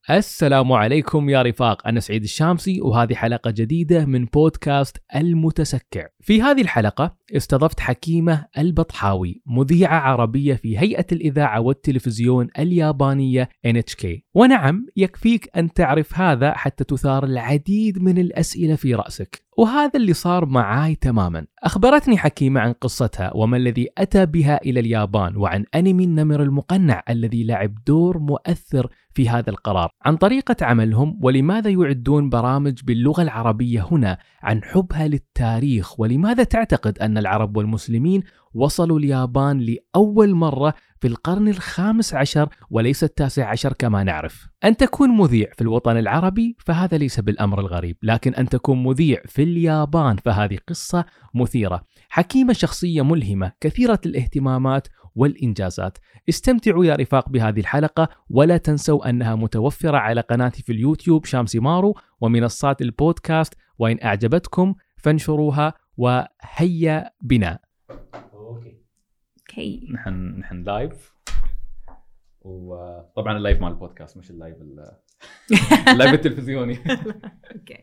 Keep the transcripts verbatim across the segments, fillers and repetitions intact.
السلام عليكم يا رفاق، أنا سعيد الشامسي وهذه حلقة جديدة من بودكاست المتسكع. في هذه الحلقة استضفت حكيمة البطحاوي، مذيعة عربية في هيئة الإذاعة والتلفزيون اليابانية إن إتش كي. ونعم، يكفيك أن تعرف هذا حتى تثار العديد من الأسئلة في رأسك، وهذا اللي صار معاي تماما. أخبرتني حكيمة عن قصتها وما الذي أتى بها إلى اليابان، وعن أنمي النمر المقنع الذي لعب دور مؤثر في هذا القرار، عن طريقة عملهم ولماذا يعدون برامج باللغة العربية هنا، عن حبها للتاريخ ولماذا تعتقد أن العرب والمسلمين وصلوا اليابان لأول مرة في القرن الخامس عشر وليس التاسع عشر كما نعرف. أن تكون مذيع في الوطن العربي فهذا ليس بالأمر الغريب، لكن أن تكون مذيع في اليابان فهذه قصة مثيرة. حكيمة شخصية ملهمة كثيرة الاهتمامات والإنجازات. استمتعوا يا رفاق بهذه الحلقة، ولا تنسوا أنها متوفرة على قناتي في اليوتيوب شامسي مارو ومنصات البودكاست، وإن أعجبتكم فانشروها وهيا بنا. اوكي نحن نحن لايف، وطبعا اللايف مال البودكاست مش اللايف اللايف التلفزيوني. اوكي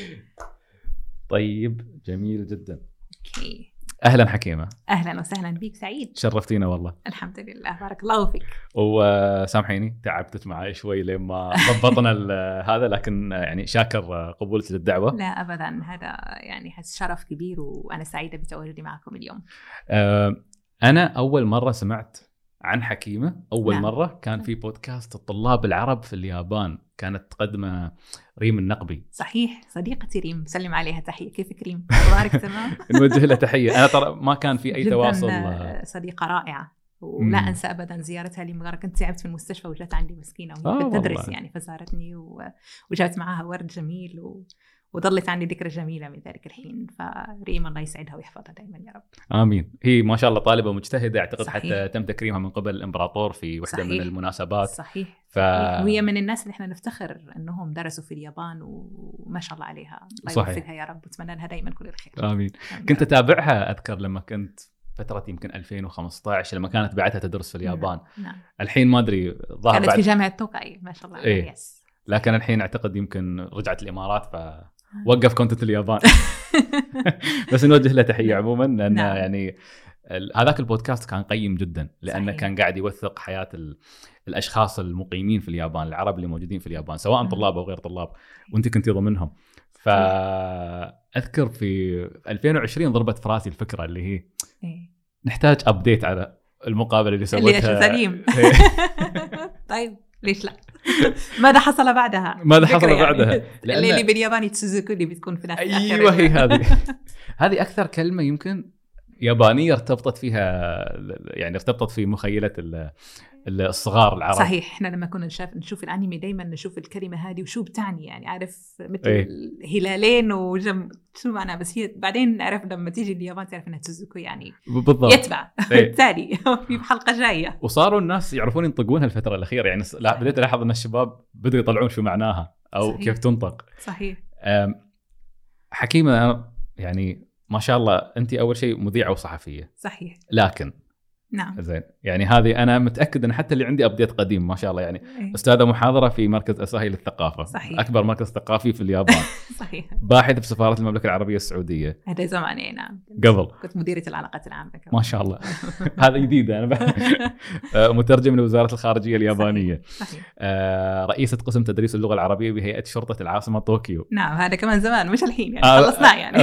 طيب، جميل جدا. اوكي اهلا حكيمه. اهلا وسهلا بيك سعيد، شرفتينا والله. الحمد لله، بارك الله فيك. وسامحيني تعبتك معي شوي لين ما ضبطنا هذا، لكن يعني شاكر قبولك للدعوه. لا ابدا، هذا يعني حس شرف كبير، وانا سعيده بتواجدي معكم اليوم. أه انا اول مره سمعت عن حكيمه اول نعم. مره كان في بودكاست الطلاب العرب في اليابان، كانت تقدمه ريم النقبي. صحيح، صديقتي ريم، سلم عليها تحيه. كيفك ريم؟ اخبارك؟ تمام. نوجه لها تحيه. انا ترى ما كان في اي جداً تواصل. صديقه رائعه، ولا مم. انسى ابدا زيارتها لي. مره كنت تعبت في المستشفى وجات عندي مسكينه آه وهي تدرس والله. يعني، فزارتني و... وجابت معاها ورد جميل و... وظلت عندي ذكرى جميلة من ذلك الحين. فريم الله يسعدها ويحفظها دائما يا رب. آمين. هي ما شاء الله طالبة مجتهدة، أعتقد صحيح. حتى تم تكريمها من قبل الإمبراطور في واحدة صحيح. من المناسبات. صحيح. ف... وهي من الناس اللي احنا نفتخر أنهم درسوا في اليابان، وما شاء الله عليها. الله يوفقها يا رب، واتمنى لها دائما كل الخير. آمين. كنت أتابعها أذكر لما كنت فترة يمكن ألفين وخمسة عشر لما كانت بعدها تدرس في اليابان. نعم. نعم. الحين ما أدري، ظاهر كانت بعد... في جامعة توكاي ما شاء الله. إيه. يس. لكن الحين أعتقد يمكن رجعت الإمارات ف وقف كونتنت اليابان. بس نوجه له تحية عموما، لأن نعم. يعني هذاك البودكاست كان قيم جدا، لأنه صحيح. كان قاعد يوثق حياة ال... الأشخاص المقيمين في اليابان، العرب اللي موجودين في اليابان سواء طلاب أو غير طلاب، وأنت كنتي ضمنهم. فأذكر في ألفين وعشرين ضربت في راسي الفكرة اللي هي إيه. نحتاج أبديت على المقابلة اللي سويتها. اللي سليم. طيب ليش لا؟ ماذا حصل بعدها؟ ماذا حصل يعني. بعدها؟ لأن... اللي بالياباني تسوزوكو اللي بتكون في نفس أيوة، هي هذه هذه أكثر كلمة يمكن يابانية ارتبطت فيها، يعني ارتبطت في مخيلة الصغار العرب. صحيح. احنا لما كنا نشوف نشوف الانمي دائما نشوف الكلمه هذه وشو بتعني، يعني عارف مثل ايه؟ هلالين وجم شو معناها، بس هي بعدين نعرف لما تيجي اليابان تعرف انها تسوزوكو يعني بالضبط. يتبع ايه؟ التالي في حلقه جايه. وصاروا الناس يعرفون ينطقونها الفتره الاخيره، يعني لا بديت الاحظ ان الشباب بدوا يطلعون شو معناها او صحيح. كيف تنطق. صحيح. حكيمه، يعني ما شاء الله انت اول شيء مذيعه وصحفيه. صحيح. لكن نعم زين، يعني هذه انا متاكد ان حتى اللي عندي ابديت قديم ما شاء الله، يعني ايه؟ استاذه محاضره في مركز اساهي للثقافه. صحيح. اكبر مركز ثقافي في اليابان. صحيح. باحث في سفاره المملكه العربيه السعوديه. هذا زمان يعني. نعم قبل كنت مديره العلاقات العامه كمان. ما شاء الله. هذا جديد. انا مترجم لوزاره الخارجيه اليابانيه. صحيح. صحيح. رئيسه قسم تدريس اللغه العربيه بهيئه شرطه العاصمه طوكيو. نعم هذا كمان زمان مش الحين يعني. آه خلصنا يعني.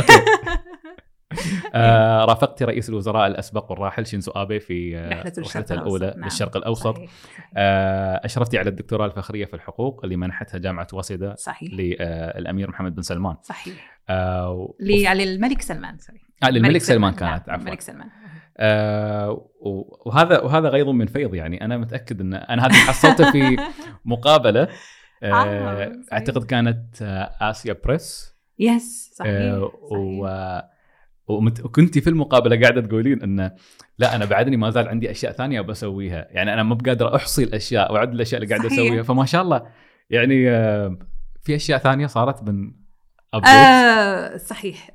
آه رافقت رئيس الوزراء الأسبق والراحل شينزو آبي في رحلته رحلته الأولى نعم. للشرق الأوسط. صحيح. صحيح. آه أشرفتي على الدكتوراه الفخرية في الحقوق اللي منحتها جامعة واسيدا صحيح. للأمير محمد بن سلمان. صحيح. آه و... لي على الملك سلمان سوري. آه للملك سلمان, سلمان كانت. نعم. عفوا. الملك سلمان. آه وهذا وهذا غيض من فيض، يعني أنا متأكد أن أنا هذه حصلته في مقابلة. آه آه أعتقد كانت آه آسيا بريس. يس صحيح. آه و وكنتي في المقابله قاعده تقولين انه لا انا بعدني ما زال عندي اشياء ثانيه بسويها، يعني انا ما بقادر احصي الاشياء واعد الاشياء اللي قاعده اسويها. فما شاء الله يعني في اشياء ثانيه صارت من آه صحيح.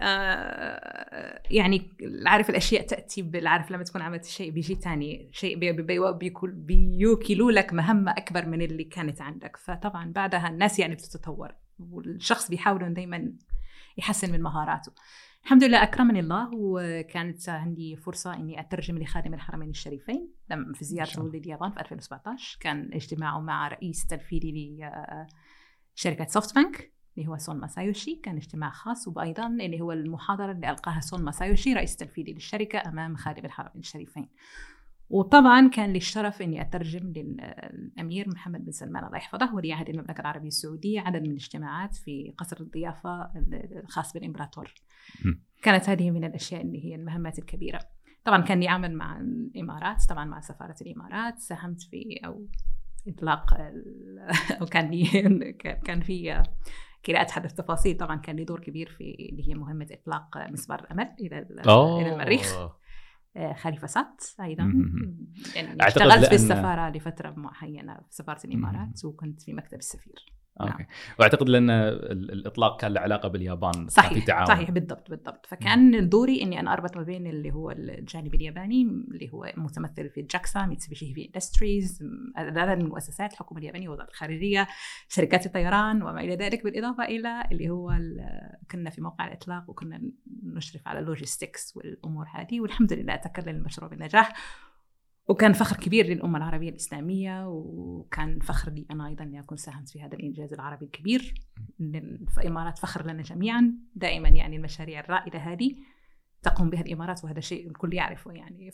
آه يعني عارف الأشياء تأتي بالعارف لما تكون عملت الشيء بيجي تاني شيء بي بي بيكون بيوكلوا لك مهمة أكبر من اللي كانت عندك. فطبعا بعدها الناس يعني بتتطور والشخص بيحاول دايما يحسن من مهاراته. الحمد لله أكرمني الله وكانت عندي فرصة إني أترجم لخادم الحرمين الشريفين لما في زيارته لليابان في ألفين وسبعة عشر. كان اجتماعه مع رئيس تنفيذي لشركة سوفت بانك اللي هو سون ماسايوشي. كان اجتماع خاص وأيضا اللي هو المحاضرة اللي ألقاها سون ماسايوشي رئيس تنفيذي للشركة أمام خادم الحرمين الشريفين. وطبعا كان لي الشرف إني أترجم للأمير محمد بن سلمان الله يحفظه ولي عهد المملكة العربية السعودية عدد من الاجتماعات في قصر الضيافة الخاص بالإمبراطور. كانت هذه من الأشياء اللي هي المهمات الكبيرة. طبعا كان لي عمل مع الإمارات طبعا مع سفارة الإمارات. ساهمت في أو إطلاق أو كان لي كان في كي لا أتحدث تفاصيل. طبعا كان لي دور كبير في اللي هي مهمة إطلاق مسبار الأمل إلى إلى المريخ. خليفة سات أيضا يعني اشتغلت في السفارة لفترة معينة في سفارة الإمارات وكنت في مكتب السفير. أوكي. نعم. واعتقد لان الاطلاق كان له علاقه باليابان. صحيح في تعاون. صحيح بالضبط بالضبط. فكان دوري اني انا اربط ما بين اللي هو الجانب الياباني اللي هو متمثل في جاكسا ميتسوبيشي هيفي اندستريز هذا المؤسسات الحكومه اليابانيه وزاره الخارجيه شركات الطيران وما الى ذلك بالاضافه الى اللي هو كنا في موقع الاطلاق وكنا نشرف على اللوجيستكس والامور هذه. والحمد لله تكلل المشروع بالنجاح وكان فخر كبير للأمة العربية الإسلامية وكان فخر لي أنا أيضا أن أكون ساهمت في هذا الإنجاز العربي الكبير. الإمارات فخر لنا جميعا دائما يعني المشاريع الرائدة هذه تقوم بها الإمارات وهذا شيء الكل يعرفه يعني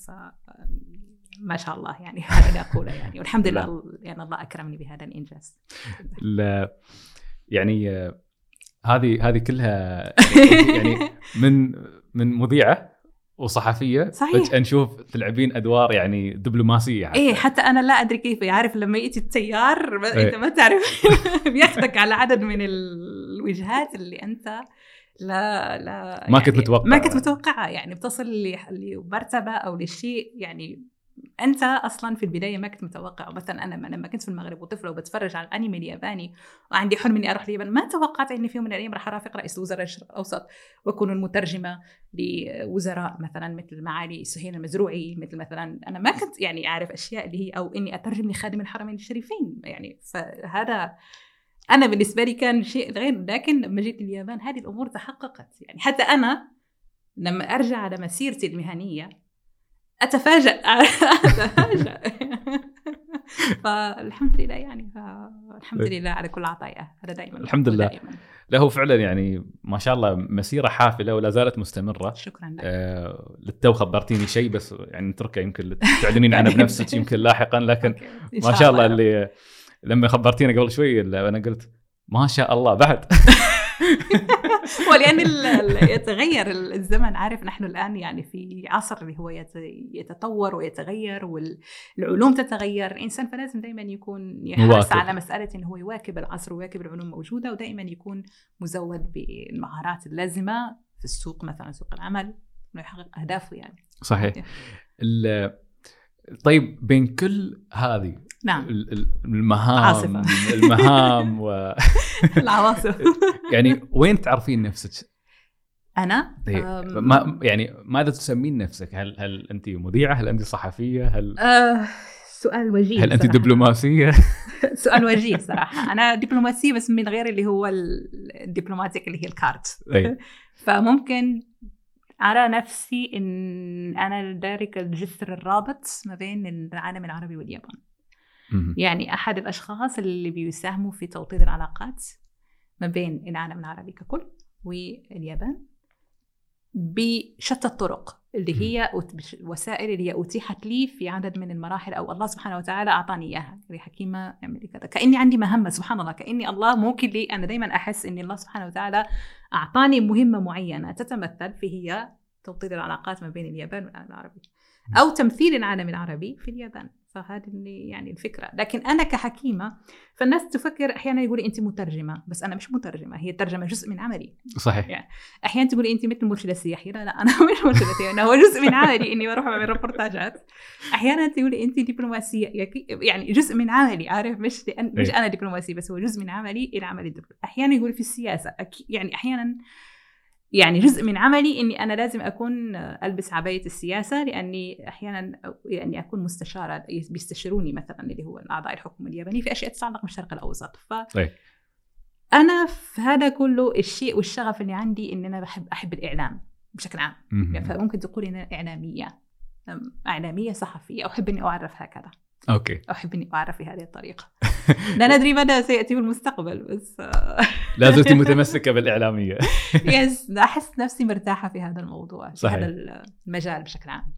فما شاء الله يعني هذا أقوله يعني والحمد لله يعني الله أكرمني بهذا الإنجاز. لا يعني هذه هذه كلها يعني من من مذيعة وصحفية صحيح نشوف تلعبين أدوار يعني دبلوماسية حتى. إيه حتى أنا لا أدري كيف يعرف لما يأتي التيار إيه. أنت ما تعرف بياخدك على عدد من الوجهات اللي أنت لا لا ما يعني كنت متوقع ما كنت متوقعة يعني بتصل لمرتبة أو لشيء يعني أنت أصلاً في البداية ما كنت متوقع. مثلاً أنا لما كنت في المغرب وطفلة وبتفرج على الأنمي الياباني وعندي حلم إني أروح اليابان ما توقعت إني في يوم من الأيام راح أرافق رئيس وزراء الشرق الأوسط وأكون المترجمة لوزراء مثلاً مثل معالي سهيل المزروعي مثل مثلاً أنا ما كنت يعني أعرف أشياء اللي هي أو إني أترجم لخادم الحرمين الشريفين يعني. فهذا أنا بالنسبة لي كان شيء غير. لكن لما جيت اليابان هذه الأمور تحققت يعني. حتى أنا لما أرجع على مسيرتي المهنية أتفاجأ أتفاجأ فالحمد لله يعني الحمد لله على كل عطاياه هذا دائما الحمد لله دائما. له فعلا يعني ما شاء الله مسيرة حافلة ولا زالت مستمرة. شكرا لك. آه للتو خبرتيني شيء بس يعني نتركه يمكن تعلنين عنه بنفسك يمكن لاحقا. لكن ما شاء الله اللي لما خبرتينا قبل شوي أنا قلت ما شاء الله بعد ولأن يتغير الزمن عارف نحن الآن يعني في عصر اللي هو يتطور ويتغير والعلوم تتغير. الإنسان فلازم دائما يكون يحرص على مسألة إنه هو يواكب العصر ويواكب العلوم موجودة ودائما يكون مزود بالمهارات اللازمة في السوق مثلا سوق العمل إنه يحقق أهدافه يعني. صحيح. طيب بين كل هذه نعم. المهام عاصفة. المهام و العواصف يعني وين تعرفين نفسك؟ أنا ما يعني ماذا تسمين نفسك؟ هل هل أنت مذيعة؟ هل أنت صحفية؟ هل آه سؤال وجيه. هل أنت صراحة. دبلوماسية؟ سؤال وجيه صراحة. أنا دبلوماسية بس من غير اللي هو الدبلوماتيك اللي هي الكارت. فممكن أرى نفسي إن أنا ذلك الجسر الرابط ما بين العالم العربي واليابان. يعني أحد الأشخاص اللي بيساهموا في توطيد العلاقات ما بين العالم العربي ككل واليابان بشتى الطرق اللي هي وسائل اللي هي أتيحت لي في عدد من المراحل أو الله سبحانه وتعالى أعطاني إياها. يعني حكيمة يعمل كذا كأني عندي مهمة سبحان الله كأني الله ممكن لي. أنا دايما أحس إن الله سبحانه وتعالى أعطاني مهمة معينة تتمثل في هي توطيد العلاقات ما بين اليابان والعالم العربي أو تمثيل العالم العربي في اليابان. فهذه اللي يعني الفكرة. لكن أنا كحكيمة فالناس تفكر أحيانا يقولي أنت مترجمة، بس أنا مش مترجمة، هي الترجمة جزء من عملي. صحيح. يعني أحيانا تقولي أنت مثل مرشدة سياحية، لا لا أنا مش مرشدة سياحية، أنا هو جزء من عملي إني بروح أعمل ريبورتاجات. أحيانا تقولي أنت دبلوماسية، يعني جزء من عملي، عارف، مش مش أنا دبلوماسية بس هو جزء من عملي إلى عمل الدبلوماسي. أحيانا يقولي في السياسة، يعني أحيانا يعني جزء من عملي إني أنا لازم أكون ألبس عباية السياسة، لأني أحيانا يعني أكون مستشارة، بيستشيروني مثلا اللي هو أعضاء الحكومة الياباني في أشياء تتعلق بالشرق الأوسط. ف أنا في هذا كله الشيء والشغف اللي عندي إن أنا بحب أحب الإعلام بشكل عام. يعني فممكن تقول إن أنا إعلامية إعلامية صحفية، أحب إني أعرف هكذا. أوكي. أحب إني أعرف بهذه الطريقة. لا ندري ماذا سيأتي في المستقبل، بس لا زلت متمسكة بالإعلامية. يس، أحس نفسي مرتاحة في هذا الموضوع، في هذا المجال بشكل عام.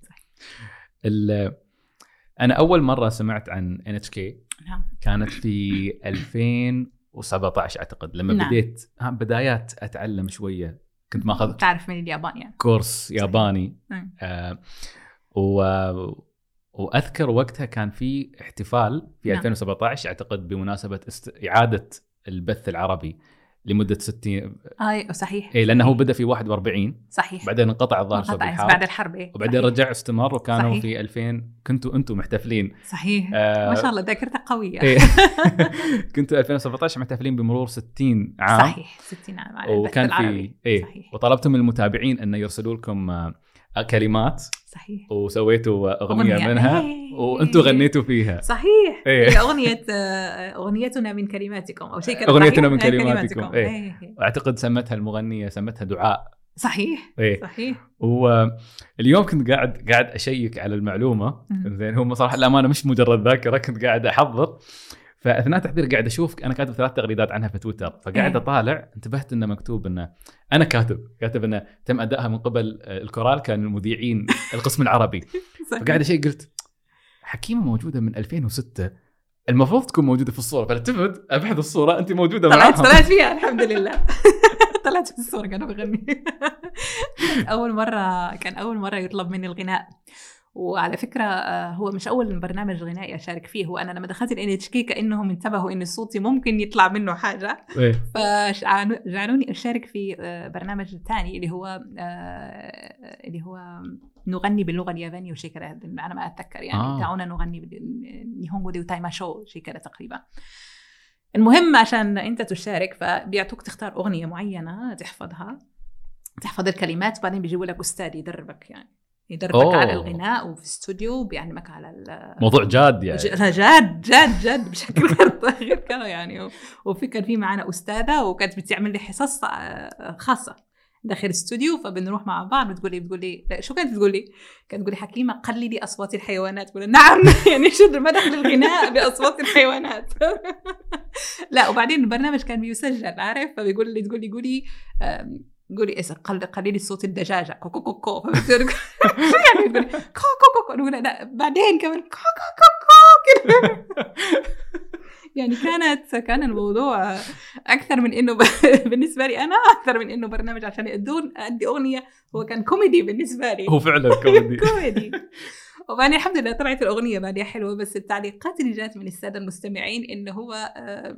أنا أول مرة سمعت عن إن إتش كي نعم. كانت في ألفين وسبعة عشر أعتقد، لما نعم. بديت بدايات أتعلم شوية، كنت ما أخذت تعرف من اليابان يعني كورس ياباني. آه و وأذكر وقتها كان في احتفال في نعم. ألفين وسبعة عشر أعتقد بمناسبة است... إعادة البث العربي لمدة ستين. آه صحيح. إيه لأنه هو بدأ في واحد وأربعين. صحيح. بعدين انقطع الظاهر بسبب الحرب. بعد الحرب. إيه. وبعدين صحيح. رجع استمر وكانوا صحيح. في ألفين كنتوا أنتوا محتفلين. صحيح. آه ما شاء الله ذاكرتك قوية. إيه. كنتوا ألفين وسبعة عشر محتفلين بمرور ستين عام. صحيح ستين عام على البث العربي. إيه. صحيح. وطلبتم المتابعين أن يرسلوا لكم كلمات. صحيح. وسويتوا أغنية, أغنية منها إيه. وأنتوا غنيتوا فيها. صحيح. إيه. أغنية أغنيتنا من كلماتكم أو شيء كذا. أغنيتنا من كلماتكم. إيه. إيه. وأعتقد سمتها المغنية سمتها دعاء. صحيح. إيه. صحيح. واليوم كنت قاعد قاعد أشيك على المعلومة. زين هم صراحة الأمانة مش مجرد ذاكرة، كنت قاعد أحضر، فاثناء تحضير قاعد اشوف، انا كاتب ثلاث تغريدات عنها في تويتر، فقاعد اطالع انتبهت انه مكتوب انه انا كاتب كاتب انه تم ادائها من قبل الكورال، كان المذيعين القسم العربي. فقاعد شيء قلت حكيمة موجوده من ألفين وستة، المفروض تكون موجوده في الصوره، فلتفت ابحث الصوره انت موجوده معاهم. طلعت طلعت فيها الحمد لله. طلعت في الصوره كانوا بيغني. اول مره كان اول مره يطلب مني الغناء. وعلى فكرة هو مش أول برنامج غنائي أشارك فيه، هو أنا لما دخلت ال إن إتش كي كأنهم انتبهوا إن صوتي ممكن يطلع منه حاجة. إيه؟ فجعلوني أشارك في برنامج تاني اللي هو اللي هو نغني باللغة اليابانية وشيء كذا، أنا ما أتذكر يعني. آه. دعونا نغني بالنيهونغو دي وتايما شو شيء كذا تقريبا. المهم عشان أنت تشارك فبيعطوك تختار أغنية معينة تحفظها، تحفظ الكلمات، وبعدين بيجيبوا لك أستاذ يدربك يعني يدربك أوه. على الغناء وفي استوديو بيعلمك على موضوع جاد يعني. جاد جاد جاد بشكل غير كذا يعني. وفي كان في معنا أستاذة وكانت بتعمل لي حصص خاصة داخل الاستوديو، فبنروح مع بعض. بتقول لي بتقول لي شو كانت بتقول لي؟ كانت تقول لي حكيمة قلدي أصوات الحيوانات. بقول نعم يعني شو ما دخل الغناء بأصوات الحيوانات. لا وبعدين البرنامج كان بيسجل عارف، فبيقول لي تقول لي قولي قولي إيش قل قليلي الصوت الدجاجة كو كو كو كو. يعني تقولي كو كو كو نقول لا بعدين كمان كو كو كو كو. يعني كانت كان الموضوع أكثر من إنه بالنسبة لي أنا أكثر من إنه برنامج عشان يقدون أدي أغنية، هو كان كوميدي بالنسبة لي. هو فعلا كوميدي. كوميدي. وبعدين الحمد لله طلعت الأغنية بعدها حلوة، بس التعليقات اللي جات من السادة المستمعين إنه هو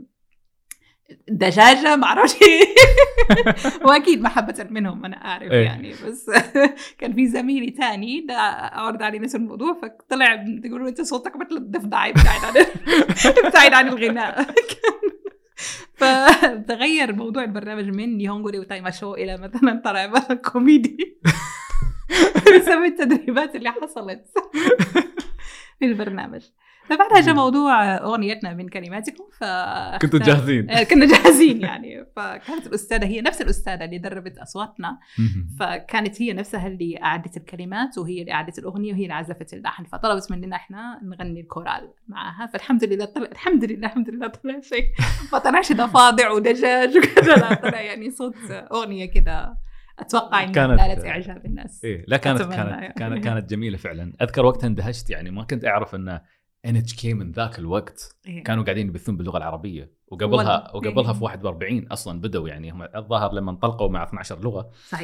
دجاجة معرفش. واكيد محبة منهم انا اعرف إيه؟ يعني بس كان في زميلي تاني ده اعرض عليه نفس الموضوع، فطلع تقولوا انت صوتك مثل الضفدع ابتعد عن ابتعد عن الغناء. فتغير موضوع البرنامج من نيهونغو دي وتايما شو الى مثلا طلع كوميدي بسبب التدريبات اللي حصلت في البرنامج. فبعدها جاء موضوع أغنيتنا من كلماتكم، ف كنتوا جاهزين. كنا جاهزين يعني. فكانت الأستاذة هي نفس الأستاذة اللي دربت أصواتنا، فكانت هي نفسها اللي أعدت الكلمات وهي اللي أعدت الأغنية وهي اللي عزفت اللحن، فطلبت مننا إحنا نغني الكورال معها. فالحمد لله طلع الحمد لله الحمد لله طلع شيء ما طلعش ضفادع ودجاج وكذا، لا طلع يعني صوت أغنية كذا أتوقع إن نالت إعجاب الناس. إيه لا كانت كانت يعني. كانت كانت جميلة فعلا. أذكر وقتها اندهشت يعني، ما كنت أعرف إن إن إتش كي من ذاك الوقت إيه. كانوا قاعدين يبثون باللغة العربية، وقبلها وقبلها إيه. في واحد وأربعين أصلا بدوا يعني هم الظاهر لما انطلقوا مع اثنتي عشرة لغة. صحيح.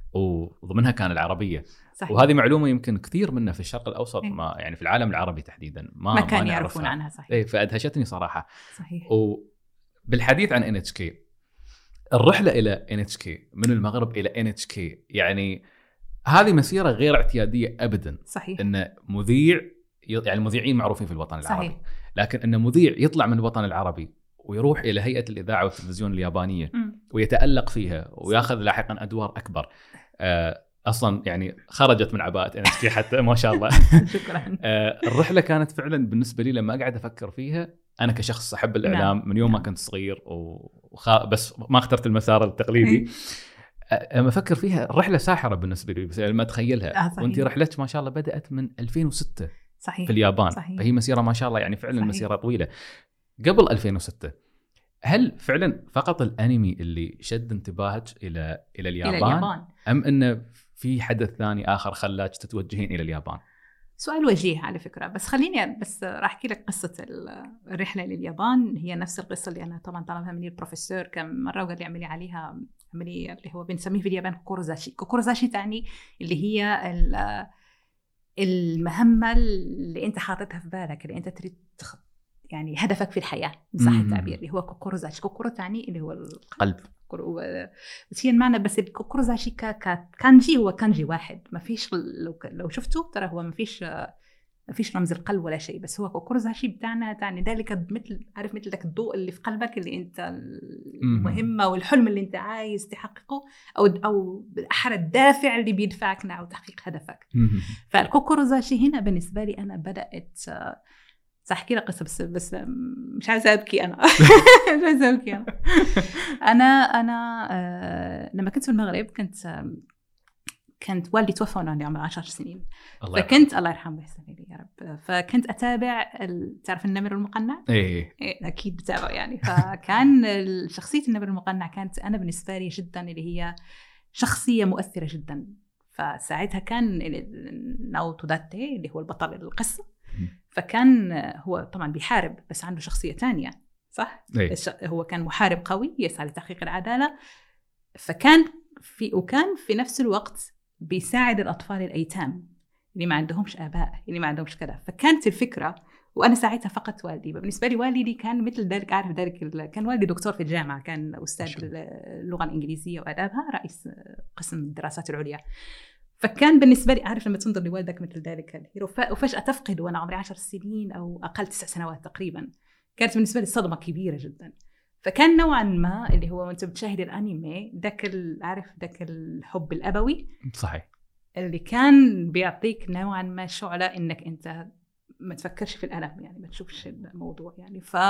وضمنها كان العربية. صحيح. وهذه معلومة يمكن كثير منا في الشرق الأوسط إيه. ما يعني في العالم العربي تحديدا ما ما كان ما يعرفون نعرفها. عنها. صحيح. إيه فأدهشتني صراحة. صحيح. وبالحديث عن إن إتش كي، الرحلة إلى إن إتش كي من المغرب إلى إن إتش كي يعني هذه مسيرة غير اعتيادية أبدا. صحيح. إن مذيع يعني المذيعين معروفين في الوطن العربي. صحيح. لكن إن مذيع يطلع من الوطن العربي ويروح إلى هيئة الإذاعة والتلفزيون اليابانية م. ويتألق فيها ويأخذ لاحقا أدوار أكبر. آه أصلا يعني خرجت من عباءة إن إتش كي حتى ما شاء الله. شكرا. آه الرحلة كانت فعلا بالنسبة لي لما قاعد أفكر فيها، أنا كشخص أحب الإعلام نعم. من يوم نعم. ما كنت صغير وخ... بس ما اخترت المسار التقليدي. لما أفكر فيها رحلة ساحرة بالنسبة لي بس لما أتخيلها. آه وأنت رحلتك ما شاء الله بدأت من ألفين وستة. صحيح. في اليابان. صحيح. فهي مسيرة ما شاء الله يعني فعلا صحيح. مسيرة طويلة. قبل ألفين وستة هل فعلا فقط الأنمي اللي شد انتباهك إلى إلى اليابان, إلى اليابان. أم أنه في حدث ثاني آخر خلاك تتوجهين إلى اليابان؟ سؤال وجيه على فكرة، بس خليني بس راح أحكي لك قصة الرحلة لليابان. هي نفس القصة اللي أنا طبعا طلبها مني البروفيسور كم مرة وقال لي اعملي عليها عملية اللي هو بنسميه في اليابان كوكوروزاشي. كوكوروزاشي تعني اللي هي المهمة اللي أنت حاطتها في بالك، اللي أنت تريد يعني هدفك في الحياة صح التعبير، اللي هو كوكوروزاشي. كوكورو تعني اللي هو القلب. بس هي المعنى بس الكوكوروزاشي كانجي هو كانجي واحد، ما فيش لو لو شفته ترى هو ما فيش ما فيش رمز القلب ولا شيء، بس هو كوكوروزاشي بتاعنا تعني ذلك مثل عارف مثل ذاك الضوء اللي في قلبك اللي انت المهمة والحلم اللي انت عايز تحققه او او بالاحرى الدافع اللي بيدفعك نحو تحقيق هدفك. فالكوكوروزاشي هنا بالنسبة لي انا بدأت أحكي لك قصة بس بس مش عايزة أبكي أنا. مش عايزة أبكي أنا. أنا أنا آه لما كنت في المغرب كنت آه كنت والدي توفى وأنا عمري عشر سنين. الله فكنت يرحمه. الله يرحمه ويحسن إليه يا رب. فكنت أتابع تعرف النمر المقنع؟ إيه. إيه أكيد بتابعه يعني. فكان شخصية النمر المقنع كانت أنا بالنسبة لي جدا اللي هي شخصية مؤثرة جدا. فساعتها كان ناوتو داتي اللي هو البطل القصة. فكان هو طبعا بيحارب بس عنده شخصية تانية صح؟ أي. هو كان محارب قوي يسعى لتحقيق العدالة. فكان في وكان في نفس الوقت بيساعد الأطفال الأيتام اللي ما عندهمش آباء اللي ما عندهمش كذا. فكانت الفكرة وأنا ساعتها فقط والدي. بالنسبة لي والدي كان مثل ذلك عارف ذلك كان والدي دكتور في الجامعة، كان أستاذ اللغة الإنجليزية وآدابها، رئيس قسم الدراسات العليا. فكان بالنسبة لي عارف لما تنظر لوالدك مثل ذلك الهيرو وفجأة تفقد وأنا عمري عشر سنين أو أقل تسع سنوات تقريبا، كانت بالنسبة لي صدمة كبيرة جدا. فكان نوعا ما اللي هو أنت بتشاهد الأنمي ذاك عارف ذاك الحب الأبوي صحيح اللي كان بيعطيك نوعا ما شعلة إنك أنت ما تفكرش في الألم يعني ما تشوفش الموضوع يعني. ف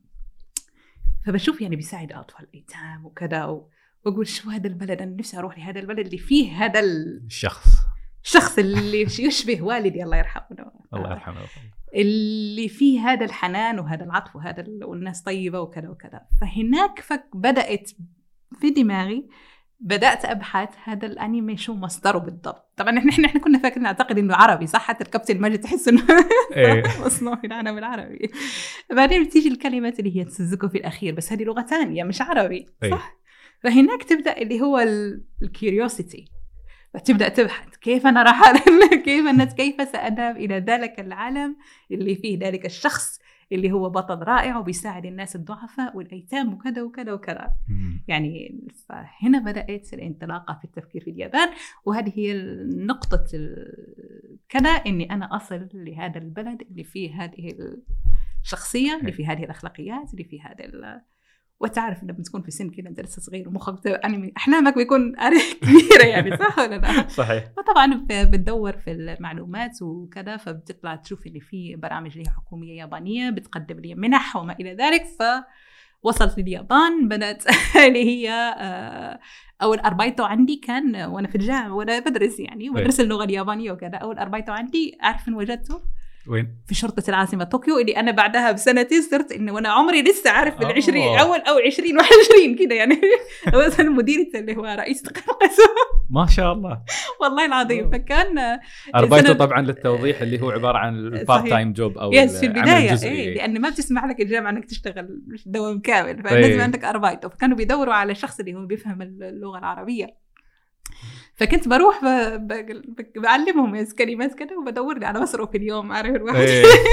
فبشوف يعني بيساعد أطفال الأيتام وكذا و... وأقول شو هذا البلد، أنا نفسي أروح لهذا البلد اللي فيه هذا الشخص الشخص اللي يشبه والدي الله يرحمه الله يرحمه اللي فيه هذا الحنان وهذا العطف وهذا والناس طيبة وكذا وكذا. فهناك فك بدأت في دماغي بدأت أبحث هذا الأنمي شو مصدره بالضبط. طبعا إحنا إحنا كنا فاكرين نعتقد إنه عربي صح، حتى الكابتن ماجد تحس إنه مصنوع في العالم العربي. بعدين بتيجي الكلمات اللي هي تسوزوكو في الأخير بس هذه لغة ثانية مش عربي صح. فهناك تبدأ اللي هو الكيوريوسيتي، فتبدأ تبحث كيف أنا راح كيف أنا كيف سأذهب إلى ذلك العالم اللي فيه ذلك الشخص اللي هو بطل رائع وبيساعد الناس الضعفاء والأيتام وكذا وكذا وكذا. يعني فهنا بدأت الانطلاقة في التفكير في اليابان، وهذه هي النقطة كذا إني أنا أصل لهذا البلد اللي فيه هذه الشخصية اللي فيه هذه الأخلاقيات اللي فيه هذا. وتعرف لما تكون في سن كده انت لسه صغير ومخك يعني احلامك بيكون كبيره يعني صح ولا لا؟ صحيح. فطبعا بتدور في المعلومات وكذا فبتطلع تشوف اللي في برامج لي حكوميه يابانيه بتقدم لي منح وما الى ذلك. فوصلت لليابان بدات اللي هي اول اربايتو عندي كان وانا في الجامعه وانا بدرس يعني بدرس اللغه اليابانيه وكذا. اول اربايتو عندي عارف ان وجدته وين؟ في شرطة العاصمة طوكيو اللي أنا بعدها بسنتين صرت إنه وأنا عمري لسه عارف بالعشرين أول أو عشرين وعشرين كده يعني. مثلا مديرة اللي هو رئيس القسم ما شاء الله والله العظيم. فكان أربايته طبعا للتوضيح اللي هو عبارة عن البارت تايم جوب أو يس في البداية إيه لأن ما بتسمح لك الجامعة إنك تشتغل دوام كامل فلازم عندك أربايته. فكانوا بيدوروا على شخص اللي هو بيفهم اللغة العربية. فكنت بروح ب... ب... بعلمهم كلمات كده وبدور لي على مصروف اليوم عارف الواحد.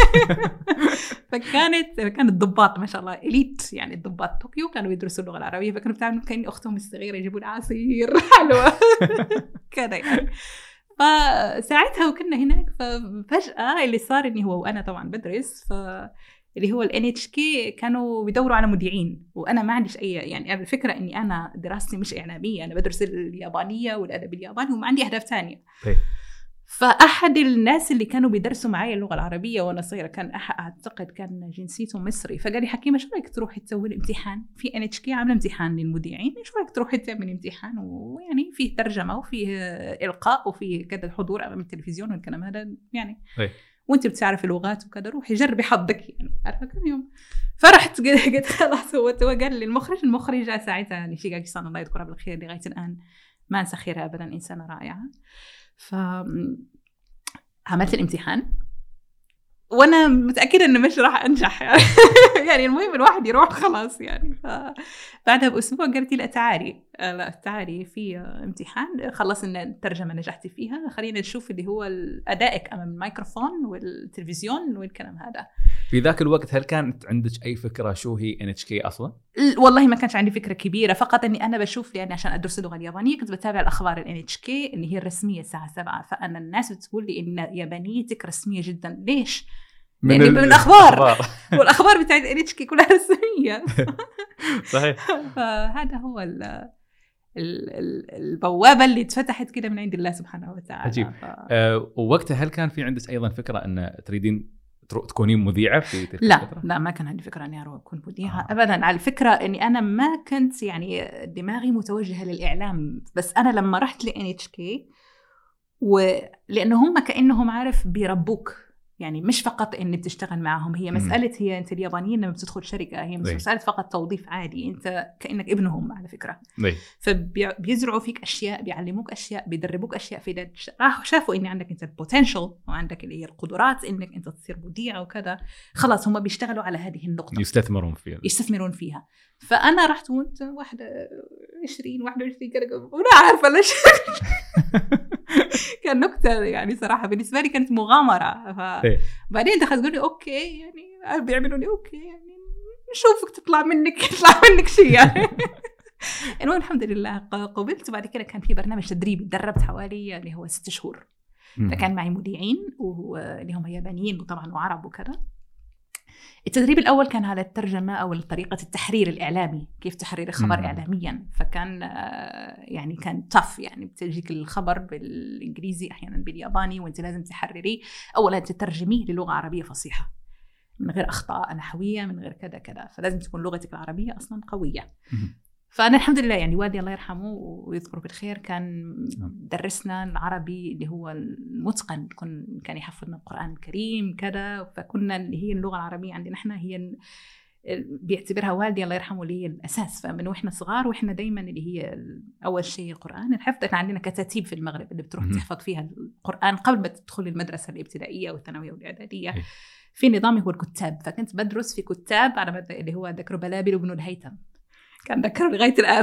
فكانت كانت ضباط ما شاء الله إليت يعني الضباط طوكيو كانوا يدرسوا اللغة العربية فكانوا بتعملوا كأني أختهم الصغيرة يجيبوا لي عصير حلوة كده يعني. فساعتها وكنا هناك ففجأة اللي صار إني هو وأنا طبعا بدرس ف اللي هو ال إن إتش كي كانوا بيدوروا على مذيعين وأنا ما عنديش أي يعني الفكرة إني أنا دراستي مش إعلامية أنا بدرس اليابانية والأدب الياباني وما عندي أهداف تانية. فأحد الناس اللي كانوا بيدرسوا معي اللغة العربية وأنا صغيرة كان أعتقد كان جنسيته مصري فقال لي حكيمة شو رأيك تروحي تسوي الامتحان في إن إتش كي عاملة امتحان للمذيعين شو رأيك تروحي تعملي امتحان ويعني فيه ترجمة وفيه إلقاء وفيه كذا حضور أمام التلفزيون والكلام هذا يعني هي. وانت بتعرفي لغات وكذا روحي جربي حظك يعني عارفه كم يوم. فرحت قلت خلاص هو قال لي المخرج المخرجه ساعتها نيشيغاكي سان الله يذكرها بالخير لغايه الان ما انسى خيرها ابدا انسانه رائعه. ف عملت الامتحان وانا متاكده انه مش راح انجح يعني, يعني المهم الواحد يروح خلاص يعني. بعدها باسبوع قالت لي تعالي لا تعالي في امتحان خلصنا الترجمه نجحتي فيها خلينا نشوف اللي هو ادائك امام الميكروفون والتلفزيون والكلام هذا. في ذاك الوقت هل كانت عندك اي فكره شو هي إن إتش كي اصلا؟ والله ما كانش عندي فكره كبيره فقط اني انا بشوف لاني عشان ادرس اللغه اليابانيه كنت بتابع الاخبار ال إن إتش كي اللي هي الرسميه الساعه سبعة فانا الناس بتقول لي ان يابانيتك رسميه جدا ليش؟ من, يعني من الأخبار والأخبار بتاعت إن إتش كي كلها رسمية. صحيح. فهذا هو ال ال البوابة اللي اتفتحت كده من عند الله سبحانه وتعالى. عجيب. ف... أه ووقتها هل كان في عندك أيضا فكرة أن تريدين تكونين مذيعة في تلك لا الفترة؟ لا ما كان عندي فكرة أني أروح أكون مذيعة آه. أبدا. على الفكرة أني أنا ما كنت يعني دماغي متوجهة للإعلام بس أنا لما رحت ل إن إتش كي ولأنه هم كأنهم عارف بيربوك يعني مش فقط إن بتشتغل معهم هي مسألة هي أنت اليابانيين لما بتدخل شركة هي مش مسألة فقط توظيف عادي أنت كأنك ابنهم على فكرة ليه. فبيزرعوا فيك أشياء بيعلموك أشياء بيدربوك أشياء في راحوا شافوا إن عندك أنت potential وعندك اللي هي القدرات إنك أنت تصير مذيع وكذا خلاص هم بيشتغلوا على هذه النقطة يستثمرون فيها يستثمرون فيها. فأنا رحت وانت واحدة عشرين واحدة وعشرين كده ولا عارفة ليش كان نكتة يعني صراحة بالنسبة لي كانت مغامرة. فبعدين دخلت قولي أوكي يعني بيعملوا لي أوكي يعني نشوفك تطلع منك يطلع منك شيء يعني. المهم الحمد لله قبلت. وبعد كده كان في برنامج تدريبي تدربت حوالي اللي هو ست شهور فكان معي مذيعين واللي هم يابانيين وطبعا وعرب وكذا. التدريب الأول كان على الترجمة أو طريقة التحرير الإعلامي كيف تحرير الخبر إعلاميا فكان يعني كان طف يعني بتجيك الخبر بالإنجليزي أحيانا بالياباني وأنت لازم تحرريه أولا تترجميه للغة عربية فصيحة من غير أخطاء نحوية من غير كذا كذا فلازم تكون لغتك العربية أصلا قوية. فأنا الحمد لله يعني والدي الله يرحمه ويذكره بالخير كان درسنا العربي اللي هو المتقن كان يحفظنا القرآن الكريم كذا فكنا اللي هي اللغة العربية عندنا احنا هي بيعتبرها والدي الله يرحمه اللي هي الأساس. فمن وإحنا صغار وإحنا دايما اللي هي أول شيء القرآن الحفظ. إحنا عندنا كتاتيب في المغرب اللي بتروح تحفظ فيها القرآن قبل ما تدخل المدرسة الابتدائية والثانوية والإعدادية في نظامي هو الكتاب. فكنت بدرس في كتاب على اللي هو ذكر بلابل وابن الهيثم كان ذكر لغاية الآن.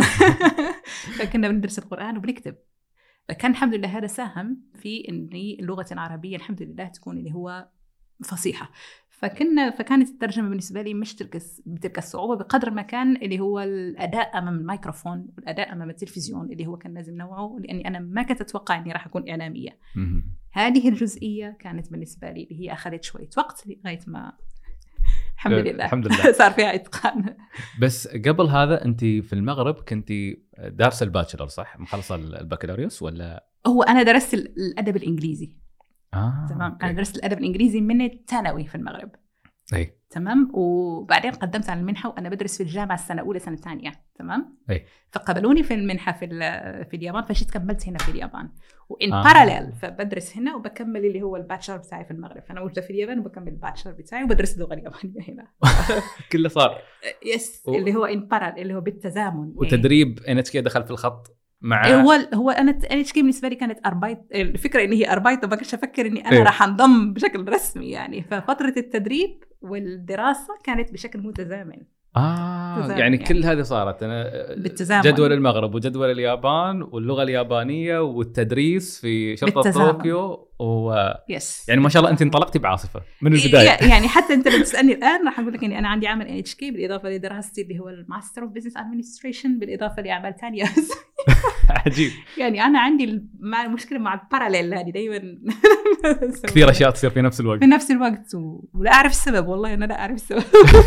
فكنا بندرس القرآن وبنكتب فكان الحمد لله هذا ساهم في أن اللغة العربية الحمد لله تكون اللي هو فصيحة. فكنا فكانت الترجمة بالنسبة لي مش تلك بتلك الصعوبة بقدر ما كان اللي هو الأداء أمام الميكروفون والأداء أمام التلفزيون اللي هو كان لازم نوعه لأني أنا ما كنت أتوقع أني راح أكون إعلامية. هذه الجزئية كانت بالنسبة لي اللي هي أخذت شوية وقت لغاية ما الحمد لله الحمد لله صار فيها إتقان. بس قبل هذا أنت في المغرب كنتي دارسة الباتشلر صح؟ مخلصة البكالوريوس ولا؟ هو أنا درست الأدب الإنجليزي. آه تمام أوكي. أنا درست الأدب الإنجليزي من الثانوي في المغرب. أي. تمام وبعدين قدمت على المنحة وأنا بدرس في الجامعة السنة الأولى سنة ثانية تمام. أي. فقبلوني في المنحة في في اليابان فشيت كملت هنا في اليابان وإن آه. باراليل فبدرس هنا وبكمل اللي هو الباتشلر بتاعي في المغرب. فأنا موجودة في اليابان وبكمل الباتشلر بتاعي وبدرس اللغة اليابانية هنا. كله صار. يس و... اللي هو إن باراليل اللي هو بالتزامن. وتدريب إن إتش كي دخل في الخط. مع هو هو انا إن إتش كي بالنسبه لي كانت اربايت. الفكره ان هي اربايت وما كنتش افكر اني انا إيه؟ راح انضم بشكل رسمي يعني. ففتره التدريب والدراسه كانت بشكل متزامن. اه يعني, يعني كل هذه صارت انا بالتزامن. جدول المغرب وجدول اليابان واللغه اليابانيه والتدريس في شرطه طوكيو و يس. يعني ما شاء الله انت انطلقتي بعاصفه من البدايه. يعني حتى انت لو تسالني الان راح اقول لك اني انا عندي عمل ان اتش كي بالاضافه لدراستي اللي هو الماستر اوف بزنس ادمنستريشن بالاضافه لاعمال ثانيه. عجيب. يعني انا عندي المشكله مع الباراليل هذه دائما كثير اشياء تصير في نفس الوقت في نفس الوقت ولا اعرف السبب. والله انا لا اعرف السبب.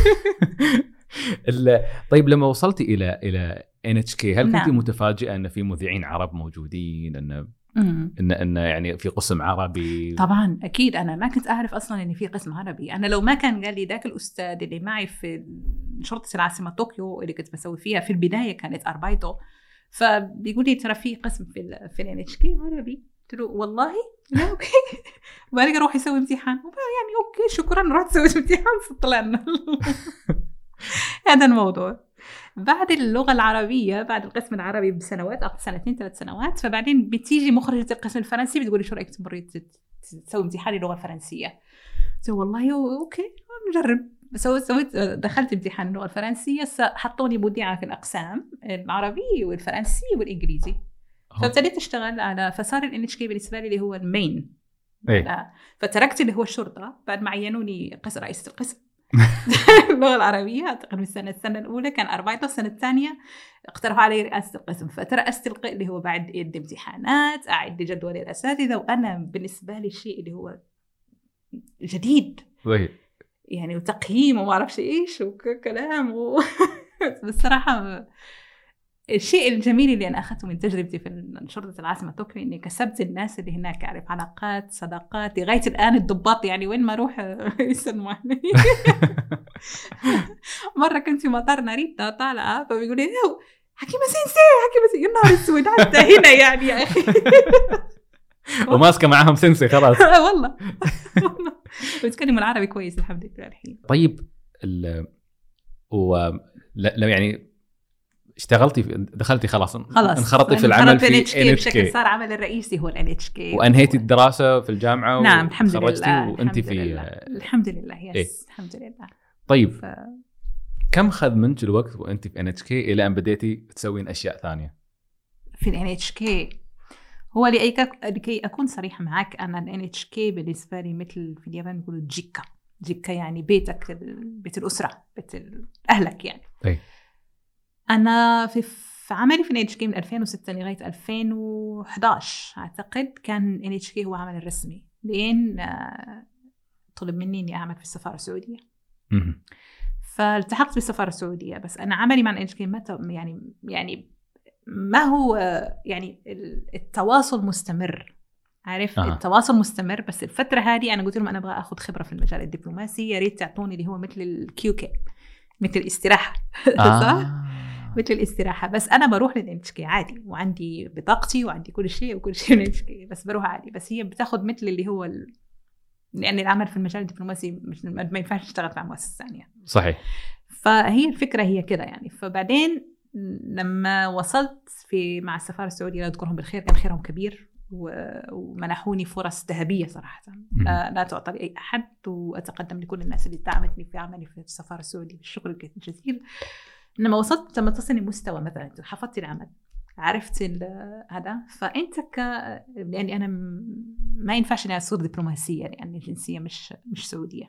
طيب لما وصلتي الى الى إن إتش كي هل نعم. كنتي متفاجئه ان في مذيعين عرب موجودين ان ان ان يعني في قسم عربي؟ طبعا اكيد انا ما كنت اعرف اصلا ان في قسم عربي. انا لو ما كان قال لي ذاك الاستاذ اللي معي في شرطه العاصمه طوكيو اللي كنت بسوي فيها في البدايه كانت اربايتو، فبيقول لي ترى في قسم في ال في إن إتش كي عربي. قلت له والله لا اوكي. وبعدين اروح يسوي امتحان يعني اوكي شكرا رحت سويت امتحان طلعنا. هذا الموضوع. بعد اللغة العربية بعد القسم العربي بسنوات أو سنتين ثلاث سنوات فبعدين بتيجي مخرجة القسم الفرنسي بتقولي شو رأيك تمري تسوي امتحان اللغة الفرنسية. قلت والله أوكي نجرب. سويت سويت دخلت امتحان اللغة الفرنسية حطوني مذيعة في الأقسام العربي والفرنسي والإنجليزي. فابتديت أشتغل على فصار ال إن إتش كي بالنسبة لي اللي هو المين. إيه؟ فتركت اللي هو الشرطة بعد ما عينوني قسم رئيسة القسم اللغة العربية أعتقد من السنة السنة الأولى كان أربعة السنة الثانية اقترحوا علي رئاسة القسم فترأست القسم اللي هو بعد الامتحانات أعد جدول الأساتذة وأنا بالنسبة لي الشيء اللي هو جديد وهي. يعني وتقييم وما أعرفش إيش وكلام و... بصراحة الشيء الجميل اللي أنا أخذته من تجربتي في شرطة العاصمة طوكيو إني كسبت الناس اللي هناك أعرف علاقات صداقات لغاية الآن الضباط يعني وين ما أروح يسلموا علي. مرة كنت في مطار ناريتا طالعة فبيقول لي حكيمة سينسي حكيمة سينسي يا نهار اسود حتى هنا يعني يا أخي. وماسكة معهم سينسي خلاص. والله بتكلم العربي كويس الحمد لله الحين. طيب ال و لو يعني اشتغلتي دخلتي خلاص خلاص انخرطتي في العمل في إن إتش كي بشكل صار عمل الرئيسي هو ال إن إتش كي وانهيتي الدراسه في الجامعه. نعم الحمد لله وانت في لله. الحمد لله يس إيه؟ الحمد لله. طيب ف... كم خذ منك الوقت وانت في إن إتش كي الى ان بديتي تسوين اشياء ثانيه في ال إن إتش كي؟ هو لكي اكون صريحه معك انا ال إن إتش كي بالنسبه لي مثل في اليابان يقولوا جيكا. جيكا يعني بيتك بيت الاسره بيت اهلك يعني. أي. أنا في, في عملي في إن إتش كي من ألفين وستة لغاية ألفين وإحدى عشر أعتقد كان إن إتش كي هو عمل الرسمي لين طلب مني إني أعمل في السفارة السعودية. فالتحقت بالسفارة السعودية بس أنا عملي مع إن إتش كي ما يعني يعني ما هو يعني التواصل مستمر عارف آه. التواصل مستمر بس الفترة هذه أنا قلت لهم أنا أبغى أخذ خبرة في المجال الدبلوماسي يا ريت تعطوني اللي هو مثل الكيو كي مثل الاستراحة. آه. صح؟ مثل الاستراحة بس أنا بروح لل إن إتش كي عادي وعندي بطاقتي وعندي كل شيء وكل شيء لل إن إتش كي بس بروح عادي بس هي بتاخد مثل اللي هو ال... لأن العمل في المجال الدبلوماسي مش ما ينفعش تشتغل مع مؤسسة ثانية. صحيح. فهي الفكرة هي كده يعني. فبعدين لما وصلت في مع السفارة السعودية لا أذكرهم بالخير كان خيرهم كبير ومنحوني فرص ذهبية صراحة لا, لا تعطى لأي أحد وأتقدم لكل الناس اللي دعمتني في عملي في السفارة السعودية بالشكر الجزيل. لما وصلت لما تصلني مستوى مثلا حفظت العمل عرفت هذا فأنت ك يعني أنا ما ينفعش إني أصير دبلوماسية لأن يعني الجنسية مش مش سعودية.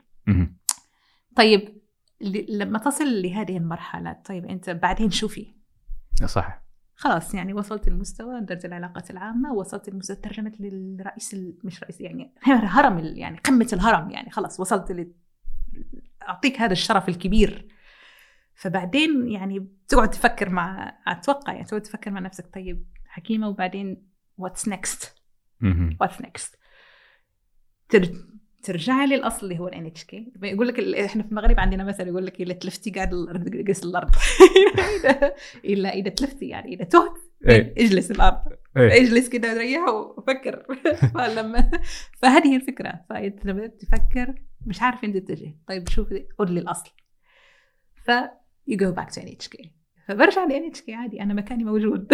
طيب لما تصل لهذه المرحلة طيب أنت بعدين شوفي صح خلاص يعني وصلت المستوى درجة العلاقات العامة وصلت المستوى ترجمت للرئيس مش رئيس يعني هرم يعني قمة الهرم يعني خلاص وصلت ل... أعطيك هذا الشرف الكبير. فبعدين يعني تقعد تفكر مع أتوقع يعني تقعد تفكر مع نفسك طيب حكيمة وبعدين what's next what's next تر... ترجع لي الأصل اللي هو ال إن إتش كي. يقول لك إحنا في المغرب عندنا مثل يقول لك إذا تلفتي قاعد الأرض قس الأرض إلا إذا تلفتي يعني إذا تهت اجلس الأرض اجلس كده ريح وفكر. فلما فهذه الفكرة فلما تفكر مش عارف إن تتجه طيب شوف قول لي الأصل ف you go back to إن إتش كي. فبرجع ل إن إتش كي عادي أنا مكاني موجود.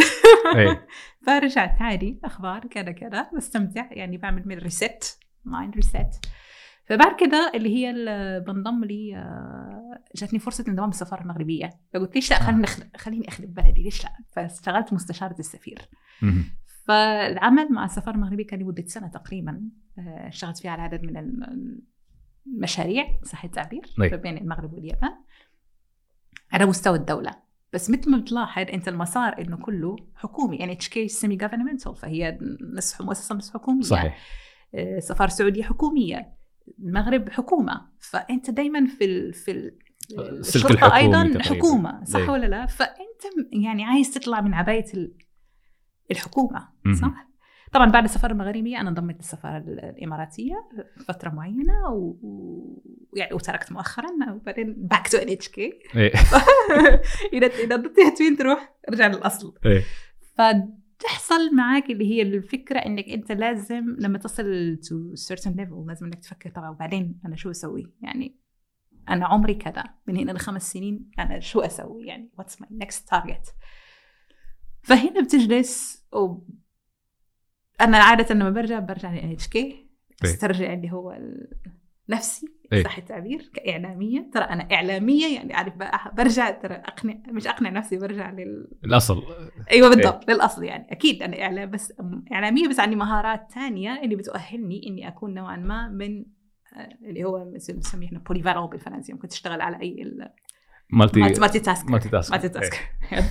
فرجعت عادي أخبار كذا كذا بستمتع يعني بعمل من ريست مايند ريست فبعد كده اللي هي اللي بنضم لي آه، جاتني فرصة انضمام السفارة المغربية، فقلت ليش لا خليني أخدم خليني أخدم بلدي ليش لا، فاشتغلت مستشارة السفير. فالعمل مع السفارة المغربية كان لمدة سنة تقريبا، آه، اشتغلت فيها على عدد من المشاريع صح التعبير بين المغرب واليابان على مستوى الدولة. بس مثل ما بتلاحظ انت المسار انه كله حكومي، يعني اتش كي سيمي جوفرنمنتال، فهي نصف مؤسسه نصف حكوميه. صحيح. السفاره السعوديه حكوميه، المغرب حكومه، فانت دايما في ال في ال الشرطه ايضا تقريباً. حكومه صح دي. ولا لا؟ فانت يعني عايز تطلع من عبايه الحكومه صح. طبعا بعد السفاره المغربيه انا انضميت للسفاره الاماراتيه فتره معينه ويعني و... وتركت مؤخرا، وبعدين باك تو ان اتش كي. اذا اذا ضدت وين تروح ارجع للاصل. فتحصل معاك اللي هي الفكره انك انت لازم لما تصل تو سيرتن ليفل لازم انك تفكر طبعا وبعدين انا شو اسوي، يعني انا عمري كذا من هنا لخمس سنين انا شو اسوي، يعني واتس ماي نكست تارجت. فهنا بتجلس و أنا عادة لما برجع برجع ل إن إتش كي استرجع اللي هو نفسي صح التعبير كإعلامية. ترى أنا إعلامية يعني عارف برجع ترى أقنع مش أقنع نفسي برجع للأصل. أيوة بالضبط للأصل. يعني أكيد أنا إعلام بس إعلامية بس عندي مهارات تانية اللي بتؤهلني إني أكون نوعا ما من اللي هو نسميه إحنا بوليفالون بالفرنسي، ممكن تشتغل على أي مالتي مالتي تاسك مالتي تاسك مالتي تاسك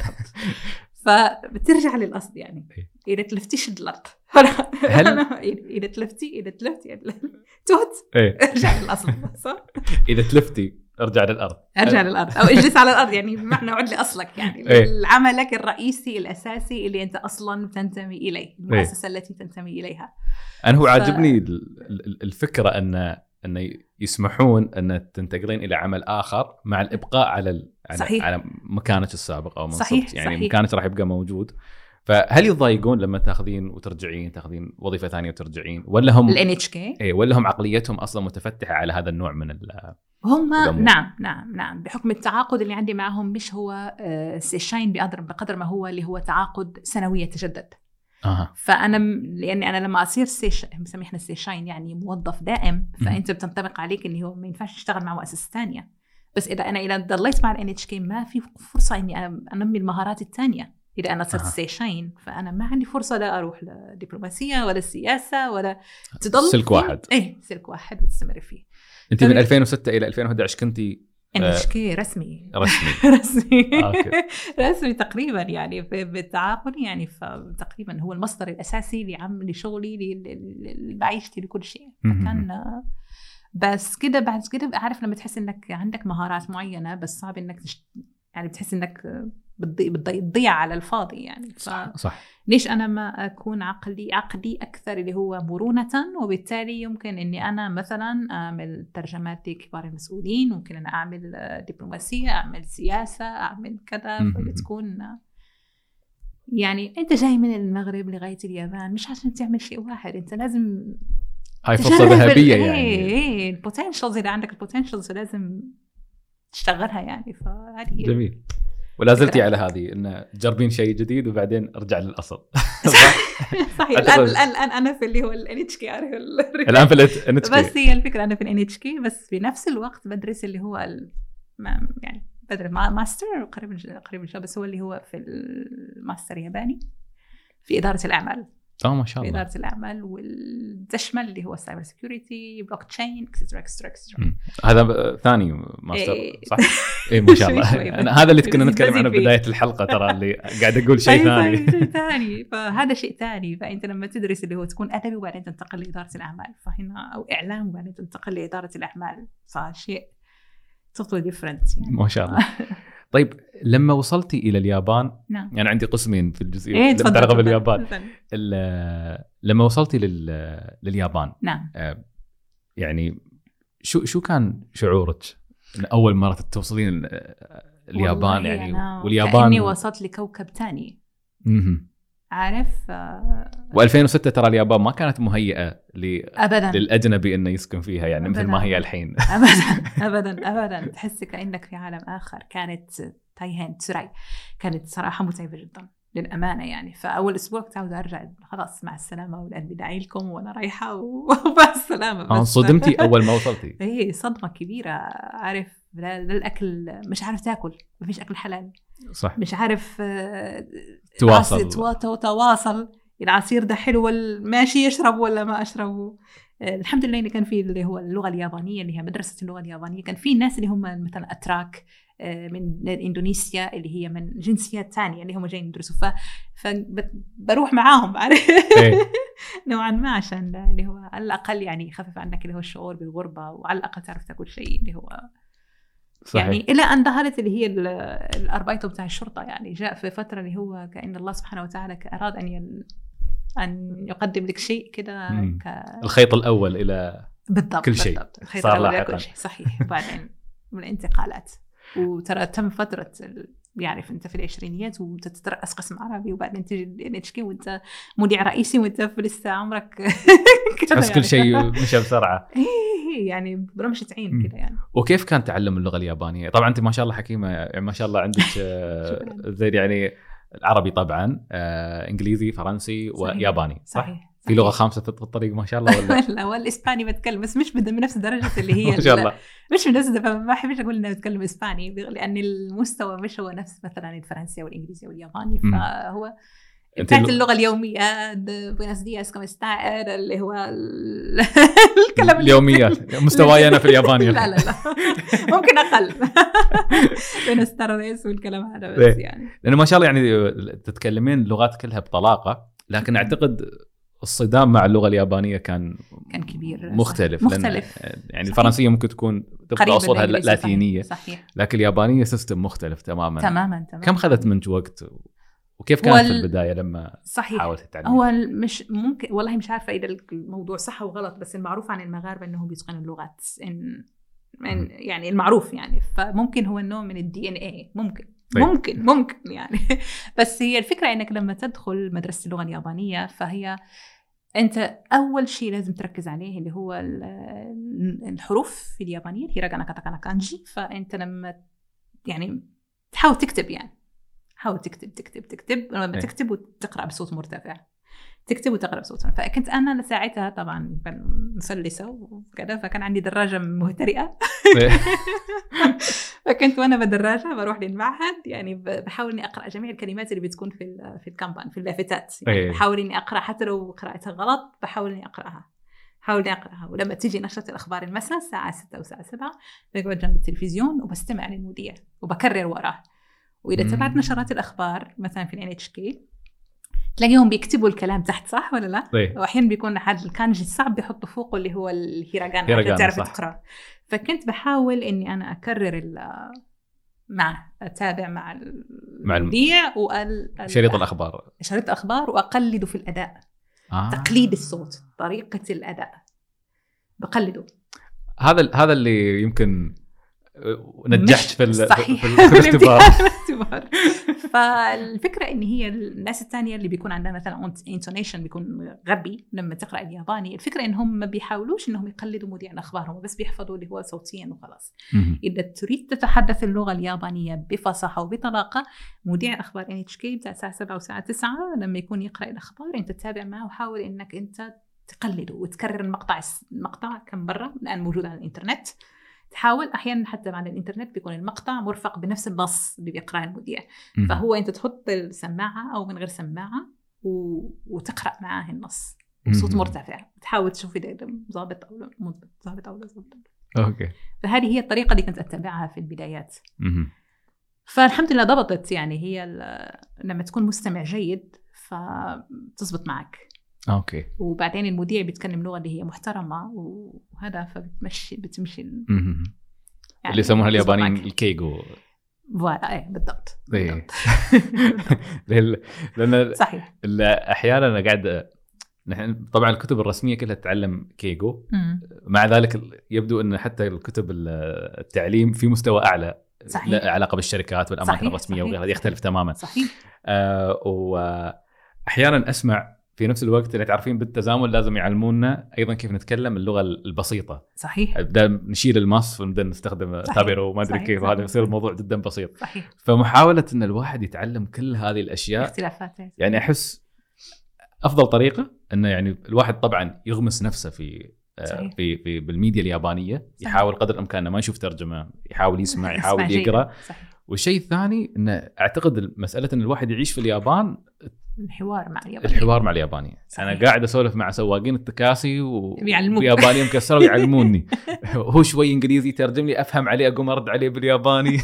فبترجع للأصل. يعني إذا تلفتيش الأرض هل إذا تلفتي إذا تلفتي توت ارجع للأصل صح. إذا تلفتي ارجع للأرض ارجع للأرض أو اجلس على الأرض، يعني بمعنى عد لأصلك، يعني عملك الرئيسي الأساسي اللي أنت أصلا تنتمي إليه، المؤسسة التي تنتمي إليها. أنا هو ف... عاجبني الفكرة أن أن يسمحون أن تنتقلين إلى عمل آخر مع الإبقاء على ال... على, على مكانك السابق أو منصبك، يعني صحيح. مكانك راح يبقى موجود. فهل يتضايقون لما تاخذين وترجعين تاخذين وظيفة ثانية وترجعين، ولا هم ال إن إتش كي إيه ولا هم عقليتهم أصلا متفتحة على هذا النوع من ال هم نعم نعم نعم بحكم التعاقد اللي عندي معهم مش هو سيشين بقدر بقدر ما هو اللي هو تعاقد سنوي يتجدد. أه. فأنا لأني أنا لما أصير سيش بنسميه إحنا سيشين يعني موظف دائم، فأنت بتنطبق عليك إنه هو ما ينفعش تشتغل مع مؤسسة ثانية. بس إذا أنا إذا ضليت مع ال إن إتش كي ما في فرصة إني أنمي المهارات الثانية. إذا أنا صرت أه. سيشين فأنا ما عندي فرصة لا أروح للدبلوماسية ولا السياسة ولا تضل سلك واحد. إيه سلك واحد بتستمر فيه. أنت من ألفين وستة إلى ألفين وأحد عشر كنتي إن إتش كي رسمي رسمي رسمي رسمي تقريبا، يعني بالتعاقد يعني فتقريبا هو المصدر الأساسي لعم لشغلي لمعيشتي لكل شيء. كان بس كده بعد كده أعرف لما تحس إنك عندك مهارات معينة بس صعب إنك تشت... يعني بتحس إنك بتضيع بتضيع على الفاضي يعني. ف... صح, صح. ليش أنا ما أكون عقلي عقلي أكثر اللي هو مرونة، وبالتالي يمكن إني أنا مثلا أعمل ترجمات لكبار المسؤولين، ممكن أنا أعمل دبلوماسية، أعمل سياسة، أعمل كذا. فبتكون يعني أنت جاي من المغرب لغاية اليابان مش عشان تعمل شيء واحد، أنت لازم هاي فرصة ذهبية يعني. إيه البوتنشلز، إذا عندك البوتنشلز لازم تشتغلها يعني. فهذه جميل. ولا زلتي على هذه إن تجربين شيء جديد وبعدين أرجع للأصل. صحيح. الآن الآن أنا في اللي هو ال إن إتش كي الآن في ال إن إتش كي بس هي الفكرة أنا في ال إن إتش كي بس في نفس الوقت بدرس اللي هو ال يعني بدرس ماستر قريب قريب إن شاء الله، بس هو اللي هو في الماستر ياباني في إدارة الأعمال. اه ما شاء الله. في إدارة الأعمال والتشمل اللي هو سايبر سيكيورتي بلوك تشين اكسترا اكسترا اكسترا. هذا ثاني ماستر إيه. صح؟ اي ما شاء الله. أنا هذا اللي كنا نتكلم عنه بداية الحلقة، ترى اللي قاعد أقول شيء ثاني. شيء ثاني فهذا شيء ثاني. فأنت لما تدرس اللي هو تكون أدبي وبعدين تنتقل لإدارة الأعمال، فهنا أو إعلام وبعدين تنتقل لإدارة الأعمال، فشيء totally different يعني. ما شاء الله. طيب لما وصلتي إلى اليابان، نعم. يعني عندي قسمين في الجزئية إيه اللي متعلقة باليابان. لما وصلتي لل... لليابان، نعم. آه يعني شو شو كان شعورك أول مرة توصلين اليابان يعني؟ واليابان كأني وصلت لكوكب تاني. امم عارف. آه وألفين وستة ترى اليابان ما كانت مهيئة ل... أبداً للأجنبي إنه يسكن فيها، يعني مثل ما هي الحين. أبداً أبداً أبداً تحس كأنك في عالم آخر. كانت تايهان تسراي كانت صراحة متعبة جدا للأمانة يعني. فأول أسبوع كنت عاوزة أرجع خلاص مع السلامة والأهل بداعي لكم وأنا رايحة ومع السلامة. آه صدمتي أول ما وصلتي؟ إيه صدمة كبيرة. عارف للأكل مش عارف تأكل، ما فيش أكل حلال صح، مش عارف تواصل تواصل العصير ده حلو ماشي يشرب ولا ما أشربه. الحمد لله إن كان في اللي هو اللغة اليابانية اللي هي مدرسة اللغة اليابانية، كان في ناس اللي هم مثلا أتراك من إندونيسيا اللي هي من جنسيات تانية اللي هم جايين يدرسوا، فبروح معاهم عارف نوعا ما عشان اللي هو على الأقل يعني يخفف عنك اللي هو الشعور بالغربة، وعلى الأقل تعرف تاكل شيء اللي هو صحيح. يعني إلى أن ظهرت اللي هي الأربايتو بتاع الشرطة، يعني جاء في فترة اللي هو كأن الله سبحانه وتعالى أراد أن ين... أن يقدم لك شيء كده ك... الخيط الأول إلى بالضبط كل شيء بالضبط. الخيط الأول إلى كل شيء صحيح. وبعدين من الانتقالات، وترى تم فترة يعرف أنت في العشرينيات وتترأس قسم عربي، وبعدين تجي ال إتش كي وأنت مدير رئيسي وأنت في لسه عمرك تحس كل شيء مشى بسرعة يعني برمشة عين كده يعني. وكيف كان تعلم اللغة اليابانية؟ طبعا أنت ما شاء الله حكيمة يعني، ما شاء الله عندك زي يعني العربي طبعا، آه، إنجليزي فرنسي صحيح. وياباني صح؟ صحيح. في لغة خامسة في الطريق ما شاء الله ولا؟ لا والإسباني بتكلم بس مش بنفس درجة اللي هي ما شاء الله مش بنفس، ما أحبش أقول إنه بتكلم إسباني لأن المستوى مش هو نفس مثلا الفرنسي والإنجليزي والياباني، فهو بتاعت اللغة اليومية بوناس دياس كمستعر اللي هو الكلام اليوميات مستواي أنا في الياباني لا لا لا ممكن أقل بوناس تاريس والكلام هذا بس يعني، لأنه ما شاء الله يعني تتكلمين اللغات كلها بطلاقة، لكن أعتقد الصدام مع اللغة اليابانية كان كان كبير مختلف مختلف يعني صحيح. الفرنسية ممكن تكون تبقى أصولها لاتينية صحيح. لكن اليابانية سيستم مختلف تماما تماما, تماماً. كم خذت منك وقت وكيف كانت في البداية لما صحيح. حاولت تتعلم؟ هو مش ممكن والله مش عارفة إذا الموضوع صح أو غلط، بس المعروف عن المغاربة أنهم بيتقنوا اللغات إن من يعني المعروف يعني، فممكن هو النوع من الدي إن إيه ممكن طيب. ممكن ممكن يعني بس هي الفكرة إنك لما تدخل مدرسة اللغة اليابانية فهي أنت أول شيء لازم تركز عليه اللي هو الحروف اليابانية هيراغانا كاتاكانا كانجي. فأنت لما يعني تحاول تكتب يعني حاول تكتب تكتب تكتب لما تكتب وتقرأ بصوت مرتفع، تكتب وتقرأ بصوت مرتفع. فكنت أنا ساعتها طبعا مفلسة وكذا، فكان عندي دراجة مهترئة فكنت وأنا بالدراجة بروح للمعهد يعني بحاول إني أقرأ جميع الكلمات اللي بتكون في في الكامبان في اللافتات يعني، بحاول إني أقرأ حتى لو قرأتها غلط بحاول إني أقرأها حاول إني أقرأها. ولما تيجي نشرة الأخبار المساء الساعة ستة وساعة سبعة بقعد جنب التلفزيون وبستمع للمذيع وبكرر وراه. وإذا تبعت نشرات الأخبار مثلا في ال إن إتش كي تلاقيهم بيكتبوا الكلام تحت صح ولا لا؟ طيب. وأحيانا بيكون حد الكانجي الصعب بيحطوا فوقه اللي هو الهيراغانا عشان تعرف تقرأ. فكنت بحاول إني أنا أكرر مع أتابع مع المذيع وال شريط الأخبار شريط الأخبار وأقلده في الأداء آه. تقليد الصوت طريقة الأداء بقلده. هذا هذا اللي يمكن نجحت في صحيح. في الاختبار. فالفكرة إن هي الناس الثانية اللي بيكون عندها مثلا intonation بيكون غبي لما تقرأ الياباني، الفكرة إنهم ما بيحاولوش إنهم يقلدوا مذيع الأخبار، هم بس بيحفظوا اللي هو صوتيا وخلاص. إذا تريد تتحدث اللغة اليابانية بفصاحة وبطلاقة مذيع الأخبار إن إتش كي بتاع الساعة سبعة وساعة تسعة لما يكون يقرأ الأخبار أنت تتابع معه وحاول إنك أنت تقلده وتكرر المقطع المقطع كم مرة الآن موجود على الإنترنت. تحاول أحيانا حتى مع الإنترنت بيكون المقطع مرفق بنفس النص اللي بيقرأه المذيع، فهو أنت تحط السماعة أو من غير سماعة و... وتقرأ معاه النص بصوت مرتفع، تحاول تشوف إذا ضابط أو لا ضابط أو لا ضابط. أوكي. فهذه هي الطريقة اللي كنت أتبعها في البدايات. فالحمد لله ضبطت يعني، هي لما تكون مستمع جيد فتضبط معك. اوكي. وبعدين المذيع بيتكلم لغه اللي هي محترمه وهذا فبتمشي بتمشي يعني اللي يسمونها اليابانيين الكيغو. فوالا ايه بالضبط. بالضبط. لان صحيح احيانا انا قاعد نحن طبعا الكتب الرسميه كلها تتعلم كيغو، مع ذلك يبدو ان حتى الكتب التعليم في مستوى اعلى له علاقه بالشركات والاماكن الرسميه وغيرها يختلف تماما. صحيح. آه واحيانا اسمع في نفس الوقت اللي تعرفين بالتزامن لازم يعلمونا ايضا كيف نتكلم اللغه البسيطه. صحيح. بدنا نشيل الماس ونبدا نستخدم تابيرو وما ادري كيف، هذا يصير الموضوع جدا بسيط. صحيح. فمحاوله ان الواحد يتعلم كل هذه الاشياء اختلافات، يعني احس افضل طريقه انه يعني الواحد طبعا يغمس نفسه في صحيح. في في بالميديا اليابانيه. صحيح. يحاول قدر الامكان انه ما يشوف ترجمه، يحاول يسمع، يحاول يقرا. والشيء الثاني انه اعتقد مساله ان الواحد يعيش في اليابان، الحوار مع اليابانيين الحوار مع اليابانيين. انا قاعد اسولف مع سواقين التكاسي وياباني مكسره ويعلموني هو شوي انجليزي ترجم لي، افهم عليه، اقوم ارد عليه بالياباني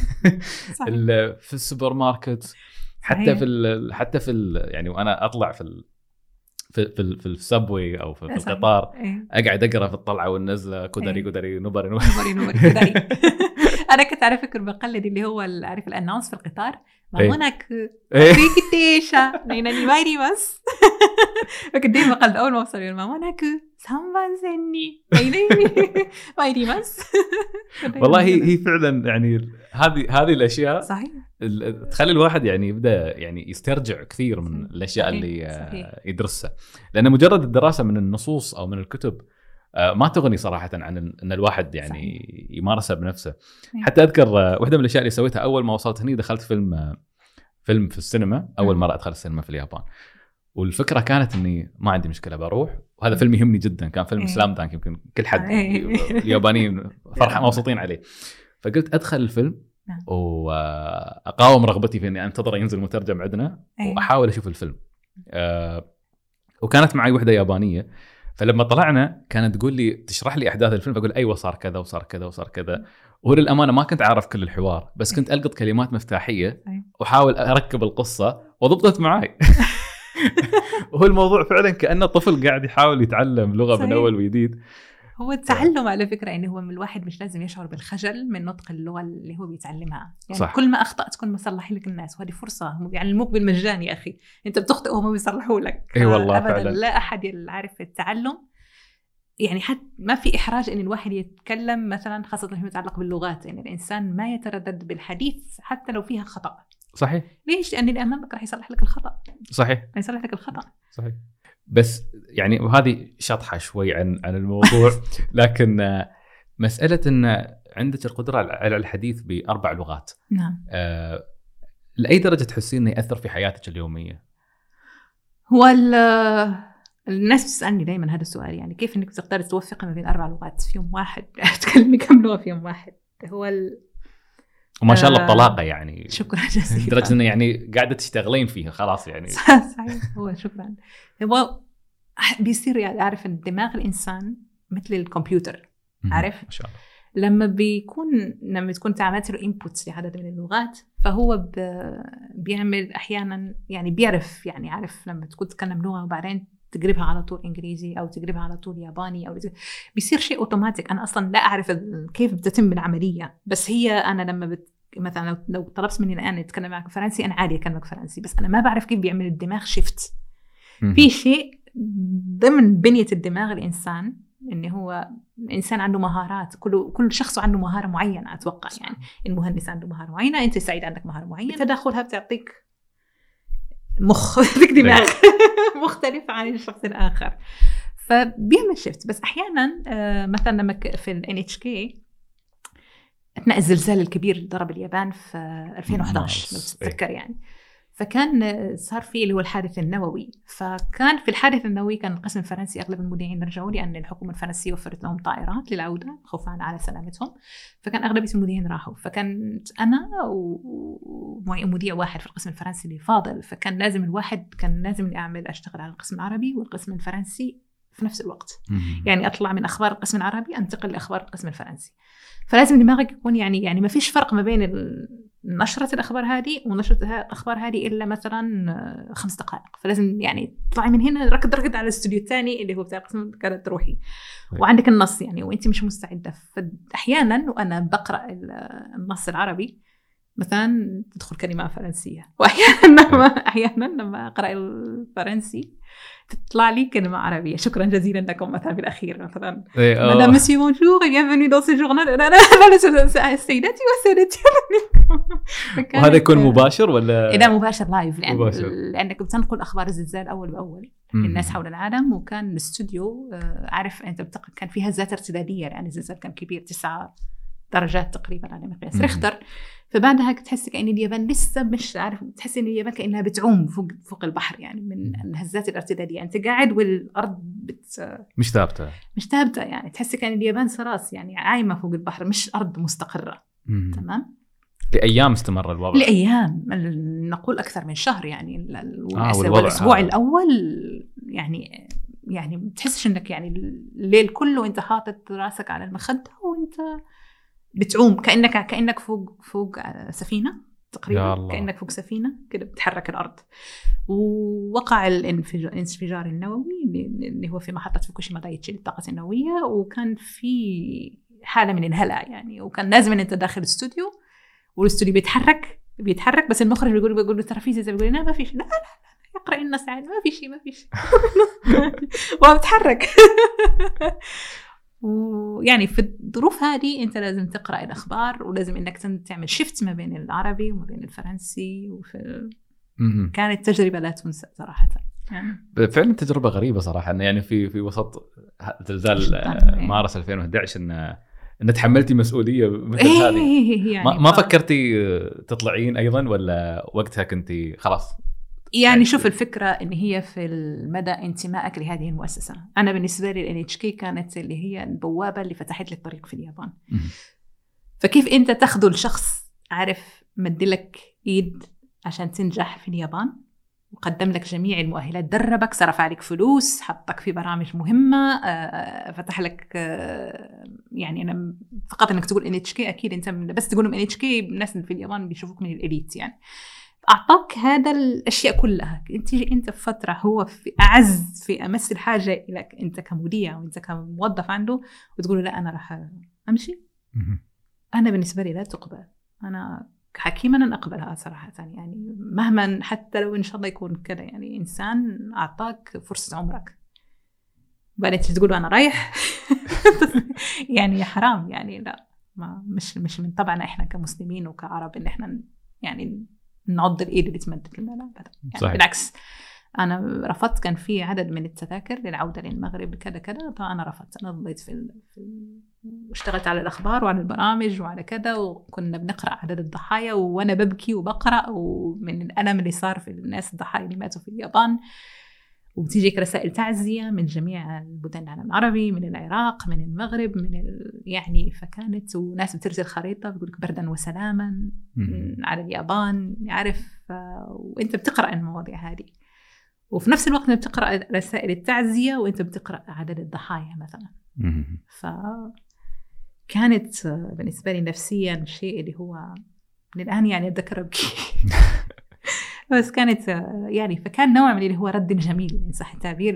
في السوبر ماركت، حتى في ال حتى في ال يعني وانا اطلع في ال في في, في السبوي او في, في القطار اقعد اقرا في الطلعه والنزله كوداري كوداري نوبري نوبري نوبري انا كنت على فكره بقلد اللي هو عارف الانونس في القطار، مامونك ريكيتيشا نيناني مايريماس. فكنت دايما بقلد اول ما اوصل مامونك سامبان سني نيناني مايريماس. والله هي فعلا يعني هذه هذه الاشياء صحيح تخلي الواحد يعني يبدا يعني يسترجع كثير من الاشياء صحيح. اللي صحيح. يدرسها، لان مجرد الدراسه من النصوص او من الكتب ما تغني صراحه عن ان الواحد يعني صحيح. يمارسها بنفسه. صحيح. حتى اذكر واحده من الاشياء اللي سويتها اول ما وصلت هني، دخلت فيلم فيلم في السينما، اول مره ادخل السينما في اليابان، والفكره كانت اني ما عندي مشكله بروح، وهذا فيلم يهمني جدا، كان فيلم سلام دانك يمكن كل حد اليابانيين فرحه مبسوطين عليه. فقلت ادخل الفيلم واقاوم رغبتي في اني انتظر ينزل مترجم عندنا واحاول اشوف الفيلم. أه وكانت معي وحده يابانيه، فلما طلعنا كانت تقول لي تشرح لي احداث الفيلم، فاقول ايوه صار كذا وصار كذا وصار كذا، وللامانه ما كنت عارف كل الحوار، بس كنت القط كلمات مفتاحيه واحاول اركب القصه وضبطت معي. وهو الموضوع فعلا كانه طفل قاعد يحاول يتعلم لغه صحيح. من اول وجديد. هو التعلم على فكره انه هو من الواحد مش لازم يشعر بالخجل من نطق اللغه اللي هو بيتعلمها، يعني صح. كل ما اخطات كل ما صلح لك الناس، وهذه فرصه هم يعلموك بالمجان يا اخي، انت بتخطئ وهم بيصلحوا لك. اي والله ابدا فعلا. لا احد يعرف التعلم، يعني حتى ما في احراج ان الواحد يتكلم مثلا، خاصه فيما يتعلق باللغات، ان يعني الانسان ما يتردد بالحديث حتى لو فيها خطا. صحيح. ليش؟ لان اللي امامك راح يصلح لك الخطا. صحيح، يصلح لك الخطا. صحيح. بس يعني وهذه شطحه شوي عن عن الموضوع، لكن مساله ان عندك القدره على الحديث باربع لغات. نعم. آه، لاي درجه تحسين انه ياثر في حياتك اليوميه؟ هو الناس بتسالني دائما هذا السؤال، يعني كيف انك تقدر توفق ما بين اربع لغات في يوم واحد؟ تكلمي كم لغه في يوم واحد؟ هو ال... وما شاء الله بطلاقه يعني. شكرا جزيلا. لدرجه انه يعني قاعده تشتغلين فيها خلاص يعني. صحيح. هو شكرا. هو بيصير يعني عارف الدماغ الانسان مثل الكمبيوتر، عارف؟ ما شاء الله. لما بيكون لما تكون تعملت له انبوتس لعدد من اللغات، فهو ب... بيعمل احيانا يعني بيعرف يعني عارف لما تكون تتكلم لغه وبعدين تقربها على طول انجليزي او تقربها على طول ياباني او بيصير شيء اوتوماتيك. انا اصلا لا اعرف كيف بتتم العمليه، بس هي انا لما بت... مثلا لو, لو طلبت مني الان اتكلم معك فرنسي، انا عادي اكلمك فرنسي، بس انا ما بعرف كيف بيعمل الدماغ شيفت. في شيء ضمن بنيه الدماغ الانسان إنه هو إنسان عنده مهارات، كل كل شخص عنده مهارة معينة. أتوقع يعني المهندس عنده مهارة معينة، أنت سعيد عندك مهارة معينة، تداخلها بتعطيك مخ بتعطيك دماغ مختلف عن الشخص الآخر، فبيعمل شيفت. بس أحيانا مثلا لما في ال إن إتش كي أثناء الزلزال الكبير اللي ضرب اليابان في ألفين وإحدى عشر لو تتذكر يعني، فكان صار فيه اللي هو الحادث النووي. فكان في الحادث النووي كان القسم الفرنسي أغلب المذيعين رجعوا لأن الحكومة الفرنسية وفرت لهم طائرات للعودة خوفا على سلامتهم، فكان أغلبية المذيعين راحوا. فكانت أنا ومذيع واحد في القسم الفرنسي اللي فاضل، فكان لازم الواحد كان لازم اللي أعمل أشتغل على القسم العربي والقسم الفرنسي في نفس الوقت. يعني أطلع من أخبار القسم العربي أنتقل لأخبار القسم الفرنسي. فلازم دماغك يكون يعني يعني ما فيش فرق ما بين نشرة الأخبار هذه ونشرة الأخبار هذه إلا مثلا خمس دقائق، فلازم يعني تطلعي من هنا ركض ركض على الاستوديو الثاني اللي هو بتاع القسم كانت تروحي وعندك النص يعني وأنت مش مستعدة. فأحيانا وأنا بقرأ النص العربي مثلا تدخل كلمة فرنسية، وأحيانا لما أحيانا لما أقرأ الفرنسي تطلع لي كلمة عربية. شكرا جزيلا لكم مثلا بالأخير مثلا مدام مسيو بونجور bienvenue dans ce journal. لا لا سيداتي وسادتي. وهذا يكون مباشر ولا؟ إذا مباشر لايف، لأن مباشر. لأنك بتنقل أخبار الزلزال أول بأول، للناس حول العالم. وكان الاستوديو عارف أنت بتق... كان فيها ذات ارتدادية، يعني الزلزال كان كبير تسعة درجات تقريبا على مقياس ريختر. فبعدها تحس كأن اليابان لسه مش عارف، تحس إن اليابان كأنها بتعوم فوق فوق البحر، يعني من الهزات الارتدادية. أنت قاعد والأرض بت... مش ثابتة مش ثابتة يعني تحس كأن اليابان خلاص يعني عايمة فوق البحر، مش أرض مستقرة. مم. تمام. لأيام استمر الوضع، لأيام نقول أكثر من شهر يعني. آه والأسبوع الأول يعني يعني بتحسش إنك يعني الليل كله أنت حاطط راسك على المخدة وأنت بتعوم كأنك كأنك فوق فوق سفينة تقريبا، كأنك فوق سفينة كده بتحرك الأرض. ووقع الانفجار النووي اللي هو في محطة فوكوشيما دايتشي للطاقة النووية، وكان في حالة من الهلع يعني. وكان لازم إن أنت داخل الاستوديو والاستوديو بيتحرك بيتحرك بس المخرج بيقول بيقول له ترى في زي بيقول لا ما في شيء، لا لا لا يقرأ النص عادي ما في شيء ما في شيء وهو بيتحرك. ويعني في الظروف هذه أنت لازم تقرأ الأخبار، ولازم إنك تعمل شيفت ما بين العربي وما بين الفرنسي. وفي كانت تجربة لا تنسى صراحة يعني. فعلا تجربة غريبة صراحة، إنه يعني في في وسط زلزال مارس ألفين وأحد عشر إن إن تحملتي مسؤولية مثل إيه هذه. يعني ما, ما فكرتي تطلعين أيضا ولا وقتها كنتي خلاص؟ يعني شوف الفكرة إن هي في المدى انتمائك لهذه المؤسسة. أنا بالنسبة لي ال إن إتش كي كانت اللي هي البوابة اللي فتحت لي الطريق في اليابان. فكيف أنت تاخذوا الشخص عارف مدلك إيد عشان تنجح في اليابان، وقدم لك جميع المؤهلات، دربك، صرف عليك فلوس، حطك في برامج مهمة، فتح لك يعني. أنا فقط إنك تقول إن إتش كي أكيد أنت بس تقولهم إن إتش كي الناس في اليابان بيشوفوك من الإليت يعني. أعطاك هذا الأشياء كلها، أنت أنت في فترة هو في أعز في أمس الحاجة لك أنت كمدير وأنت كموظف عنده، وتقول لا أنا راح أمشي. أنا بالنسبة لي لا تقبل، أنا حكيما أن أقبلها صراحة يعني. مهما حتى لو إن شاء الله يكون كذا يعني إنسان أعطاك فرصة عمرك بعدين تقول أنا رايح يعني حرام يعني. لا ما مش مش من طبعنا إحنا كمسلمين وكعرب إن إحنا يعني نعض الإيد اللي تمدد لنا، لا أبدا يعني. بالعكس أنا رفضت. كان في عدد من التذاكر للعودة للمغرب كذا كذا، فأنا رفضت. أنا ضليت في, في واشتغلت على الأخبار وعلى البرامج وعلى كذا، وكنا بنقرأ عدد الضحايا وأنا ببكي وبقرأ ومن الألم اللي صار في الناس الضحايا اللي ماتوا في اليابان. وبتيجيك رسائل تعزية من جميع البلدان العالم العربي، من العراق، من المغرب، من ال... يعني فكانت. وناس بترسل خريطة بيقولك بردا وسلاما على اليابان عارف. وانت بتقرأ المواضيع هذه، وفي نفس الوقت بتقرأ رسائل التعزية وانت بتقرأ عدد الضحايا مثلا. فكانت بالنسبة لي نفسيا شيء اللي هو للآن يعني أتذكر بكي بس كانت يعني. فكان نوع من اللي هو رد جميل إن صح التعبير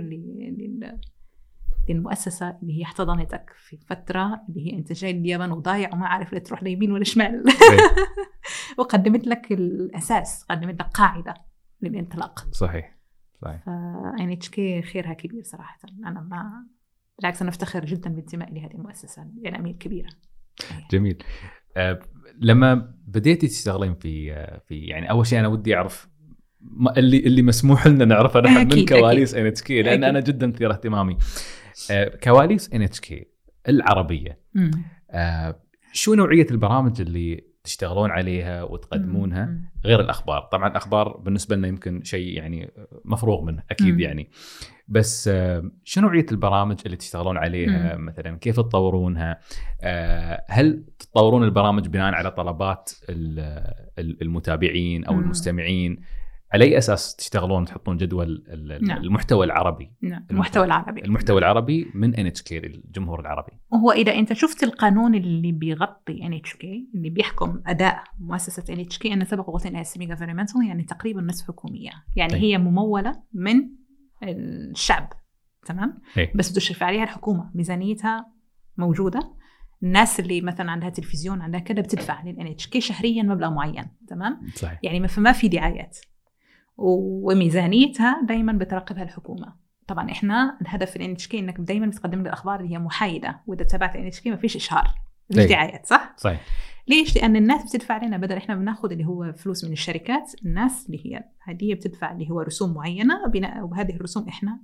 للمؤسسة اللي هي احتضنتك في فترة اللي هي أنت جاي اليابان وضايع وما عارف لا تروح ليمين ولا شمال وقدمت لك الأساس، قدمت لك قاعدة للانطلاق. صحيح صحيح. ف إن إتش كي خيرها كبير صراحة. أنا ما بالعكس أنا أفتخر جدا بانتمائي لهذه المؤسسة الإعلامية الكبيرة. جميل. أه لما بديتي تشتغلين في في يعني أول شيء أنا ودي أعرف اللي اللي مسموح لنا نعرفه نحن من كواليس إن إتش كي، لأن أكيد. أنا جدا مثير اهتمامي. أه كواليس إن إتش كي العربية، أه شو نوعية البرامج اللي تشتغلون عليها وتقدمونها مم. غير الأخبار؟ طبعا الأخبار بالنسبة لنا يمكن شيء يعني مفروغ منه أكيد مم. يعني، بس شو نوعية البرامج اللي تشتغلون عليها؟ مم. مثلا كيف تطورونها؟ هل تطورون البرامج بناء على طلبات المتابعين أو مم. المستمعين؟ على أي أساس تشتغلون تحطون جدول المحتوى العربي؟ نعم. المحتوى العربي المحتوى العربي من إن إتش كي للجمهور العربي. وهو إذا أنت شفت القانون اللي بيغطي إن إتش كي اللي بيحكم أداء مؤسسة إن إتش كي، أن سبق وقلت إنها سيمي غفرمنتال يعني تقريبا نصف حكومية يعني. طيب. هي ممولة من الشعب تمام. هي. بس تشرف عليها الحكومة، ميزانيتها موجودة. الناس اللي مثلا عندها تلفزيون عندها كده بتدفع لل إن إتش كي شهريا مبلغ معين تمام. صحيح. يعني ما في دعايات، وميزانيتها دايما بتراقبها الحكومة. طبعا احنا الهدف في إن إتش كي انك دايما بتقدم لي الاخبار اللي هي محايدة، واذا تابعت إن إتش كي ما فيش اشهار مش دعايات صح؟ صحيح. ليش؟ لأن الناس بتدفع لنا بدل إحنا بناخد اللي هو فلوس من الشركات، الناس اللي هي هدية بتدفع اللي هو رسوم معينة بناء، وهذه الرسوم إحنا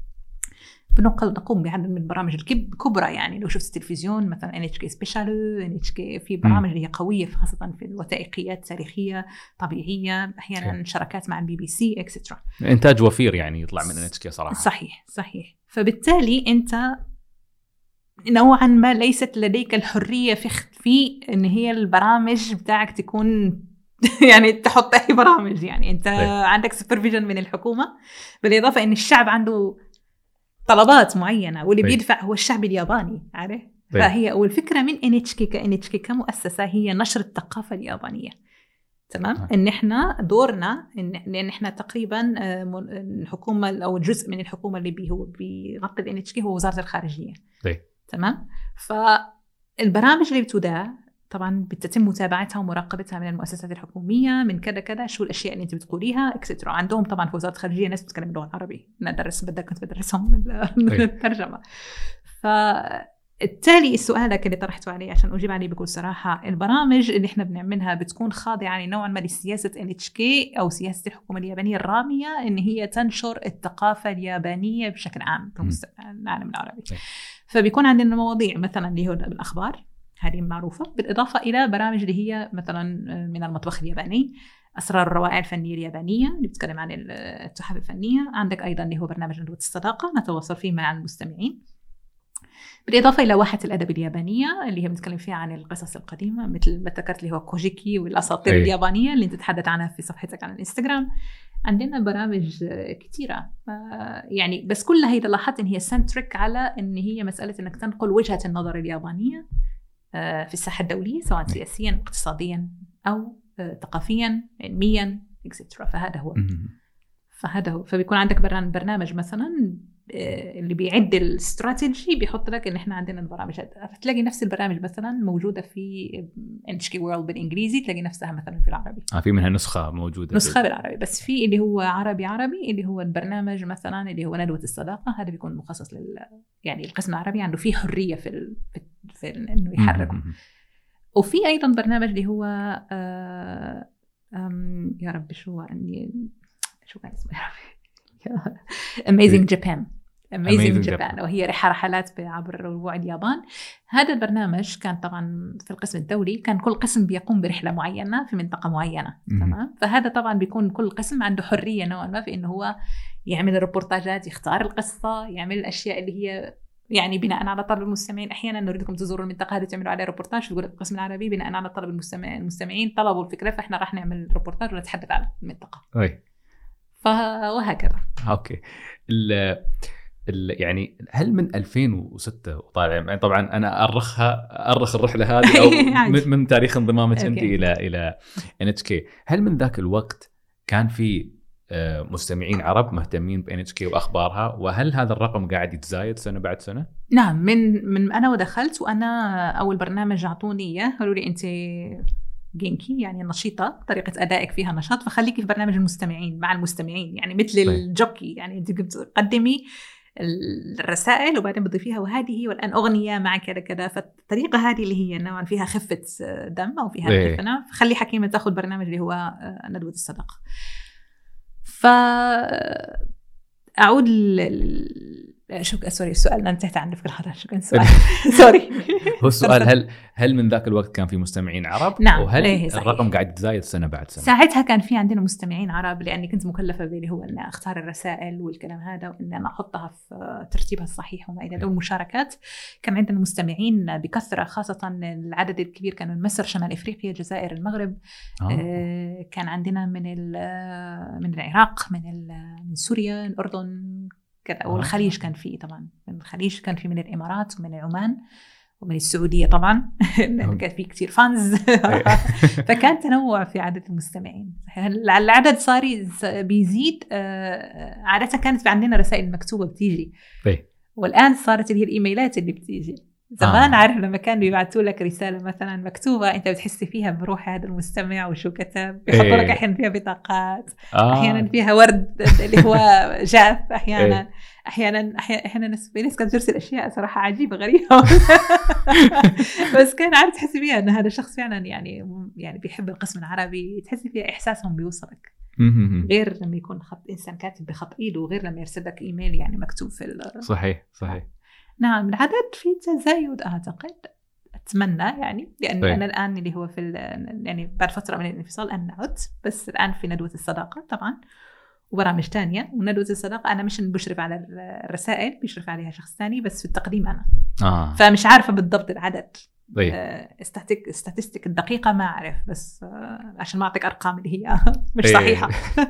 بنقوم بعدد من البرامج الكبرى. يعني لو شفت التلفزيون مثلا إن إتش كي سبيشال، إن إتش كي في برامج اللي هي قوية خاصة في الوثائقيات تاريخية طبيعية، أحيانا شراكات مع البي بي سي إكسترا. إنتاج وفير يعني يطلع من إن إتش كي صراحة. صحيح صحيح. فبالتالي أنت نوعا ما ليست لديك الحرية في في إن هي البرامج بتاعك تكون يعني تحط أي برامج. يعني أنت أي. عندك سوبرفيجن من الحكومة، بالإضافة إن الشعب عنده طلبات معينة، واللي بيدفع هو الشعب الياباني، عارف؟ فهي والفكرة من إن إتش كي كإن إتش كي كمؤسسة هي نشر الثقافة اليابانية. تمام. آه. إن إحنا دورنا إن لأن إحنا تقريبا الحكومة أو جزء من الحكومة اللي بي هو بيغطي ال إن إتش كي هو وزارة الخارجية. أي. تمام. فالبرامج اللي بتذاع طبعا بتتم متابعتها ومراقبتها من المؤسسات الحكومية، من كذا كذا شو الأشياء اللي أنت بتقوليها إكسترا. عندهم طبعا في وزارة الخارجية ناس بتتكلم اللغة العربية، أنا درس بدأ كنت بدرسهم من الترجمة. فالتالي سؤالك اللي طرحته عليه عشان أجيب عليه بكل صراحة، البرامج اللي إحنا بنعملها بتكون خاضعة يعني نوعا ما لسياسة إن إتش كي أو سياسة الحكومة اليابانية الرامية، إن هي تنشر الثقافة اليابانية بشكل عام في العالم العربي. فبيكون عندنا مواضيع مثلا اللي هو الأخبار، هذه معروفة، بالإضافة إلى برامج اللي هي مثلا من المطبخ الياباني، أسرار الروائع الفنية اليابانية اللي بتتكلم عن التحف الفنية. عندك أيضا اللي هو برنامج ندوة الصداقة نتواصل فيه مع المستمعين، بالإضافة إلى واحة الأدب اليابانية اللي هي بنتكلم فيها عن القصص القديمة مثل ما ذكرت اللي هو كوجيكي والأساطير أي. اليابانية اللي أنت تتحدث عنها في صفحتك على الإنستغرام. عندنا برامج كثيرة يعني، بس كلها هي لاحظت إن هي سنتريك على إن هي مسألة إنك تنقل وجهة النظر اليابانية في الساحة الدولية سواء سياسيا اقتصاديا أو ثقافيا علميا إكسترا. فهذا هو فهذا هو فبيكون عندك برنامج مثلا اللي بيعد الاستراتيجي بيحط لك إن إحنا عندنا البرامج، تلاقي نفس البرامج مثلا موجودة في إن إتش كي وورلد بالإنجليزي، تلاقي نفسها مثلا في العربي. آه في منها نسخة موجودة نسخة بالعربي، بس في اللي هو عربي عربي اللي هو البرنامج مثلا اللي هو ندوة الصداقة، هذا بيكون مخصص لل يعني القسم العربي عنده فيه حرية في ال... في, في إنه يحركه. وفي أيضا برنامج اللي هو آه... أم... يا رب شو أني شو كان اسمه Amazing Japan Amazing Japan وهي رحلات عبر ربوع اليابان. هذا البرنامج كان طبعا في القسم الدولي، كان كل قسم بيقوم برحلة معينة في منطقة معينة. تمام. فهذا طبعا بيكون كل قسم عنده حرية نوعا ما في إنه هو يعمل الريبورتاجات، يختار القصة، يعمل الأشياء اللي هي يعني بناء على طلب المستمعين. أحيانا نريدكم تزوروا المنطقة هذه تعملوا عليها ريبورتاج، تقول القسم العربي بناء على طلب المستمع المستمعين طلبوا الفكرة، فإحنا راح نعمل ريبورتاج ونتحدث عن المنطقة. أي. وهكذا. أوكي. ال ال يعني هل من ألفين وستة وطالع يعني طبعا أنا أرخها أرخ الرحلة هذه أو من, من تاريخ انضمامك أنت إلى إلى إن إتش كي، هل من ذاك الوقت كان في مستمعين عرب مهتمين ب إن إتش كي وأخبارها، وهل هذا الرقم قاعد يتزايد سنة بعد سنة؟ نعم. من من أنا ودخلت وأنا أول برنامج أعطوني إياه قالوا لي أنت جينكي يعني نشيطة، طريقة أدائك فيها نشاط، فخليكي في برنامج المستمعين مع المستمعين، يعني مثل الجوكي يعني أنت تقدمي الرسائل وبعدين بتضيفيها وهذه والآن أغنية مع كذا كذا. فالطريقة هذه اللي هي نوعا فيها خفة دم أو فيها خفة نوم، فخلي حكيمة تأخذ برنامج اللي هو ندوة الصداقة. فأعود ل شو سوري السؤال انتهت عنه في الخطأ. شو كان السؤال؟ سوري. هو السؤال هل هل من ذاك الوقت كان في مستمعين عرب؟ نعم. وهل إيه الرقم قاعد يتزايد سنة بعد سنة؟ ساعتها كان في عندنا مستمعين عرب، لأني كنت مكلفة باللي هو أن أختار الرسائل والكلام هذا وأن أنا أحطها في ترتيبها الصحيح وما إلى ذلك. المشاركات كان عندنا مستمعين بكثرة، خاصة العدد الكبير كانوا من مصر، شمال إفريقيا، الجزائر، المغرب. آه. آه كان عندنا من من العراق، من من سوريا، الأردن كذا، والخليج كان فيه طبعا، من الخليج كان فيه من الإمارات ومن عمان ومن السعودية طبعا لأن كان فيه كتير فانز. فكان تنوع في عدد المستمعين. العدد صار بيزيد. عادة كانت عندنا رسائل مكتوبة بتيجي، والآن صارت اللي هي الإيميلات اللي بتيجي. زمان. آه. عارف لما كانوا يبعثوا لك رسالة مثلا مكتوبة أنت بتحسي فيها بروح هذا المستمع وشو كتب، بيحطوا لك إيه. أحيانا فيها بطاقات، آه. أحيانا فيها ورد اللي هو جاف، أحيانا إيه. أحيانا أحيانا ناس في ناس كانت ترسل أشياء صراحة عجيبة غريبة بس كان عارف تحسي فيها أن هذا الشخص فعلا يعني يعني بيحب القسم العربي، تحسي فيها إحساسهم بيوصلك، غير لما يكون خط إنسان كاتب بخط إيده، وغير لما يرسل لك إيميل يعني مكتوب في صحيح صحيح. نعم العدد في تزايد أعتقد، أتمنى يعني، لأن طيب. أنا الآن اللي هو في يعني بعد فترة من الانفصال أنا عدت، بس الآن في ندوة الصداقة طبعا وبرامج تانية. وندوة الصداقة أنا مش بشرف على الرسائل، بيشرف عليها شخص تاني، بس في التقديم أنا آه. فمش عارفة بالضبط العدد، طيب. استاتيك استاتيستيك الدقيقة ما أعرف، بس عشان ما أعطيك أرقام اللي هي مش صحيحة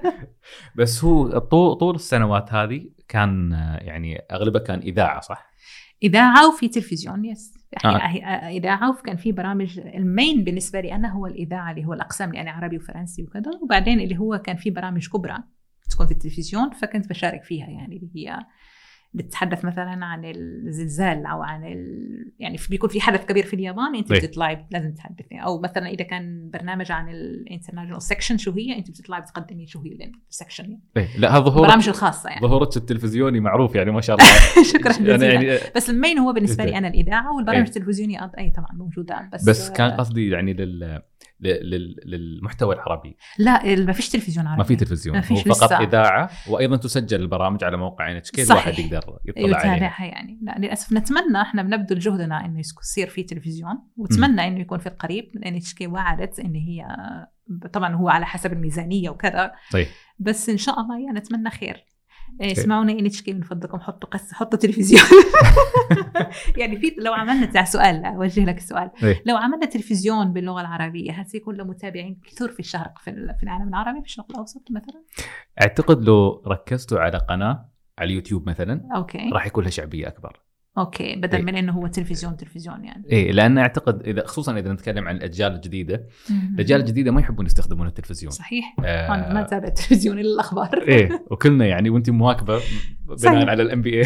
بس هو طول طول السنوات هذه كان يعني أغلبها كان إذاعة صح؟ إذاعة وفي تلفزيون يس آه. إذاعة، وكان في برامج. المين بالنسبة لي أنا هو الإذاعة اللي هو الأقسام يعني عربي وفرنسي وكذا، وبعدين اللي هو كان في برامج كبرى تكون في التلفزيون فكنت بشارك فيها، يعني اللي هي بتتحدث مثلا عن الزلزال او عن ال... يعني بيكون في حدث كبير في اليابان انت بتطلعي لازم تحدثي، او مثلا اذا كان برنامج عن الانترناشونال سيكشن شو هي انت بتطلعي بتقدمي شو هي السكشن يعني. إيه. لا هذا ظهور برامج الخاصه يعني ظهورك التلفزيوني معروف يعني ما شاء الله شكرا جزيلا يعني... بس المين هو بالنسبه لي انا الاذاعه، والبرامج التلفزيونيه اي طبعا موجوده، بس بس كان قصدي يعني لل للمحتوى العربي. لا ما فيش تلفزيون عربي، ما في تلفزيون، هو فقط لسه. إذاعة، وأيضا تسجل البرامج على موقع إن إتش كي الواحد يقدر يطلع عليها يعني. لا للأسف نتمنى إحنا بنبذل جهدنا إنه يصير في تلفزيون، وتمنى إنه يكون في القريب، لأن إتش كي وعدت إن هي طبعا هو على حسب الميزانية وكذا طيب. بس إن شاء الله يعني نتمنى خير. اسمعونا إن إتش كي من فضلكم حطوا قص حطوا تلفزيون يعني في لو عملنا تاع سؤال أوجه لك السؤال إيه؟ لو عملنا تلفزيون باللغة العربية هل سيكون له متابعين كثير في الشرق في في العالم العربي في الشرق الأوسط مثلا؟ أعتقد لو ركزتوا على قناة على اليوتيوب مثلا أوكي. راح يكون لها شعبية أكبر. اوكي بدل إيه؟ من انه هو تلفزيون تلفزيون يعني. ايه لان اعتقد اذا خصوصا اذا نتكلم عن الاجيال الجديده، الاجيال الجديده ما يحبون يستخدمون التلفزيون. صحيح. آه انا ما اتابع التلفزيون الا الاخبار. ايه وكلنا يعني وانت مواكبه بناء على الام بي اي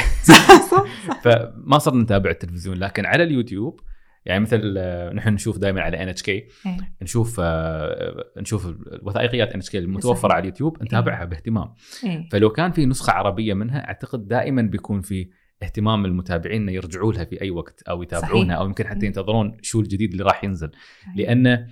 فما صرنا نتابع التلفزيون، لكن على اليوتيوب يعني مثل نحن نشوف دائما على ان اتش كي إيه؟ نشوف آه نشوف الوثائقيات ان اتش كي المتوفره على اليوتيوب نتابعها إيه؟ باهتمام. إيه؟ فلو كان في نسخه عربيه منها اعتقد دائما بيكون في اهتمام المتابعين يرجعوا لها في أي وقت أو يتابعونها، أو يمكن حتى ينتظرون شو الجديد اللي راح ينزل. لأن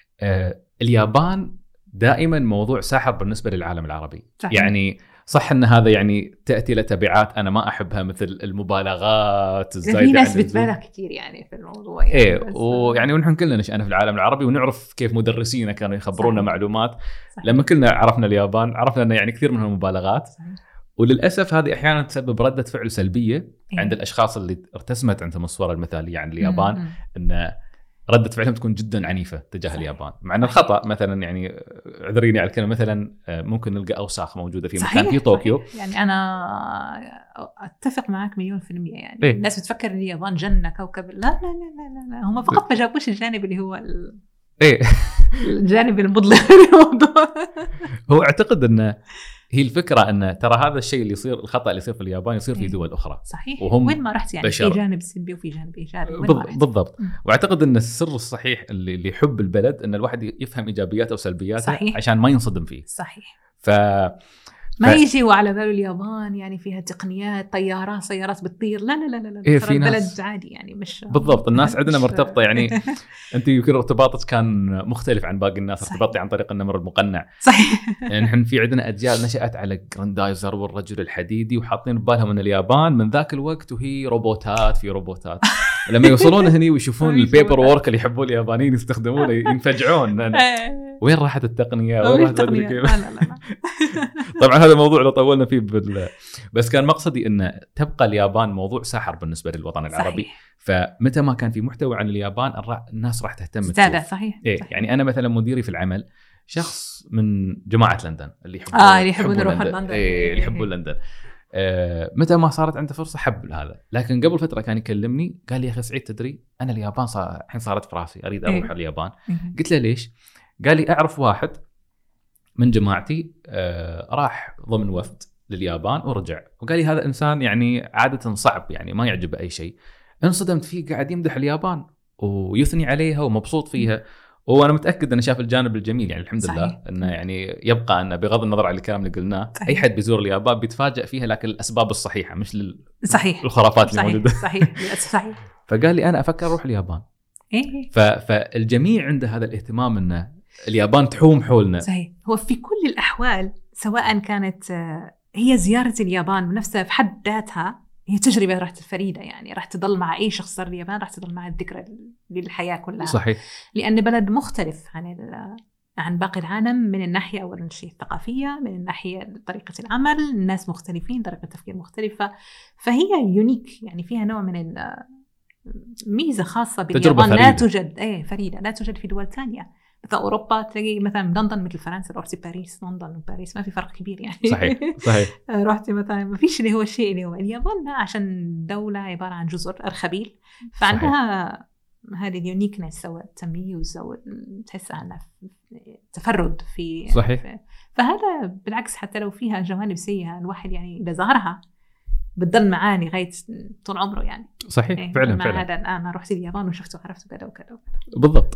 آه اليابان دائما موضوع ساحر بالنسبة للعالم العربي. صحيح. يعني صح أن هذا يعني تأتي لتبعات أنا ما أحبها مثل المبالغات الزايدة. في ناس بتبالغ كتير يعني في الموضوع يعني. إيه ويعني ونحن كلنا نشأنا في العالم العربي ونعرف كيف مدرسينا كانوا يخبرونا صحيح. معلومات. صحيح. لما كلنا عرفنا اليابان عرفنا أن يعني كثير منها مبالغات. صحيح. وللأسف هذه أحياناً تسبب ردة فعل سلبية إيه؟ عند الأشخاص اللي ارتسمت عندهم الصورة المثالية عن اليابان، م- م. أن ردة فعلهم تكون جداً عنيفة تجاه صحيح. اليابان، مع أن الخطأ مثلاً يعني اعذريني على الكلمة مثلاً ممكن نلقى أوساخ موجودة في صحيح. مكان في طوكيو. صحيح. يعني أنا أتفق معك مليون في المية يعني إيه؟ الناس بتفكر اليابان جنة كوكب، لا لا لا لا, لا. هم فقط ما جابوش الجانب اللي هو ال... إيه؟ الجانب المظلم الموضوع. هو أعتقد أنه هي الفكرة أن ترى هذا الشيء اللي يصير الخطأ اللي يصير في اليابان يصير في دول أخرى. صحيح. وهم وين ما رحت يعني بشر. في جانب سلبي وفي جانب إيجابي. بالضبط. م. وأعتقد أن السر الصحيح اللي اللي يحب البلد أن الواحد يفهم إيجابياته وسلبياته عشان ما ينصدم فيه. صحيح. ف ما ف... يجي وعلى باله اليابان يعني فيها تقنيات طيارات سيارات بتطير، لا لا لا لا إيه في البلد ناس... عادي يعني مش بالضبط. الناس عندنا مرتبطة يعني أنت يمكن ارتباطك كان مختلف عن باقي الناس، ارتبطتي عن طريق النمر المقنع. صحيح. يعني نحن في عندنا أجيال نشأت على جراندايزر والرجل الحديدي وحاطين ببالهم من اليابان من ذاك الوقت وهي روبوتات في روبوتات لما يوصلون هني ويشوفون البيبر وورك اللي يحبوا اليابانيين يستخدمونه ينفجعون. وين راحت التقنية؟ وين راحت التقنية؟ لا لا لا. طبعا هذا الموضوع لو طولنا فيه بال... بس كان مقصدي أن تبقى اليابان موضوع ساحر بالنسبة للوطن العربي. صحيح. فمتى ما كان في محتوى عن اليابان الناس راح تهتم تشوف. صحيح. إيه صحيح. يعني أنا مثلا مديري في العمل شخص من جماعة لندن اللي يحبون آه اللي يحبون يروحون لندن. إيه اللي يحبون لندن. آه متى ما صارت عنده فرصة حب هذا. لكن قبل فترة كان يكلمني قال لي يا أخي سعيد تدري أنا اليابان صار الحين صارت في راسي أريد أروح إيه؟ اليابان. إيه؟ قلت له ليش؟ قال لي أعرف واحد من جماعتي آه راح ضمن وفد لليابان ورجع، وقال لي هذا إنسان يعني عادة صعب يعني ما يعجبه أي شيء، انصدمت فيه قاعد يمدح اليابان ويثني عليها ومبسوط فيها. وانا متاكد انه شاف الجانب الجميل يعني الحمد صحيح. لله انه يعني يبقى انه بغض النظر عن الكلام اللي قلناه صحيح. اي حد بيزور اليابان بيتفاجئ فيها لكن الاسباب الصحيحه مش لل... صحيح الخرافات اللي موجوده. صحيح صحيح. فقال لي انا افكر اروح اليابان. إيه؟ ف... فالجميع عنده هذا الاهتمام انه اليابان تحوم حولنا. صحيح. هو في كل الاحوال سواء كانت هي زياره اليابان نفسها في حد ذاتها هي تجربة راح تفريدة يعني راح تضل مع أي شخص صار اليابان راح تضل مع الذكرى للحياة كلها. صحيح. لأن بلد مختلف عن عن باقي العالم من الناحية أول شيء الثقافية، من الناحية طريقة العمل، الناس مختلفين، طريقة التفكير مختلفة، فهي يونيك يعني فيها نوع من الميزة خاصة باليابان لا توجد إيه فريدة لا توجد في دول تانية. مثلا أوروبا تلاقي مثلا لندن مثل فرنسا، رحتي باريس لندن وباريس ما في فرق كبير يعني. صحيح صحيح. رحتي مثلا ما فيش اللي هو الشيء اللي هو اليابان عشان دولة عبارة عن جزر أرخبيل فعندها هذه اليونيكنس أو التميز أو تحسها أنها تفرد في صحيح. في فهذا بالعكس حتى لو فيها جوانب سيئة الواحد يعني إذا ظهرها بتضل معاه لغاية طول عمره يعني. صحيح إيه فعلا مع فعلا. هذا أنا رحت اليابان وشفته وعرفته كذا وكذا وكذا. بالضبط.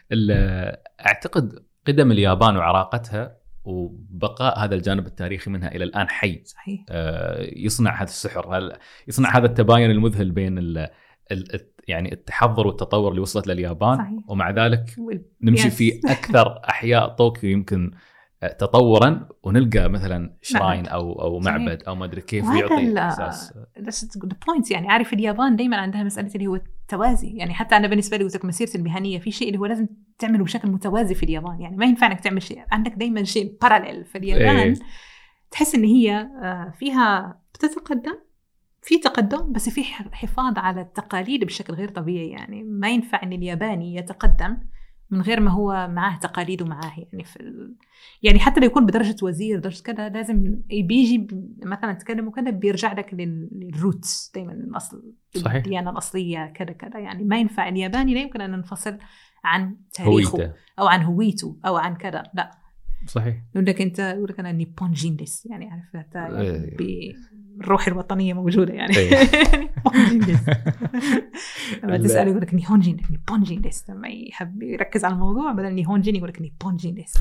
أعتقد قدم اليابان وعراقتها وبقاء هذا الجانب التاريخي منها إلى الآن حي. صحيح. آه يصنع هذا السحر، يصنع هذا التباين المذهل بين ال ال يعني التحضر والتطور اللي وصلت لليابان. صحيح. ومع ذلك نمشي في أكثر أحياء طوكيو يمكن تطورا ونلقى مثلا شراين او او معبد صحيح. او ما ادري كيف يعطي احساس بوينت يعني. عارف اليابان دائما عندها مساله اللي هو التوازي يعني. حتى انا بالنسبه لي وذاك مسيرتي المهنيه في شيء اللي هو لازم تعمله بشكل متوازي في اليابان يعني. ما ينفع انك تعمل شيء عندك دائما شيء باراليل في اليابان. إيه. تحس ان هي فيها بتتقدم في تقدم بس في حفاظ على التقاليد بشكل غير طبيعي يعني. ما ينفع ان الياباني يتقدم من غير ما هو معاه تقاليد ومعاه يعني في ال... يعني حتى لو يكون بدرجة وزير درجة كذا لازم بيجي ب... مثلا تكلم وكذا بيرجع لك لل... للروتس دايما الأصل. صحيح. الديانة الأصلية كذا كذا يعني. ما ينفع الياباني لا يمكن أن ننفصل عن تاريخه هويته. أو عن هويته أو عن كذا لا. صحيح. يقول لك أنت يقول لك أنا نيبون جيندس يعني عارف يعني بالروح الوطنية موجودة يعني. نيبون جيندس لما تسأل يقول لك نيهون جيندس نيبون جيندس لما يحب يركز على الموضوع بدل نيهون جين يقول لك نيبون جيندس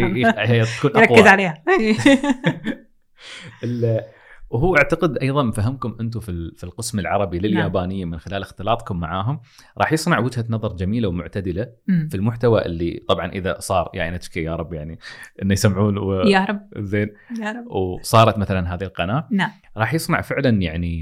يركز عليها. وهو اعتقد ايضا فهمكم انتم في في القسم العربي لليابانيه من خلال اختلاطكم معاهم راح يصنع وجهه نظر جميله ومعتدله م. في المحتوى اللي طبعا اذا صار يعني اتش كي يا رب يعني انه يسمعون و... يا رب زين يا رب. وصارت مثلا هذه القناه نعم. راح يصنع فعلا يعني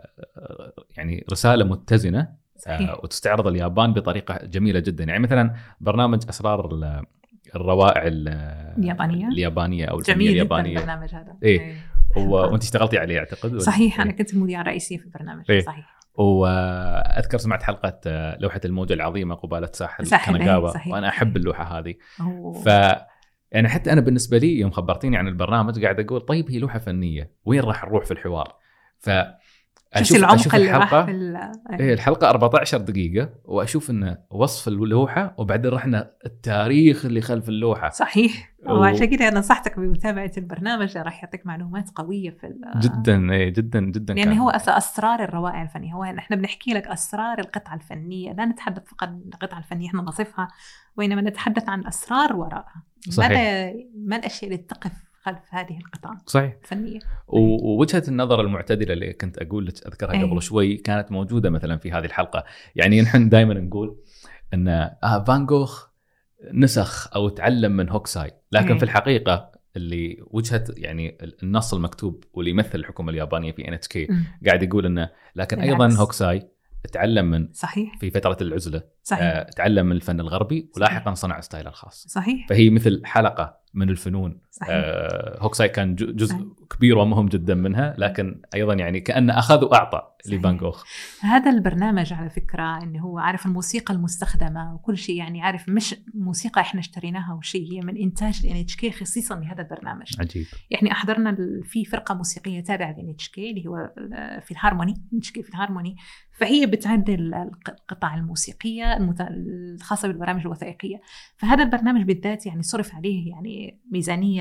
يعني رساله متزنه وتستعرض اليابان بطريقه جميله جدا يعني. مثلا برنامج اسرار الروائع اليابانيه اليابانيه او الجميل اليابانيه البرنامج هذا. إيه. وانت اشتغلتي عليه اعتقد. صحيح. انا كنت المذيعه الرئيسيه في البرنامج. إيه. صحيح. واذكر سمعت حلقه لوحه الموجه العظيمه قباله ساحل كاناغاوا وانا احب اللوحه هذه. أوه. ف يعني حتى انا بالنسبه لي يوم خبرتيني عن البرنامج قاعد اقول طيب هي لوحه فنيه وين راح نروح في الحوار. ف اشوف العمق اللي راح في ايه الحلقه أربعة عشر دقيقه واشوف انه وصف اللوحه وبعدين رحنا التاريخ اللي خلف اللوحه. صحيح. وعشان كده انا نصحتك بمتابعه البرنامج راح يعطيك معلومات قويه في جدا ايه جدا جدا يعني هو اسرار الروائع الفنيه. هو احنا بنحكي لك اسرار القطعه الفنيه لا نتحدث فقط عن القطعه الفنيه احنا نصفها وانما نتحدث عن اسرار وراءها. ما ما الاشياء اللي تقف خلف هذه القطعة صحيح فنية. ووجهة النظر المعتدلة اللي كنت أقول لك أذكرها أيه. قبل شوي كانت موجودة مثلا في هذه الحلقة. يعني نحن دائما نقول أن آه فان جوخ نسخ أو تعلم من هوكساي لكن أيه. في الحقيقة اللي وجهة يعني النص المكتوب واللي يمثل الحكومة اليابانية في إن إتش كي قاعد يقول أنه لكن بالعكس. أيضا هوكساي تعلم من صحيح. في فترة العزلة صحيح. آه تعلم من الفن الغربي ولاحقا صنع ستايله الخاص. صحيح. فهي مثل حلقة من الفنون. آه هوكساي كان جزء صحيح. كبير ومهم جدا منها لكن أيضا يعني كأنه أخذ وأعطى لفان جوخ. هذا البرنامج على فكرة إنه هو عارف الموسيقى المستخدمة وكل شيء يعني عارف مش موسيقى إحنا اشتريناها وشيء هي من إنتاج ال إن إتش كي خصيصا لهذا البرنامج. عجيب. يعني أحضرنا في فرقة موسيقية تابعة ل إن إتش كي اللي هو في الهارموني إن إتش كي في الهارموني فهي بتعدل القطع الموسيقية الخاصة بالبرامج الوثائقية. فهذا البرنامج بالذات يعني صرف عليه يعني ميزانية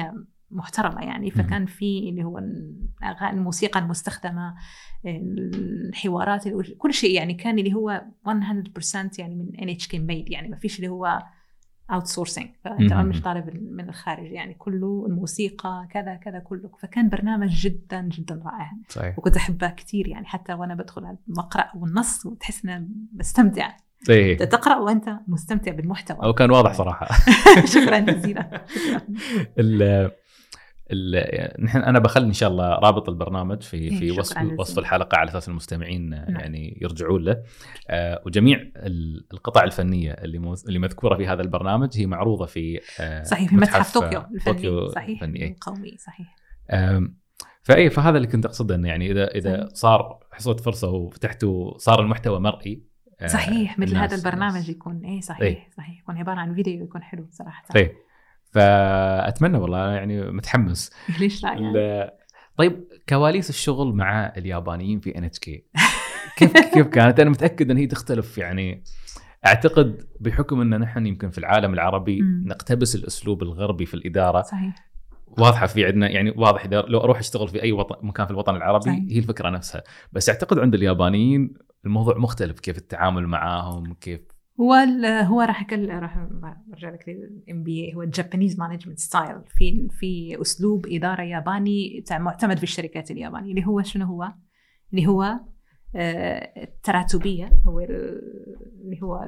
محترمة يعني. فكان في اللي هو الموسيقى المستخدمة، الحوارات، كل شيء يعني كان اللي هو مية بالمية يعني من إن إتش كي ميد يعني، ما فيش اللي هو outsourcing، فأنت مش طالب من الخارج يعني، كله الموسيقى كذا كذا كله. فكان برنامج جدا جدا رائع صحيح. وكنت أحبه كثير يعني، حتى وأنا بدخل بقرأ والنص وتحس إنه بستمتع. صحيح. تقرأ وأنت مستمتع بالمحتوى. أو كان واضح صراحة. شكرا جزيلا. ال نحن أنا بخلي إن شاء الله رابط البرنامج في في وصف وصف الحلقة على أساس المستمعين نعم. يعني يرجعون له. آه وجميع القطع الفنية اللي موز... اللي مذكورة في هذا البرنامج هي معروضة في آه صحيح في متحف طوكيو الفني صحيح القومي صحيح. آه فأي فهذا اللي كنت أقصده إنه يعني إذا إذا صحيح. صار حصلت فرصة وفتحته صار المحتوى مرئي آه صحيح مثل هذا البرنامج يكون إيه صحيح إيه؟ صحيح يكون عبارة عن فيديو يكون حلو صراحة. إيه. فأتمنى والله يعني متحمس. ليش لا يعني؟ طيب كواليس الشغل مع اليابانيين في إن إتش كي كيف كيف كانت؟ أنا متأكد أن هي تختلف يعني. أعتقد بحكم أن نحن يمكن في العالم العربي م. نقتبس الأسلوب الغربي في الإدارة. صحيح. واضحة في عندنا يعني واضح إذا لو أروح أشتغل في أي وطن مكان في الوطن العربي صحيح. هي الفكرة نفسها. بس أعتقد عند اليابانيين الموضوع مختلف، كيف التعامل معاهم كيف. هو هو راح أكل راح أرجع لك للإم بي إيه. هو الجابانيز مانجمنت ستايل، في في أسلوب إدارة ياباني معتمد في الشركات اليابانية اللي هو شنو هو اللي هو التراتبية، هو اللي هو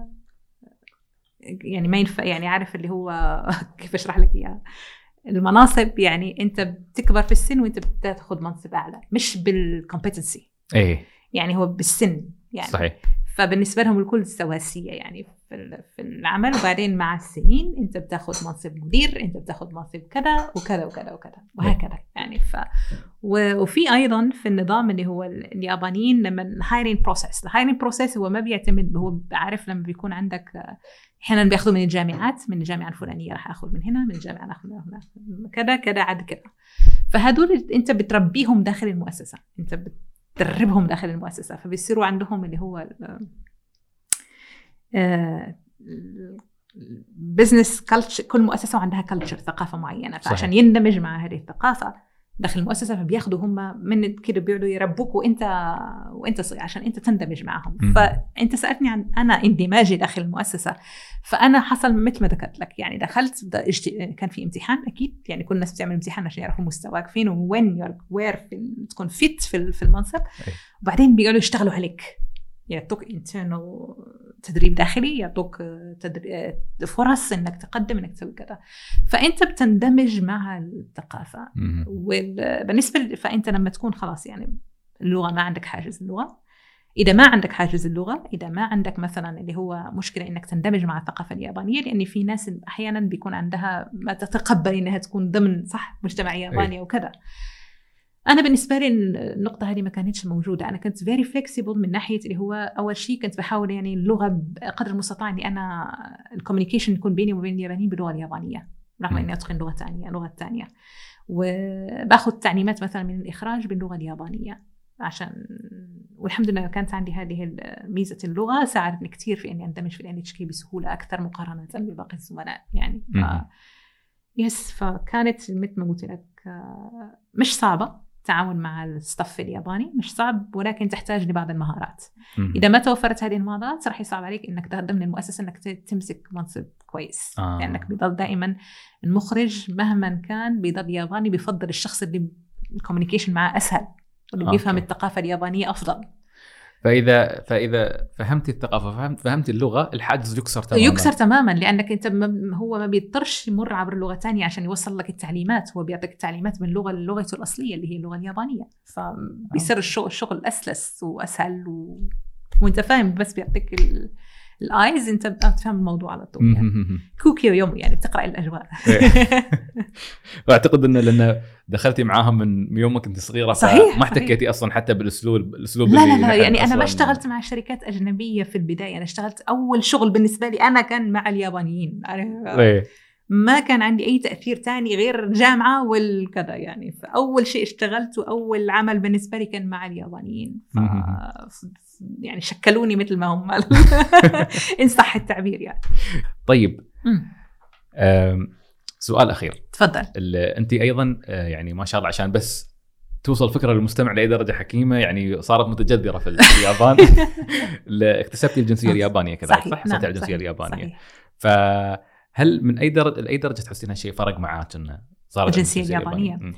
يعني ما ينفع يعني عارف اللي هو كيف أشرح لك إياه. المناصب يعني أنت بتكبر في السن وأنت بتاخد منصب أعلى، مش بالكومبتنسي. إيه يعني هو بالسن يعني. صحيح. فبالنسبة لهم الكل سواسية يعني في العمل. وبعدين مع السنين أنت بتاخد منصب مدير، أنت بتاخد منصب كذا وكذا وكذا وكذا وهكذا يعني. ف وفي أيضا في النظام اللي هو اليابانيين لما الهايرين بروسيس، الهايرين بروسيس هو ما بيعتمد، هو عارف لما بيكون عندك أحيانا بياخذوا من الجامعات، من الجامعة الفلانية راح أخذ من هنا، من الجامعة أخذ من هنا كذا كذا عد كذا. فهدول أنت بتربيهم داخل المؤسسة، أنت بت تدربهم داخل المؤسسة، فبيصيروا عندهم اللي هو بزنس كلتشر. كل مؤسسة عندها كلتشر ثقافة معينة، فعشان يندمج مع هذه الثقافة داخل المؤسسة فبياخدوا هم من كده بيقعدوا يربوك وانت وانت صغير عشان انت تندمج معهم. م- فانت سألتني عن انا اندماجي داخل المؤسسة، فانا حصل مثل ما ذكرت لك يعني. دخلت كان في امتحان اكيد يعني، كل الناس بتعمل امتحان عشان يعرفوا مستواك فين وين يور وير تكون فيت في في المنصب. وبعدين بيقعدوا يشتغلوا عليك، يعطوك internal تدريب داخلي، يعطوك تدريب فرص انك تقدم انك تسوي كذا، فانت بتندمج مع الثقافه. وبالنسبه فانت لما تكون خلاص يعني اللغه ما عندك حاجز اللغه، اذا ما عندك حاجز اللغه، اذا ما عندك مثلا اللي هو مشكله انك تندمج مع الثقافه اليابانيه، لان في ناس احيانا بيكون عندها ما تتقبل انها تكون ضمن صح مجتمع ياباني وكذا. أنا بالنسبة لي النقطة هذه ما كانتش موجودة. أنا كنت very flexible من ناحية اللي هو أول شيء كنت بحاول يعني اللغة بقدر المستطاع إني أنا الكوميونيكيشن يكون بيني وبين اليابانيين باللغة اليابانية، رغم إني أتقن لغة ثانية لغة ثانية، وباخذ تعليمات مثلا من الإخراج باللغة اليابانية عشان، والحمد لله كانت عندي هذه ميزة اللغة ساعدتني كتير في إني أندمج في ال إن إتش كي بسهولة أكثر مقارنة بباقي الزملاء يعني. ف... يس فكانت مثل ما قلت لك مش صعبة التعاون مع الستاف الياباني، مش صعب، ولكن تحتاج لبعض المهارات. م- إذا ما توفرت هذه المهارات راح يصعب عليك إنك تقدم للمؤسسة إنك تمسك منصب كويس. آه. لأنك بيضل دائما المخرج مهما كان بيضل ياباني بيفضل الشخص اللي الكوميونيكيشن معه أسهل واللي آه. بيفهم الثقافة اليابانية أفضل. فإذا فإذا فهمت الثقافة فهمت فهمت اللغة، الحاجز يكسر تماما. يكسر تماما لأنك أنت ما هو ما بيضطرش يمر عبر اللغة الثانية عشان يوصل لك التعليمات، هو بيعطيك التعليمات من اللغة لغته الأصلية اللي هي اللغة اليابانية، فبيصير الشغل الشغل أسلس وأسهل و... وأنت فاهم، بس بيعطيك ال... الآيز أنت بتفهم الموضوع على طول يعني. كوكيو يومي يعني بتقرأ الأجواء. وأعتقد إنه لأن دخلتي معاهم من يوم ما كنت صغيرة، صحيح ما احتكيتي أصلا حتى بالأسلوب الأسلوب لا لا لا يعني أنا ما اشتغلت مع شركات أجنبية في البداية. أنا اشتغلت أول شغل بالنسبة لي أنا كان مع اليابانيين، ما كان عندي أي تأثير تاني غير الجامعة والكذا يعني. فأول شيء اشتغلت وأول عمل بالنسبة لي كان مع اليابانيين، ف... يعني شكلوني مثل ما هم إن صح التعبير يعني. طيب سؤال اخير تفضل. انت ايضا يعني ما شاء الله عشان بس توصل فكره للمستمع لاي درجه حكيمه، يعني صارت متجذره في اليابان. اكتسبتي الجنسيه اليابانيه كذلك صح؟ حصلتي على الجنسيه اليابانيه. صحيح. فهل من اي درجه لاي درجه تحسين هالشيء فرق معاك انه صارت الجنسيه اليابانيه؟ اليابانية.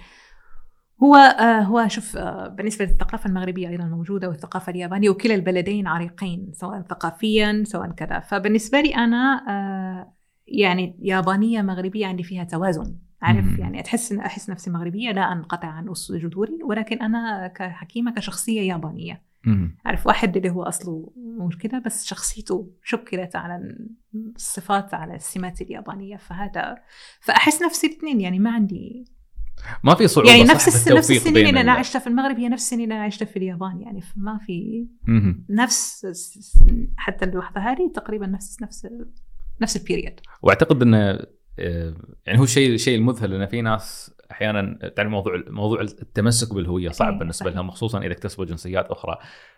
هو آه هو شوف آه بالنسبه للثقافه المغربيه ايضا موجوده والثقافه اليابانيه، وكلا البلدين عريقين سواء ثقافيا سواء كذا. فبالنسبه لي انا آه يعني يابانيه مغربيه عندي فيها توازن، عارف مم. يعني أحس أحس نفسي مغربية لا أنقطع عن أصل جذوري، ولكن أنا كحكيمة كشخصية يابانية. مم. عارف واحد اللي هو أصله مش كده بس شخصيته شكلت على الصفات على السمات اليابانية، فهذا فأحس نفسي الاثنين يعني ما عندي ما في صعوبة يعني نفس الس... نفس السنين اللي أنا عشتها في المغرب هي نفس السنين اللي أنا عشتها في اليابان، يعني ما في مم. نفس حتى اللحظة هذه تقريبا نفس نفس نفس البيريد. وأعتقد إن يعني هو الشيء الشيء المذهل ان في ناس احيانا تعرف موضوع موضوع التمسك بالهويه صعب بالنسبه لهم، خصوصا اذا اكتسبوا جنسيات اخرى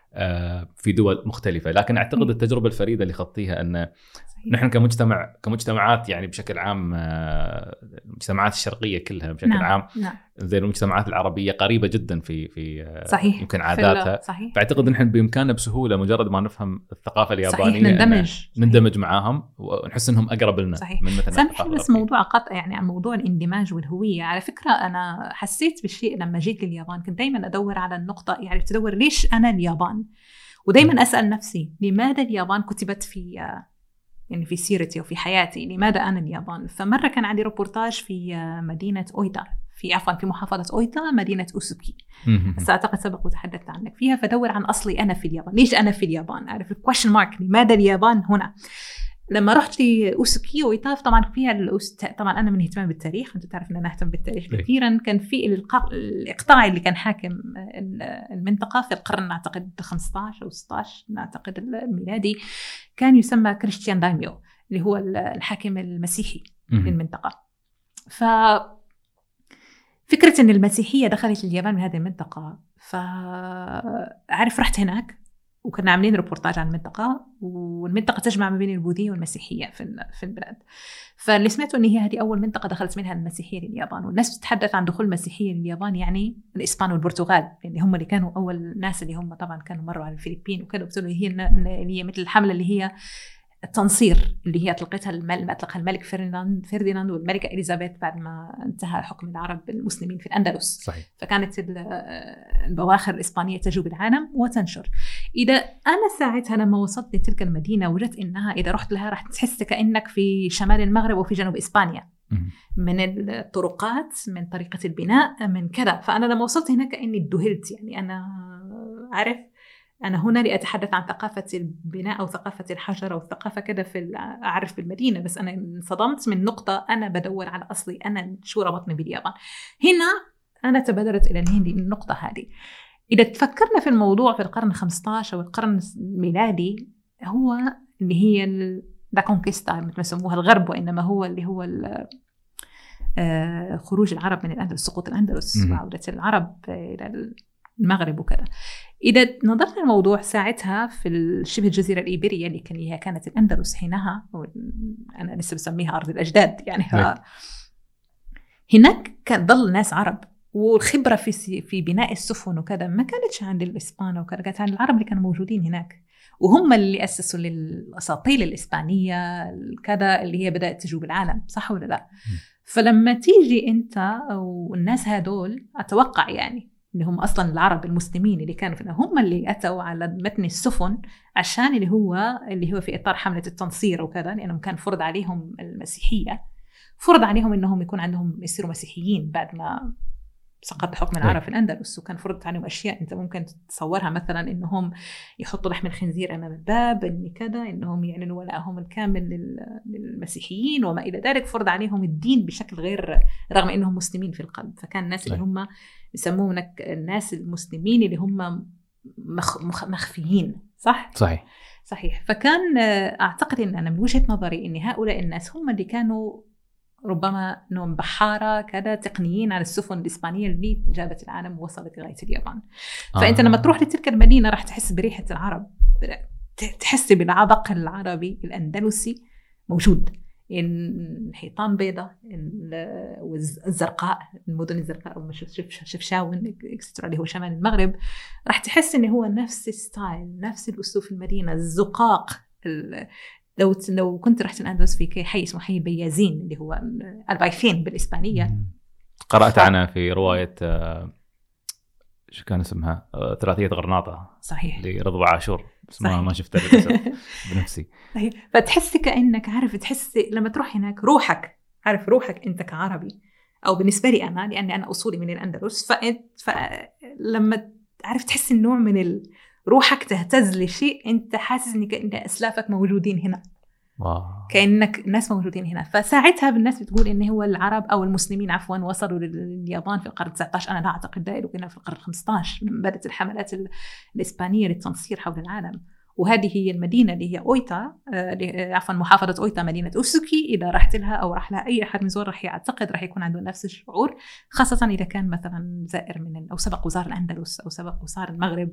في دول مختلفه. لكن اعتقد التجربه الفريده اللي خضتيها ان نحن كمجتمع كمجتمعات يعني بشكل عام المجتمعات الشرقيه كلها بشكل نعم. عام نعم. زي المجتمعات العربيه قريبه جدا في في صحيح. يمكن عاداتها. فاعتقد نحن بامكاننا بسهوله مجرد ما نفهم الثقافه اليابانيه نندمج نندمج معاهم ونحس انهم اقرب لنا من مثل سامحني بس موضوع قطع يعني عن موضوع الاندماج والهويه. على فكره انا حسيت بالشيء لما جيت لليابان، كنت دائما ادور على النقطه يعني تدور ليش انا اليابان، ودائما اسال نفسي لماذا اليابان كتبت في يعني في سيرتي وفي حياتي، لماذا أنا اليابان؟ فمرة كان عندي روبورتاج في مدينة أويتا في عفوا في محافظة أويتا مدينة أوسوكي، بس أعتقد سبق وتحدثت عنك فيها. فدور عن أصلي أنا في اليابان، ليش أنا في اليابان؟ عارف الكويشن مارك، لماذا اليابان هنا؟ لما رحت لأوسوكي وأويتا طبعا فيها الأوست... طبعا أنا من اهتمام بالتاريخ، أنت تعرف أن أنا أهتم بالتاريخ كثيرا. كان في الق... الإقطاع اللي كان حاكم المنطقة في القرن أعتقد خمسة عشر أو ستة عشر أعتقد الميلادي، كان يسمى كريستيان دايميو اللي هو الحاكم المسيحي للمنطقة. ففكرة أن المسيحية دخلت اليابان من هذه المنطقة، فعارف رحت هناك وكنا عاملين ريبورتاج عن المنطقة، والمنطقة تجمع ما بين البوذية والمسيحية في في البلاد. فاللي سمعته إن هي هذه أول منطقة دخلت منها المسيحية لليابان، والناس بتتحدث عن دخول المسيحية لليابان يعني الإسبان والبرتغال، لأن هم اللي كانوا أول ناس اللي هم طبعا كانوا مروا على الفلبين وكذا، وبتقولوا هي اللي هي مثل الحملة اللي هي التنصير اللي هي أطلقتها الملك أطلقها الملك فرديناند فرديناند والملكة إليزابيث بعد ما انتهى حكم العرب المسلمين في الأندلس. صحيح. فكانت البواخر الإسبانية تجوب العالم وتنشر. إذا أنا ساعتها لما وصلت لتلك المدينة وجدت إنها إذا رحت لها راح تحس كأنك في شمال المغرب وفي جنوب إسبانيا، من الطرقات، من طريقة البناء، من كذا. فأنا لما وصلت هناك كأني ادهلت، يعني أنا عارف أنا هنا لأتحدث عن ثقافة البناء أو ثقافة الحجر أو الثقافة كذا في أعرف بالمدينة، بس أنا انصدمت من نقطة أنا بدور على أصلي أنا شو ربطني باليابان. هنا أنا تبادرت إلى النقطة هذه. إذا تفكرنا في الموضوع في القرن الخامس عشر أو القرن الميلادي، هو اللي هي لا كونكيستا مثل ما يسموها الغرب، وإنما هو اللي هو خروج العرب من الأندلس، سقوط الأندلس وعودة العرب إلى المغرب وكذا. إذا نظرنا الموضوع ساعتها في شبه الجزيرة الإيبيرية اللي كان هي كانت الأندلس حينها، أنا لسه بسميها أرض الأجداد يعني هناك كان ضل ناس عرب، والخبرة في في بناء السفن وكذا ما كانتش عند الإسبان وكذا، كانت عند العرب اللي كانوا موجودين هناك، وهم اللي أسسوا للأساطيل الإسبانية كذا اللي هي بدأت تجوب العالم، صح ولا لا؟ فلما تيجي أنت والناس هدول أتوقع يعني اللي هم أصلاً العرب المسلمين اللي كانوا فينا هم اللي أتوا على متن السفن عشان اللي هو اللي هو في إطار حملة التنصير وكذا، لأنهم كان فرض عليهم المسيحية، فرض عليهم إنهم يكون عندهم يصيروا مسيحيين بعد ما سقط حكم العرب في الأندلس، وكان فرضت عليهم أشياء أنت ممكن تتصورها، مثلاً إنهم يحطوا لحم الخنزير أمام الباب، إن كذا، إنهم يعلنوا ولائهم الكامل للمسيحيين وما إلى ذلك. فرض عليهم الدين بشكل غير، رغم إنهم مسلمين في القلب. فكان الناس اللي هم يسمونك الناس المسلمين اللي هم مخ مخفيين، صح؟ صحيح صحيح. فكان أعتقد إن أنا من وجهة نظري إن هؤلاء الناس هم اللي كانوا ربما انهم بحاره كذا تقنيين على السفن الاسبانيه اللي جابت العالم ووصلت لغايه اليابان. آه. فانت لما تروح لتلك المدينه راح تحس بريحه العرب، تحس بالعبق العربي الاندلسي موجود. إن حيطان بيضة والزرقاء، المدن الزرقاء أو شفشاون إكسترا اللي هو شمال المغرب، راح تحس إنه هو نفس الستايل، نفس الأسلوب في المدينة، الزقاق. لو لو كنت رحت الأندلس في حي اسمه حي بيازين اللي هو البايفين بالإسبانية، قرأت ف... عنها في رواية شو كان اسمها، ثلاثية غرناطة، صحيح، لرضوى عاشور، اسمها ما شفتها للأسف بنفسي. فتحس كأنك عارف، تحس لما تروح هناك روحك، عارف روحك أنت كعربي، أو بالنسبة لي أنا لأني أنا أصولي من الأندلس، فأنت فلما عارف تحس النوع من ال... روحك تهتز لشيء أنت حاسس إن كأن أسلافك موجودين هنا. واو. كأنك ناس موجودين هنا. فساعتها بالناس بتقول إن هو العرب أو المسلمين عفوا وصلوا لليابان في القرن التاسع عشر. أنا لا أعتقد ذلك، وكنا في القرن الخامس عشر لما بدأت الحملات الإسبانية للتنصير حول العالم. وهذه هي المدينة اللي هي أويتا، عفوا محافظة أويتا، مدينة أوسوكي. إذا رحت لها أو راح لها أي أحد من زوار راح يعتقد راح يكون عنده نفس الشعور، خاصة إذا كان مثلا زائر من أو سبق وزار الأندلس أو سبق وزار المغرب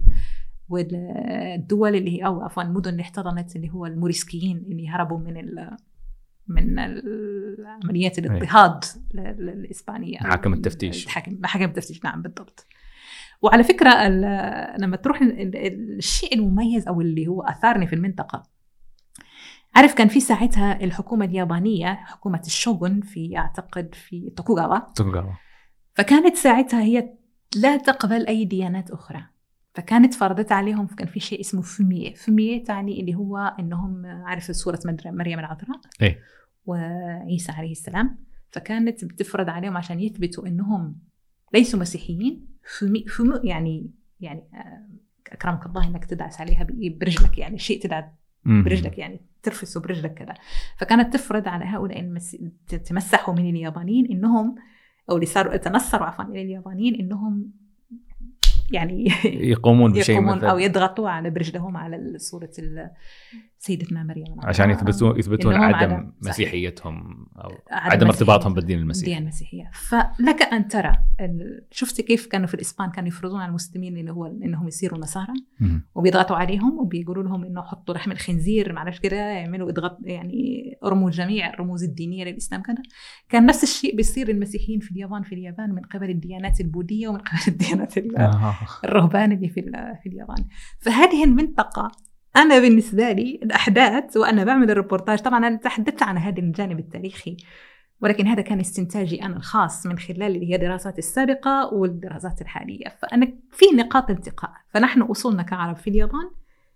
والدول اللي هي أو عفوا المدن اللي احتضنت اللي هو الموريسكيين اللي هربوا من ال من عمليات الاضطهاد الإسبانية، محاكم التفتيش. محاكم التفتيش، نعم بالضبط. وعلى فكرة لما تروح الشيء المميز أو اللي هو أثارني في المنطقة، عارف كان في ساعتها الحكومة اليابانية، حكومة الشوغون في أعتقد في توكوغاوا، فكانت ساعتها هي لا تقبل أي ديانات أخرى، فكانت فرضت عليهم. كان في شيء اسمه فمية. فمية تعني اللي هو إنهم عارف سورة مريم العذراء إيه؟ وعيسى عليه السلام، فكانت بتفرض عليهم عشان يثبتوا إنهم ليسوا مسيحيين. فمي فمي يعني يعني أكرمك الله إنك تدعس عليها برجلك، يعني شيء تدعس برجلك يعني ترفسه برجلك كذا. فكانت تفرض على هؤلاء المس... تمسحوا من اليابانيين إنهم أو اللي صاروا تنصروا عفوا من اليابانيين إنهم يعني يقومون بشيء يقومون مثل أو يضغطوا على برجلهم على صورة سيدتنا مريم عشان يثبتون يثبتون عدم مسيحيتهم أو عدم ارتباطهم بالدين المسيحي. الدين المسيحية. فلك أن ترى شفت كيف كانوا في الإسبان كانوا يفرضون على المسلمين إنه هو إنهم يصيروا نصارى وبيضغطوا عليهم وبيقولوا لهم إنه حطوا لحم الخنزير معلش كده، يعملوا إضغط يعني رموا جميع الرموز الدينية للإسلام كده. كان نفس الشيء بيصير المسيحيين في اليابان في اليابان من قبل الديانات البوذية ومن قبل الديانات الرهبان اللي في في اليابان. فهذه المنطقة أنا بالنسبة لي الأحداث وأنا بعمل الريبورتاج، طبعا أنا تحدثت عن هذا الجانب التاريخي، ولكن هذا كان استنتاجي أنا الخاص من خلال اللي هي دراسات السابقة والدراسات الحالية. فأنا في نقاط التقاء. فنحن أصولنا كعرب في اليابان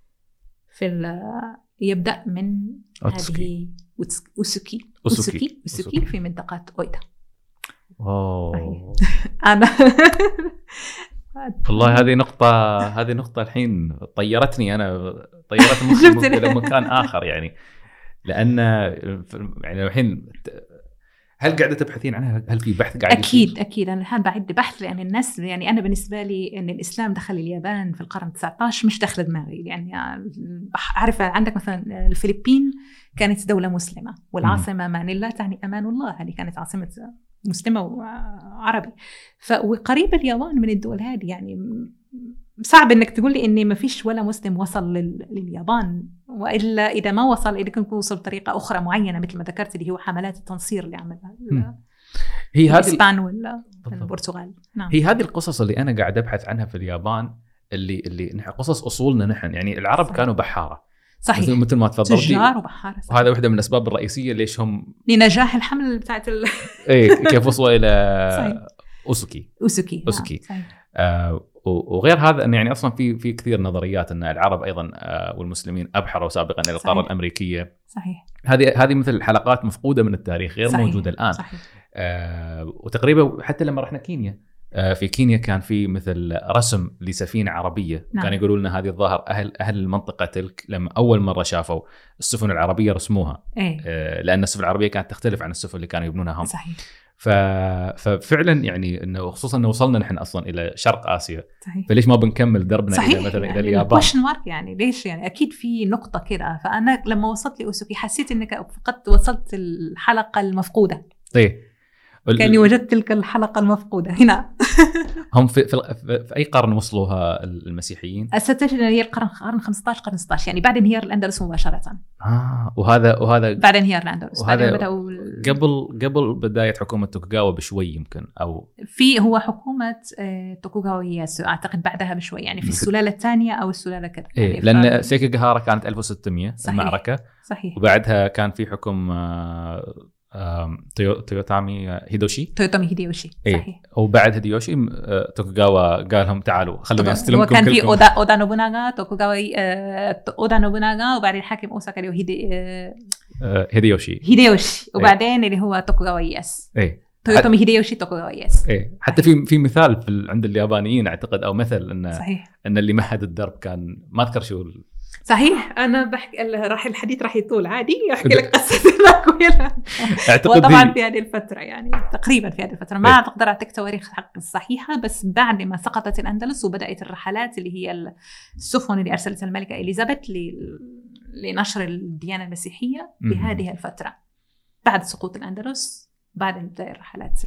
في يبدأ من هذه أوسوكي أوسوكي أوسوكي في منطقة أويتا. أوه. أنا والله هذه نقطة هذه نقطة الحين طيرتني أنا طيرت مخي إلى مكان آخر يعني، لأن يعني الحين هل قاعدة تبحثين عنها؟ هل في بحث قاعد أكيد يصير؟ أكيد أنا الآن بعد بحث، لأن الناس يعني أنا بالنسبة لي أن الإسلام دخل اليابان في القرن التاسع عشر مش دخل دماغي، يعني أعرف عندك مثلا الفلبين كانت دولة مسلمة والعاصمة مانيلا تعني أمان الله، هذه كانت عاصمة مسلمة وعربي. فقريب اليابان من الدول هذه، يعني صعب انك تقول لي اني ما فيش ولا مسلم وصل لليابان، والا اذا ما وصل اذا كان وصل بطريقه اخرى معينه مثل ما ذكرت اللي هو حملات التنصير اللي عملها هي هذه الاسبان ولا البرتغال. نعم. هي هذه القصص اللي انا قاعد ابحث عنها في اليابان، اللي اللي نحن قصص اصولنا نحن، يعني العرب صحيح. كانوا بحاره صحيح مثل ما تفضلتي، تجار وبحاره، وهذا واحده من الاسباب الرئيسيه ليش هم لنجاح الحمل بتاعت ال... ايه كيف وصلوا الى اوسوكي اوسوكي اوسوكي نعم. آه وغير هذا أن يعني أصلا في في كثير نظريات أن العرب أيضا والمسلمين أبحروا سابقا إلى القارة الأمريكية. صحيح. هذه هذه مثل حلقات مفقودة من التاريخ غير صحيح. موجودة الآن. صحيح. آه وتقريبا حتى لما رحنا كينيا، آه في كينيا كان في مثل رسم لسفينة عربية. نعم. كان يقولوا لنا هذه الظاهر أهل أهل المنطقة تلك لما أول مرة شافوا السفن العربية رسموها. إيه؟ آه لأن السفن العربية كانت تختلف عن السفن اللي كانوا يبنونها هم. صحيح. ف... ففعلا يعني انه خصوصا انه وصلنا نحن اصلا الى شرق اسيا. صحيح. فليش ما بنكمل دربنا صحيح. الى مثلا يعني الى اليابان؟ كويشن مارك يعني ليش يعني اكيد في نقطه كده. فانا لما وصلت لاوسوكي حسيت انك فقط وصلت الحلقه المفقوده. طيب كاني وجدت تلك الحلقة المفقودة هنا. هم في, في, في أي قرن وصلوها المسيحيين؟ أستشهد هي القرن قرن خمسة عشر قرن ستة عشر، يعني بعد انهيار الأندلس مباشرة. آه وهذا وهذا بعد انهيار الأندلس، وهذا بدأوا قبل قبل بداية حكومة توكوغاوا بشوي يمكن، أو في هو حكومة توكوغاوا إياسو أعتقد بعدها بشوي، يعني في السلالة الثانية أو السلالة كذا. إيه يعني لأن ف... سيكيغاهارا كانت ألف وستمية صحيح. المعركة صحيح. وبعدها كان في حكم آه تويوتامي هيدوشي تويوتامي هيديوشي صحيح. إيه. وبعد هيديوشي توكوغاوا قال لهم تعالوا خلونا نستلمكم كلكم. كان في اودا اودا نوبوناغا توكوغاوا اودا نوبوناغا وبعدين الحاكم اوساكا اللي هو هيدي هيديوشي هيديوشي وبعدين اللي هو توكوغاوا اياس. ايه تويوتامي هيديوشي توكوغاوا اياس. ايه حتى في في مثال في عند اليابانيين اعتقد او مثل ان صحيح. ان اللي مهد الدرب كان ما اذكر شو صحيح. انا بحكي راح الحديث راح يطول عادي احكي لك قصه ناغويا اعتقد طبعا في هذه الفتره يعني تقريبا في هذه الفتره ما اقدر اعطيك تواريخ حق الصحيحه، بس بعد ما سقطت الاندلس وبدات الرحلات اللي هي السفن اللي ارسلتها الملكه اليزابيث لنشر الديانه المسيحيه بهذه الفتره بعد سقوط الاندلس بعد انتهاء الرحلات.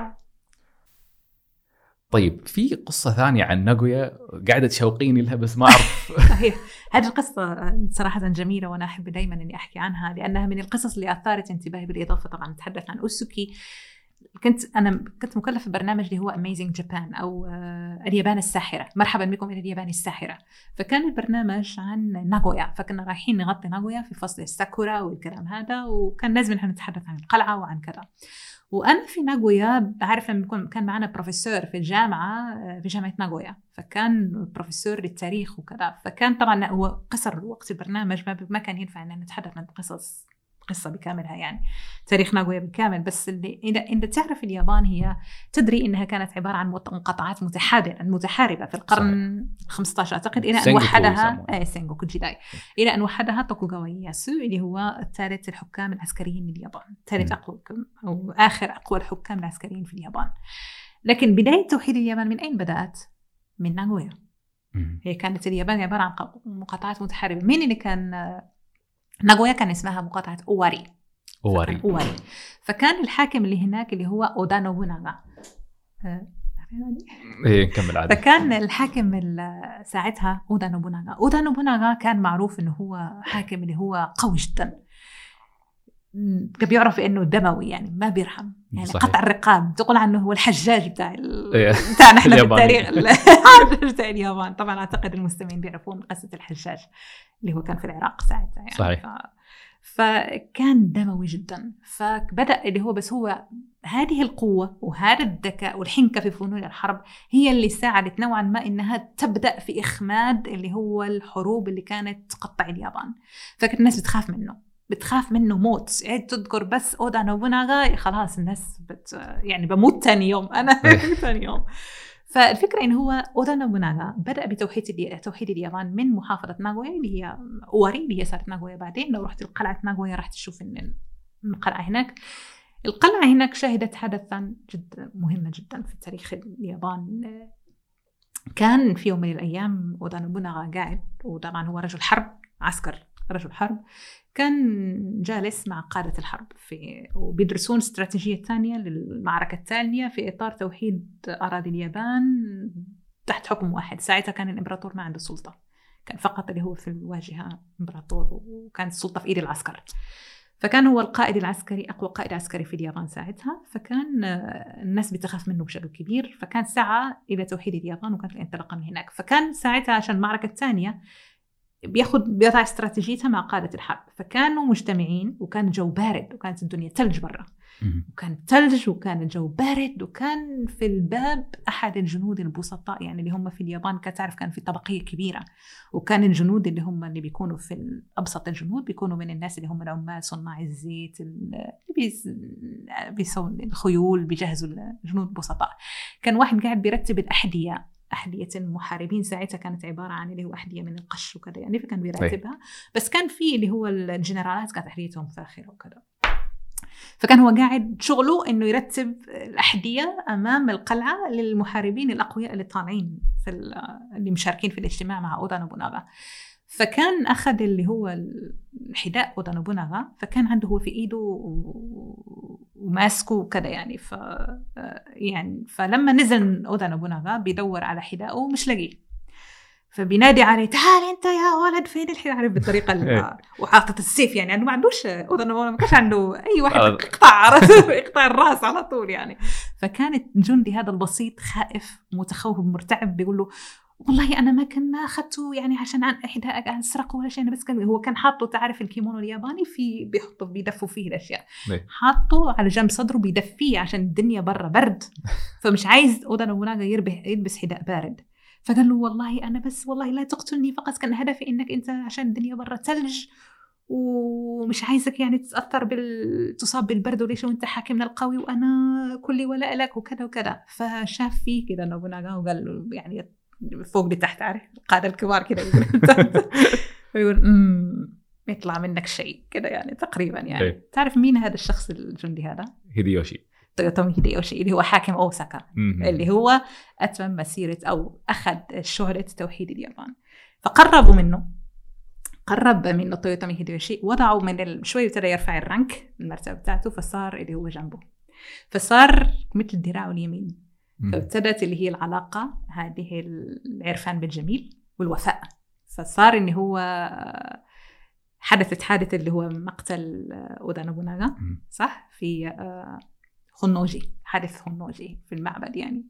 طيب في قصة ثانية عن ناغويا قاعدة تشوقيني لها بس ما أعرف. صحيح. هذه القصة صراحة جميلة وأنا أحب دايما أني أحكي عنها لأنها من القصص اللي أثارت انتباهي، بالإضافة طبعا نتحدث عن أوسوكي. كنت أنا كنت مكلفة في برنامج اللي هو Amazing Japan أو اليابان الساحرة، مرحبا بكم إلى اليابان الساحرة. فكان البرنامج عن ناغويا، فكنا رايحين نغطي ناغويا في فصل الساكورا والكلام هذا، وكان لازم نحن نتحدث عن القلعة وعن كذا. وأنا في ناغويا بعرف لما يكون كان معنا بروفيسور في الجامعة في جامعة ناغويا، فكان بروفيسور للتاريخ وكذا، فكان طبعا هو قصر وقت البرنامج ما كان ينفع أن نتحدث عن قصص قصة بكاملها يعني تاريخ ناغويا بالكامل. بس اللي إذا أنت تعرف اليابان هي تدري إنها كانت عبارة عن مقاطعات متحاربة متحاربة في القرن الخامس عشر أعتقد إلى أن وحدها آه سينغوكو جيداي إلى أن وحدها توكوغاوا إياسو اللي هو الثالث الحكام العسكريين لليابان، ثالث أقوى أو آخر أقوى الحكام العسكريين في اليابان. لكن بداية توحيد اليابان من أين بدأت؟ من ناغويا. هي كانت اليابان عبارة عن مقاطعات متحاربة. مين اللي كان ناغويا؟ كان اسمها مقاطعة أواري. أواري. أواري. فكان الحاكم اللي هناك اللي هو أودا نوبوناغا. إيه كمل عادي. فكان الحاكم ساعتها أودا نوبوناغا. أودا نوبوناغا كان معروف إنه هو حاكم اللي هو قوي جدا. كان بيعرف إنه دموي يعني ما بيرحم يعني صحيح. قطع الرقاب تقول عنه هو الحجاج بتاع ال... بتاع نحن في التاريخ الحجاج بتاع اليابان. طبعا أعتقد المستمعين بيعرفون قصة الحجاج اللي هو كان في العراق ساعتها يعني. صحيح. ف... فكان دموي جدا. فبدأ اللي هو بس هو هذه القوة وهذا الذكاء والحنكة في فنون الحرب هي اللي ساعدت نوعا ما إنها تبدأ في إخماد اللي هو الحروب اللي كانت تقطع اليابان. فكانت الناس بتخاف منه بتخاف منه موت. يعني تذكر بس أودا نوبوناغا خلاص الناس بت يعني بموت تاني يوم أنا تاني يوم. فالفكرة إنه هو أودا نوبوناغا بدأ بتوحيد توحيد اليابان من محافظة ناغويا اللي هي أواري اللي هي صارت ناغويا بعدين. لو رحت القلعة ناغويا راح تشوف إن القلعة هناك. القلعة هناك شهدت حدثا جدا مهمة جدا في تاريخ اليابان. كان في يوم من الأيام أودا نوبوناغا قاعد، وطبعا هو رجل حرب عسكر رجل حرب، كان جالس مع قادة الحرب في وبيدرسون استراتيجية ثانية للمعركة التالية في إطار توحيد أراضي اليابان تحت حكم واحد. ساعتها كان الإمبراطور ما عنده سلطة، كان فقط اللي هو في الواجهة إمبراطور وكانت السلطة في إيد العسكر. فكان هو القائد العسكري أقوى قائد عسكري في اليابان ساعتها. فكان الناس بتخاف منه بشكل كبير. فكان سعى إلى توحيد اليابان وكانت الانطلاقة من هناك. فكان ساعتها عشان المعركة الثانية بياخد بيضع استراتيجيتها مع قادة الحرب. فكانوا مجتمعين وكان الجو بارد وكانت الدنيا تلج برا وكان تلج وكان الجو بارد. وكان في الباب أحد الجنود البسطاء يعني اللي هم في اليابان كتعرف كان في طبقية كبيرة. وكان الجنود اللي هم اللي بيكونوا في أبسط الجنود بيكونوا من الناس اللي هم العمال صناع الزيت اللي بيسوون الخيول بيجهزوا الجنود البسطاء. كان واحد قاعد بيرتب الأحذية أحذية المحاربين. ساعتها كانت عبارة عن اللي هو أحذية من القش وكذا يعني. فكان بيرتبها. بس كان في اللي هو الجنرالات كانت أحذيتهم فاخرة وكذا. فكان هو قاعد شغله إنه يرتب الأحذية أمام القلعة للمحاربين الأقوياء اللي طالعين في اللي مشاركين في الاجتماع مع أودا نوبوناغا. فكان أخذ اللي هو الحذاء أودا نوبوناغا، فكان عنده هو في إيده وماسكه وكذا يعني. ف يعني فلما نزل أودا نوبوناغا بيدور على حذاءه مش لاقيه، فبينادي عليه تعال انت يا ولد فين الحذاء، عارف بالطريقه اللي وحاطط السيف يعني، انه ما عندوش اودا نوبوناغا ما كانش عنده اي واحد يقطع يقطع الراس على طول يعني. فكانت جندي هذا البسيط خائف متخوف مرتعب بيقول له والله انا ما كان ما اخذته يعني عشان عن حذاء اسرقه ولا شيء، انا بس كان هو كان حاطه تعرف الكيمونو الياباني في بيحطه بيدفوا فيه الاشياء، حاطه على جنب صدره بيدفيه عشان الدنيا برا برد، فمش عايز اودا نوبوناغا يلبس حذاء بارد. فقال له والله أنا بس والله لا تقتلني، فقط كان هدفي إنك أنت عشان الدنيا برا تلج ومش عايزك يعني تتأثر بال تصاب بالبرد وليش وأنت حاكمنا القوي وأنا كلي ولا لك وكذا وكذا. فشاف فيه كده نوبوناغا وقال له يعني فوق لتحت عارف القادة الكبار كده ويقول امم يطلع منك شيء كده يعني تقريبا يعني. إيه. تعرف مين هذا الشخص الجندي هذا؟ هيديوشي تويوتومي هيديوشي اللي هو حاكم أوساكا، اللي هو أتمم مسيرة أو أخذ شهرة توحيد اليابان. فقربوا منه قرب منه تويوتومي هيديوشي، وضعوا من ال... شوي ابتدى يرفع الرانك المرتبة بتاعته، فصار اللي هو جنبه، فصار مثل ذراعه اليمين. فابتدت اللي هي العلاقة هذه العرفان بالجميل والوفاء. فصار إن هو حدثت حادثة اللي هو مقتل أودا نوبوناغا صح في خنوجي، حادث خنوجي في المعبد يعني.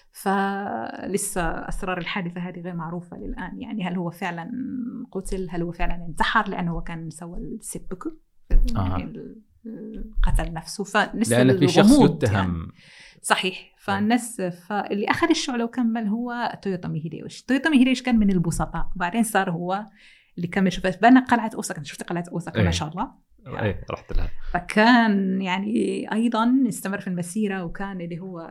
فلسه أسرار الحادثة هذه غير معروفة للآن يعني، هل هو فعلا قتل، هل هو فعلا انتحر لأنه هو كان سوى السيبكو يعني قتل نفسه، فلسه لأن في شخص يتهم يعني. صحيح. فالناس فاللي أخذ الشعلة وكمل هو تويوتومي هيديوشي. تويوتومي هيديوشي كان من البسطاء، وبعدين صار هو اللي كمل. شوف بنى قلعة أوساكا، شفت قلعة أوساكا ما شاء الله يعني. ايه رحت لها. فكان يعني أيضا استمر في المسيرة، وكان اللي هو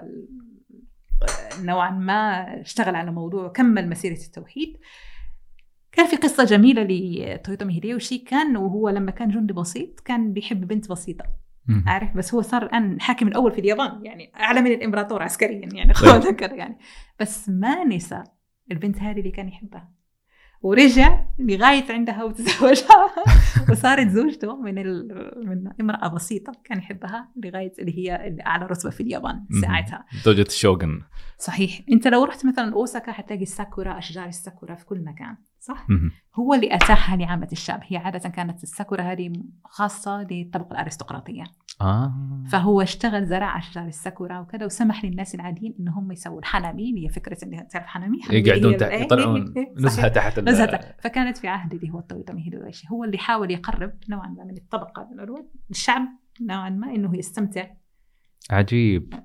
نوعا ما اشتغل على موضوع وكمل مسيرة التوحيد. كان في قصة جميلة لتويوتومي هيديوشي، كان وهو لما كان جندي بسيط كان بيحب بنت بسيطة عارف، بس هو صار الآن حاكم الأول في اليابان يعني، أعلى من الإمبراطور عسكريا يعني خلاص كده يعني. بس ما نسى البنت هذه اللي كان يحبها، ورجع لغاية عندها وتزوجها وصارت زوجته من ال... من امرأة بسيطة كان يحبها لغاية اللي هي اللي أعلى رتبة في اليابان ساعتها، زوجة الشوغن. صحيح. أنت لو رحت مثلا أوساكا حتلاقي الساكورا، أشجار الساكورا في كل مكان صح؟ هو اللي أتاحها لعامة الشعب. هي عادة كانت الساكورا هذه خاصة للطبقة الأرستقراطية. آه. فهو اشتغل زرع أشجار الساكورا وكذا، وسمح للناس العاديين إنهم يسووا الحنامي، اللي هي فكرة إن تعرف حنامي يقعدون تحت يطلعون نزهة تحت نزهة. فكانت في عهد اللي هو تويوتومي هيديوشي هو اللي حاول يقرب نوعا ما من الطبقة الشعب نوعا ما إنه يستمتع. عجيب.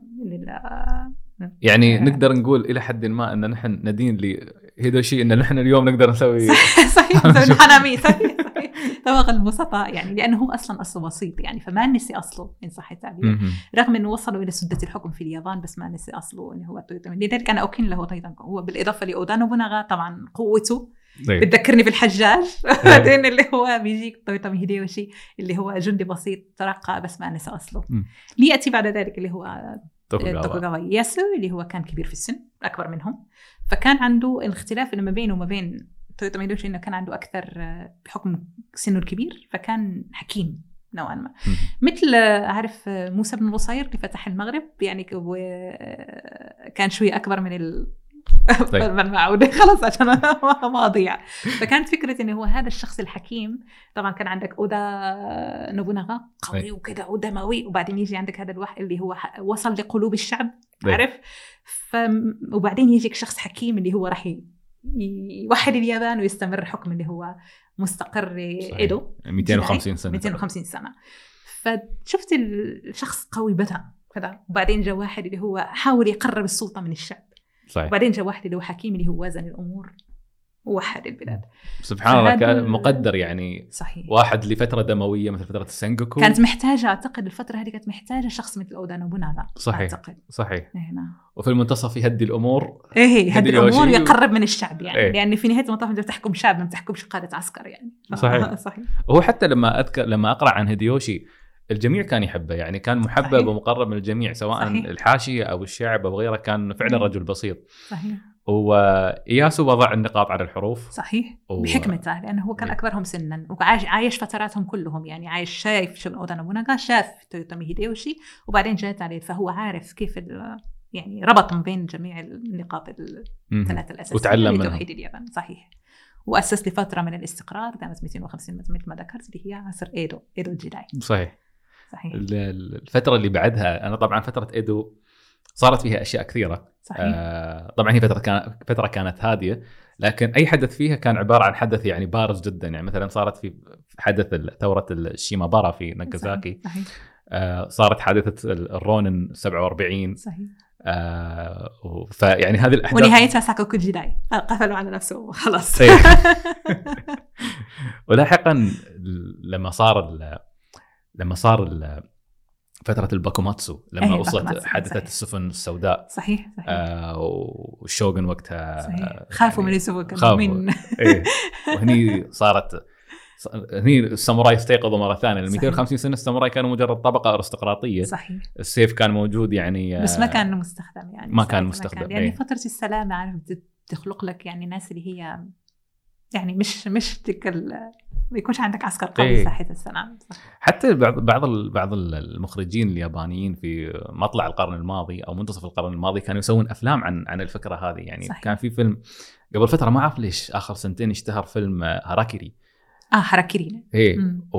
يعني آه. نقدر نقول إلى حد ما أن نحن ندين لهيديوشي إن نحن اليوم نقدر نسوي صحيح نسوي حنامي صحيح طبقة البسطاء يعني، لأنه هو أصلا أصله بسيط يعني، فما نسي أصله إن صح التعبير، رغم أنه وصلوا إلى سدة الحكم في اليابان بس ما نسي أصله إنه هو تويوتومي. لذلك أنا أكن له أيضا هو بالإضافة لأودا نوبوناغا طبعا قوته بتذكرني بالحجاج بعدين اللي هو بيجيك تويوتومي هيديوشي اللي هو جندي بسيط ترقى بس ما نسى أصله. ليأتي بعد ذلك اللي هو توكوغاوا ياسو اللي هو كان كبير في السن أكبر منهم، فكان عنده الاختلاف ما بينه وما بين تويوتومي هيديوشي إنه كان عنده أكثر بحكم سنه الكبير، فكان حكيم نوعا ما. مثل عارف موسى بن نصير اللي فتح المغرب يعني، كان شوي أكبر من ال بالمعودة خلاص عشان ما أضيع. فكانت فكرة إنه هو هذا الشخص الحكيم. طبعا كان عندك أودا نوبوناغا قوي وكذا ودموي، وبعدين يجي عندك هذا الواحد اللي هو وصل لقلوب الشعب عارف. ف... وبعدين يجيك شخص حكيم اللي هو راح يوحد اليابان ويستمر حكم اللي هو مستقر إيدو مئتين وخمسين سنة مئتين وخمسين سنة. فشفت الشخص قوي بدأ كذا، وبعدين جاء واحد اللي هو حاول يقرب السلطة من الشعب صحيح. وبعدين جاء واحد اللي هو حكيم اللي هو وازن الأمور ووحد البلاد. سبحان الله كان مقدر يعني صحيح. واحد لفترة دموية مثل فترة السنجوكو كانت محتاجة أعتقد الفترة هذه كانت محتاجة شخص مثل أودا نوبوناغا صحيح أعتقد. صحيح هنا. وفي المنتصف يهدي الأمور إيه يهدي الأمور يقرب من الشعب يعني إيه؟ لأن في نهاية المطاف أنت تحكم شعب ما تحكمش قادة عسكر يعني صحيح. صحيح. وهو حتى لما أذكر لما أقرأ عن هيديوشي الجميع كان يحبه يعني، كان محبب صحيح. ومقرب من الجميع سواء صحيح. الحاشية أو الشعب أو غيره، كان فعلا رجل بسيط صحيح. وإياسو وضع النقاط على الحروف. صحيح و... بحكمته، لأنه هو كان أكبرهم سنا وعايش عايش فتراتهم كلهم، يعني عايش شايف شغل أودا نوبوناغا، شاف تويوتومي هيديوشي، وبعدين جات عليه، فهو عارف كيف ال... يعني ربط ما بين جميع النقاط الثلاثة الأساسية وتعلم لتوحيد اليابان. صحيح. وأسس لفترة من الاستقرار كانت مئتين وخمسين مثل ما ذكرت، اللي هي عصر إيدو إيدو الجداي. صحيح. صحيح. الفترة اللي بعدها، أنا طبعا فترة إيدو صارت فيها أشياء كثيرة. صحيح. آه طبعا هي فترة كان فترة كانت هادية، لكن أي حدث فيها كان عبارة عن حدث يعني بارز جدا. يعني مثلا صارت في حدث ثورة الشيمابارا في ناكازاكي. صحيح. آه صارت حادثة الرونن سبعة وأربعين. صحيح. آه فيعني هذه الأحداث ونهايتها ساكوكو جداي قفلوا على نفسه خلاص. ولاحقا لما صار لما صار فترة الباكوماتسو، لما أيه وصلت حادثة السفن السوداء. صحيح. صحيح. آه والشوغن وقتها صحيح. خافوا يعني من السفن من إيه. وهني صارت هني الساموراي استيقظوا مرة ثانية. ال مئتين وخمسين سنة الساموراي كانوا مجرد طبقة أرستقراطية. صحيح. السيف كان موجود يعني، بس ما كان مستخدم يعني ما كان مستخدم كان. يعني إيه. فترة السلامة عارف تخلق لك يعني ناس اللي هي يعني مش مش تكل ما يكونش عندك عسكر قوي إيه. ساحة السلام. حتى بعض بعض بعض المخرجين اليابانيين في مطلع القرن الماضي او منتصف القرن الماضي كانوا يسوون افلام عن عن الفكرة هذه. يعني صحيح. كان في فيلم قبل فترة ما اعرف ليش اخر سنتين اشتهر فيلم هاراكيري. اه هاراكيري. ايه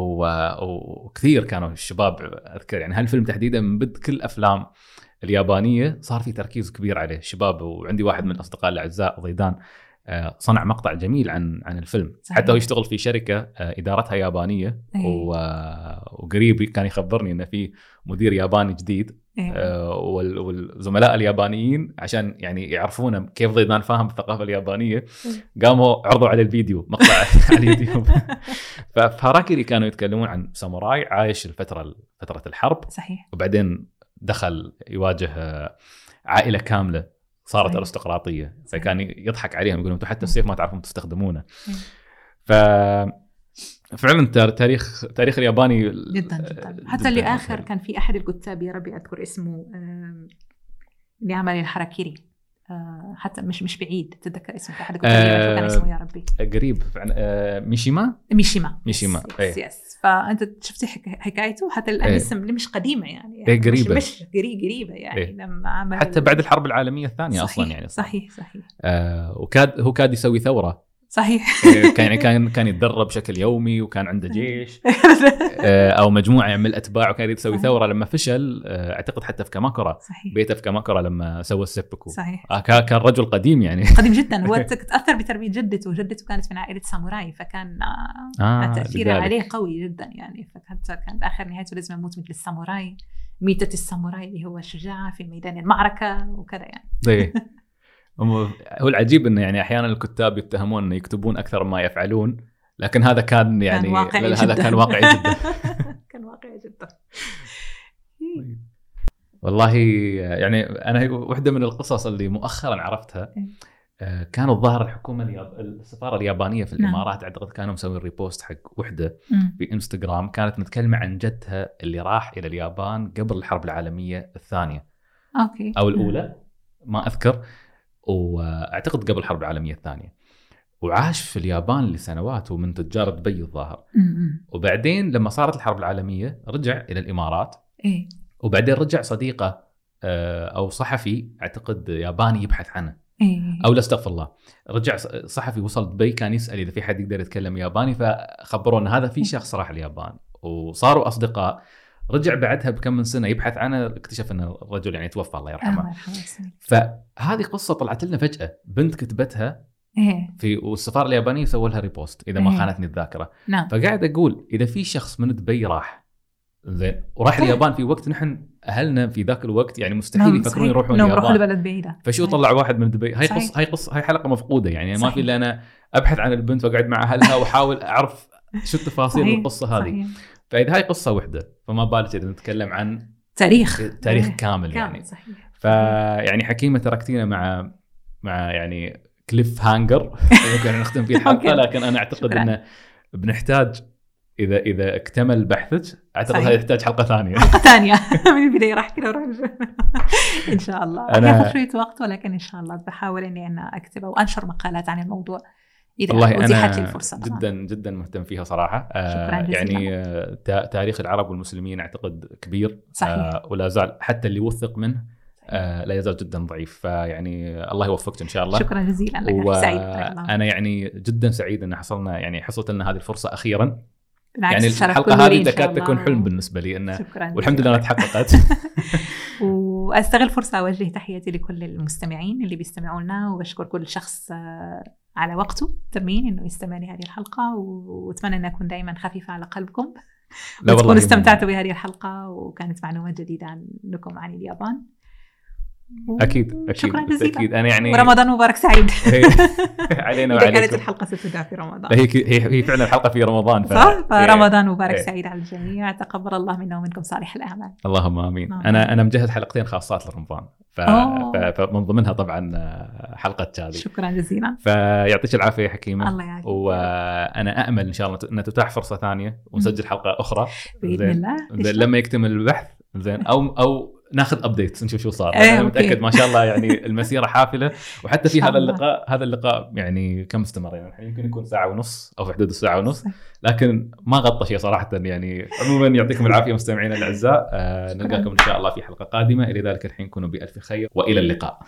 وكثير كانوا الشباب اذكر يعني هالفيلم تحديدا من بد كل افلام اليابانية صار في تركيز كبير عليه الشباب. وعندي واحد من الاصدقاء الاعزاء ضيدان صنع مقطع جميل عن عن الفيلم. صحيح. حتى هو يشتغل في شركة إدارتها يابانية. أيه. وقريب كان يخبرني إن في مدير ياباني جديد. أيه. والزملاء اليابانيين عشان يعني يعرفون كيف ضيدان فاهم الثقافة اليابانية. أيه. قاموا عرضوا على الفيديو مقطع على اليوتيوب. فهاراكيري كانوا يتكلمون عن ساموراي عايش الفترة فترة الحرب. صحيح. وبعدين دخل يواجه عائلة كاملة صارت صحيح. أرستقراطية. فكان يضحك عليهم يقولون أنتم حتى السيف ما تعرفون تستخدمونه. ف فعلا تاريخ تاريخ الياباني جدا جدا. حتى اللي آخر كان في أحد الكتاب يا ربي أذكر اسمه اللي عمل الهاراكيري حتى مش مش بعيد تتذكر اسمه أحد الكتاب آه كان اسمه يا ربي قريب آه ميشيما ميشيما ميشيما يس, يس. فأنت شفتي حكايته حتى الآن لسه اللي مش قديمة يعني, يعني قريبة مش قريب قريبة يعني إيه. لما عمل حتى بعد الحرب العالمية الثانية صحيح. أصلا يعني صحيح صحيح آه وكاد هو كاد يسوي ثورة. صحيح. كان كان كان يتدرب بشكل يومي وكان عنده جيش او مجموعه من الاتباع وكان يسوي ثوره. لما فشل اعتقد حتى في كاماكورا بيته في كاماكورا لما سوى السيبكو. صحيح. كان رجل قديم يعني قديم جدا. هو تاثر بتربيه جدته وجدته كانت من عائله ساموراي فكان آه تاثيره عليه قوي جدا يعني. فحتى كان اخر نهايته لازم يموت مثل الساموراي ميتة الساموراي اللي هو الشجاعه في ميدان المعركه وكذا يعني. هو العجيب انه يعني احيانا الكتاب يتهمون انه يكتبون اكثر ما يفعلون، لكن هذا كان يعني كان واقعي هذا جداً. كان واقعي جدا. كان واقعي جدا. والله يعني انا واحده من القصص اللي مؤخرا عرفتها كانوا الظاهر الحكومه الياب... السفاره اليابانيه في الامارات اعتقد كانوا مسوين ريبوست حق وحده في انستغرام كانت متكلمه عن جدها اللي راح الى اليابان قبل الحرب العالميه الثانيه اوكي او الاولى ما اذكر، واعتقد قبل الحرب العالميه الثانيه، وعاش في اليابان لسنوات ومن تجار دبي الظاهر. وبعدين لما صارت الحرب العالميه رجع الى الامارات. إيه؟ وبعدين رجع صديقه او صحفي اعتقد ياباني يبحث عنه. إيه؟ او لا استغفر الله، رجع صحفي وصل دبي كان يسال اذا في حد يقدر يتكلم ياباني، فخبروه ان هذا في شخص راح اليابان وصاروا اصدقاء. رجع بعدها بكم من سنه يبحث عنه، اكتشف ان الرجل يعني توفى الله يرحمه. فهذه قصه طلعت لنا فجاه، بنت كتبتها إيه؟ في والسفاره اليابانيه سووا لها ريبوست اذا ما إيه؟ خانتني الذاكره. نعم. فقاعد اقول اذا في شخص من دبي راح زين وراح اليابان في وقت نحن اهلنا في ذاك الوقت يعني مستحيل يفكرون يروحون اليابان، يروحوا لبلد بعيده. فشو طلع واحد من دبي. هاي قصه هاي قصه هاي حلقه مفقوده يعني. صحيح. ما في الا انا ابحث عن البنت واقعد مع اهلها واحاول اعرف شو التفاصيل من القصه هذه. صحيح. فاذا هاي قصه وحده فما بالك اذا نتكلم عن تاريخ تاريخ كامل, كامل يعني. صحيح. فيعني حكيمه تركتينا مع مع يعني كليف هانجر ممكن نختم فيه الحلقه، لكن انا اعتقد انه بنحتاج اذا اذا اكتمل بحثك اعتقد هذا يحتاج حلقه ثانيه حلقه ثانيه من البدايه راح كذا اروح ان شاء الله. ياخذ شويه وقت ولكن ان شاء الله بحاول اني انا اكتب وانشر مقالات عن الموضوع اذا اتيحت لي الفرصه. جدا جدا مهتم فيها صراحه. آه يعني آه تاريخ العرب والمسلمين اعتقد كبير. صحيح. آه ولا زال حتى اللي وثق منه آه لا يزال جدا ضعيف. فيعني الله يوفقك ان شاء الله. شكرا جزيلا لك. سعيد. انا يعني جدا سعيد ان حصلنا يعني حصلت لنا هذه الفرصه اخيرا. يعني الحلقه هذه تكاد تكون حلم بالنسبه لي انه والحمد لله تحققت. واستغل فرصه اوجه تحياتي لكل المستمعين اللي بيستمعوا لنا وبشكر كل شخص على وقته تمين انه يستمع لهذه الحلقه واتمنى ان اكون دائما خفيفه على قلبكم وتكونوا استمتعتوا بهذه الحلقه وكانت معلومات جديده عنكم عن اليابان. اكيد اكيد شكرا جزيلا. اكيد انا يعني ورمضان مبارك سعيد علينا وعليكم. كانت الحلقه ستذاع في رمضان. هي هي هي فعلا الحلقه في رمضان. ف... صح فرمضان مبارك إيه. سعيد على الجميع. تقبل الله منا ومنكم صالح الاعمال. اللهم امين. آه. انا انا مجهز حلقتين خاصات لرمضان ف... ف... فمن ضمنها طبعا حلقه هذه. شكرا جزيلا. فيعطيك العافيه حكيمه. الله يعافيك. وانا امل ان شاء الله ان تتاح فرصه ثانيه ونسجل حلقه اخرى باذن الله لما يكتمل البحث زين او او ناخذ ابديت نشوف شو صار. انا متاكد ما شاء الله يعني المسيره حافله. وحتى في هذا اللقاء هذا اللقاء يعني كم استمر يعني يمكن يكون ساعه ونص او في حدود الساعه ونص لكن ما غطى شيء صراحه يعني. عموما يعطيكم العافيه مستمعينا الاعزاء. آه نلقاكم ان شاء الله في حلقه قادمه. الى ذلك الحين كونوا بالف خير والى اللقاء.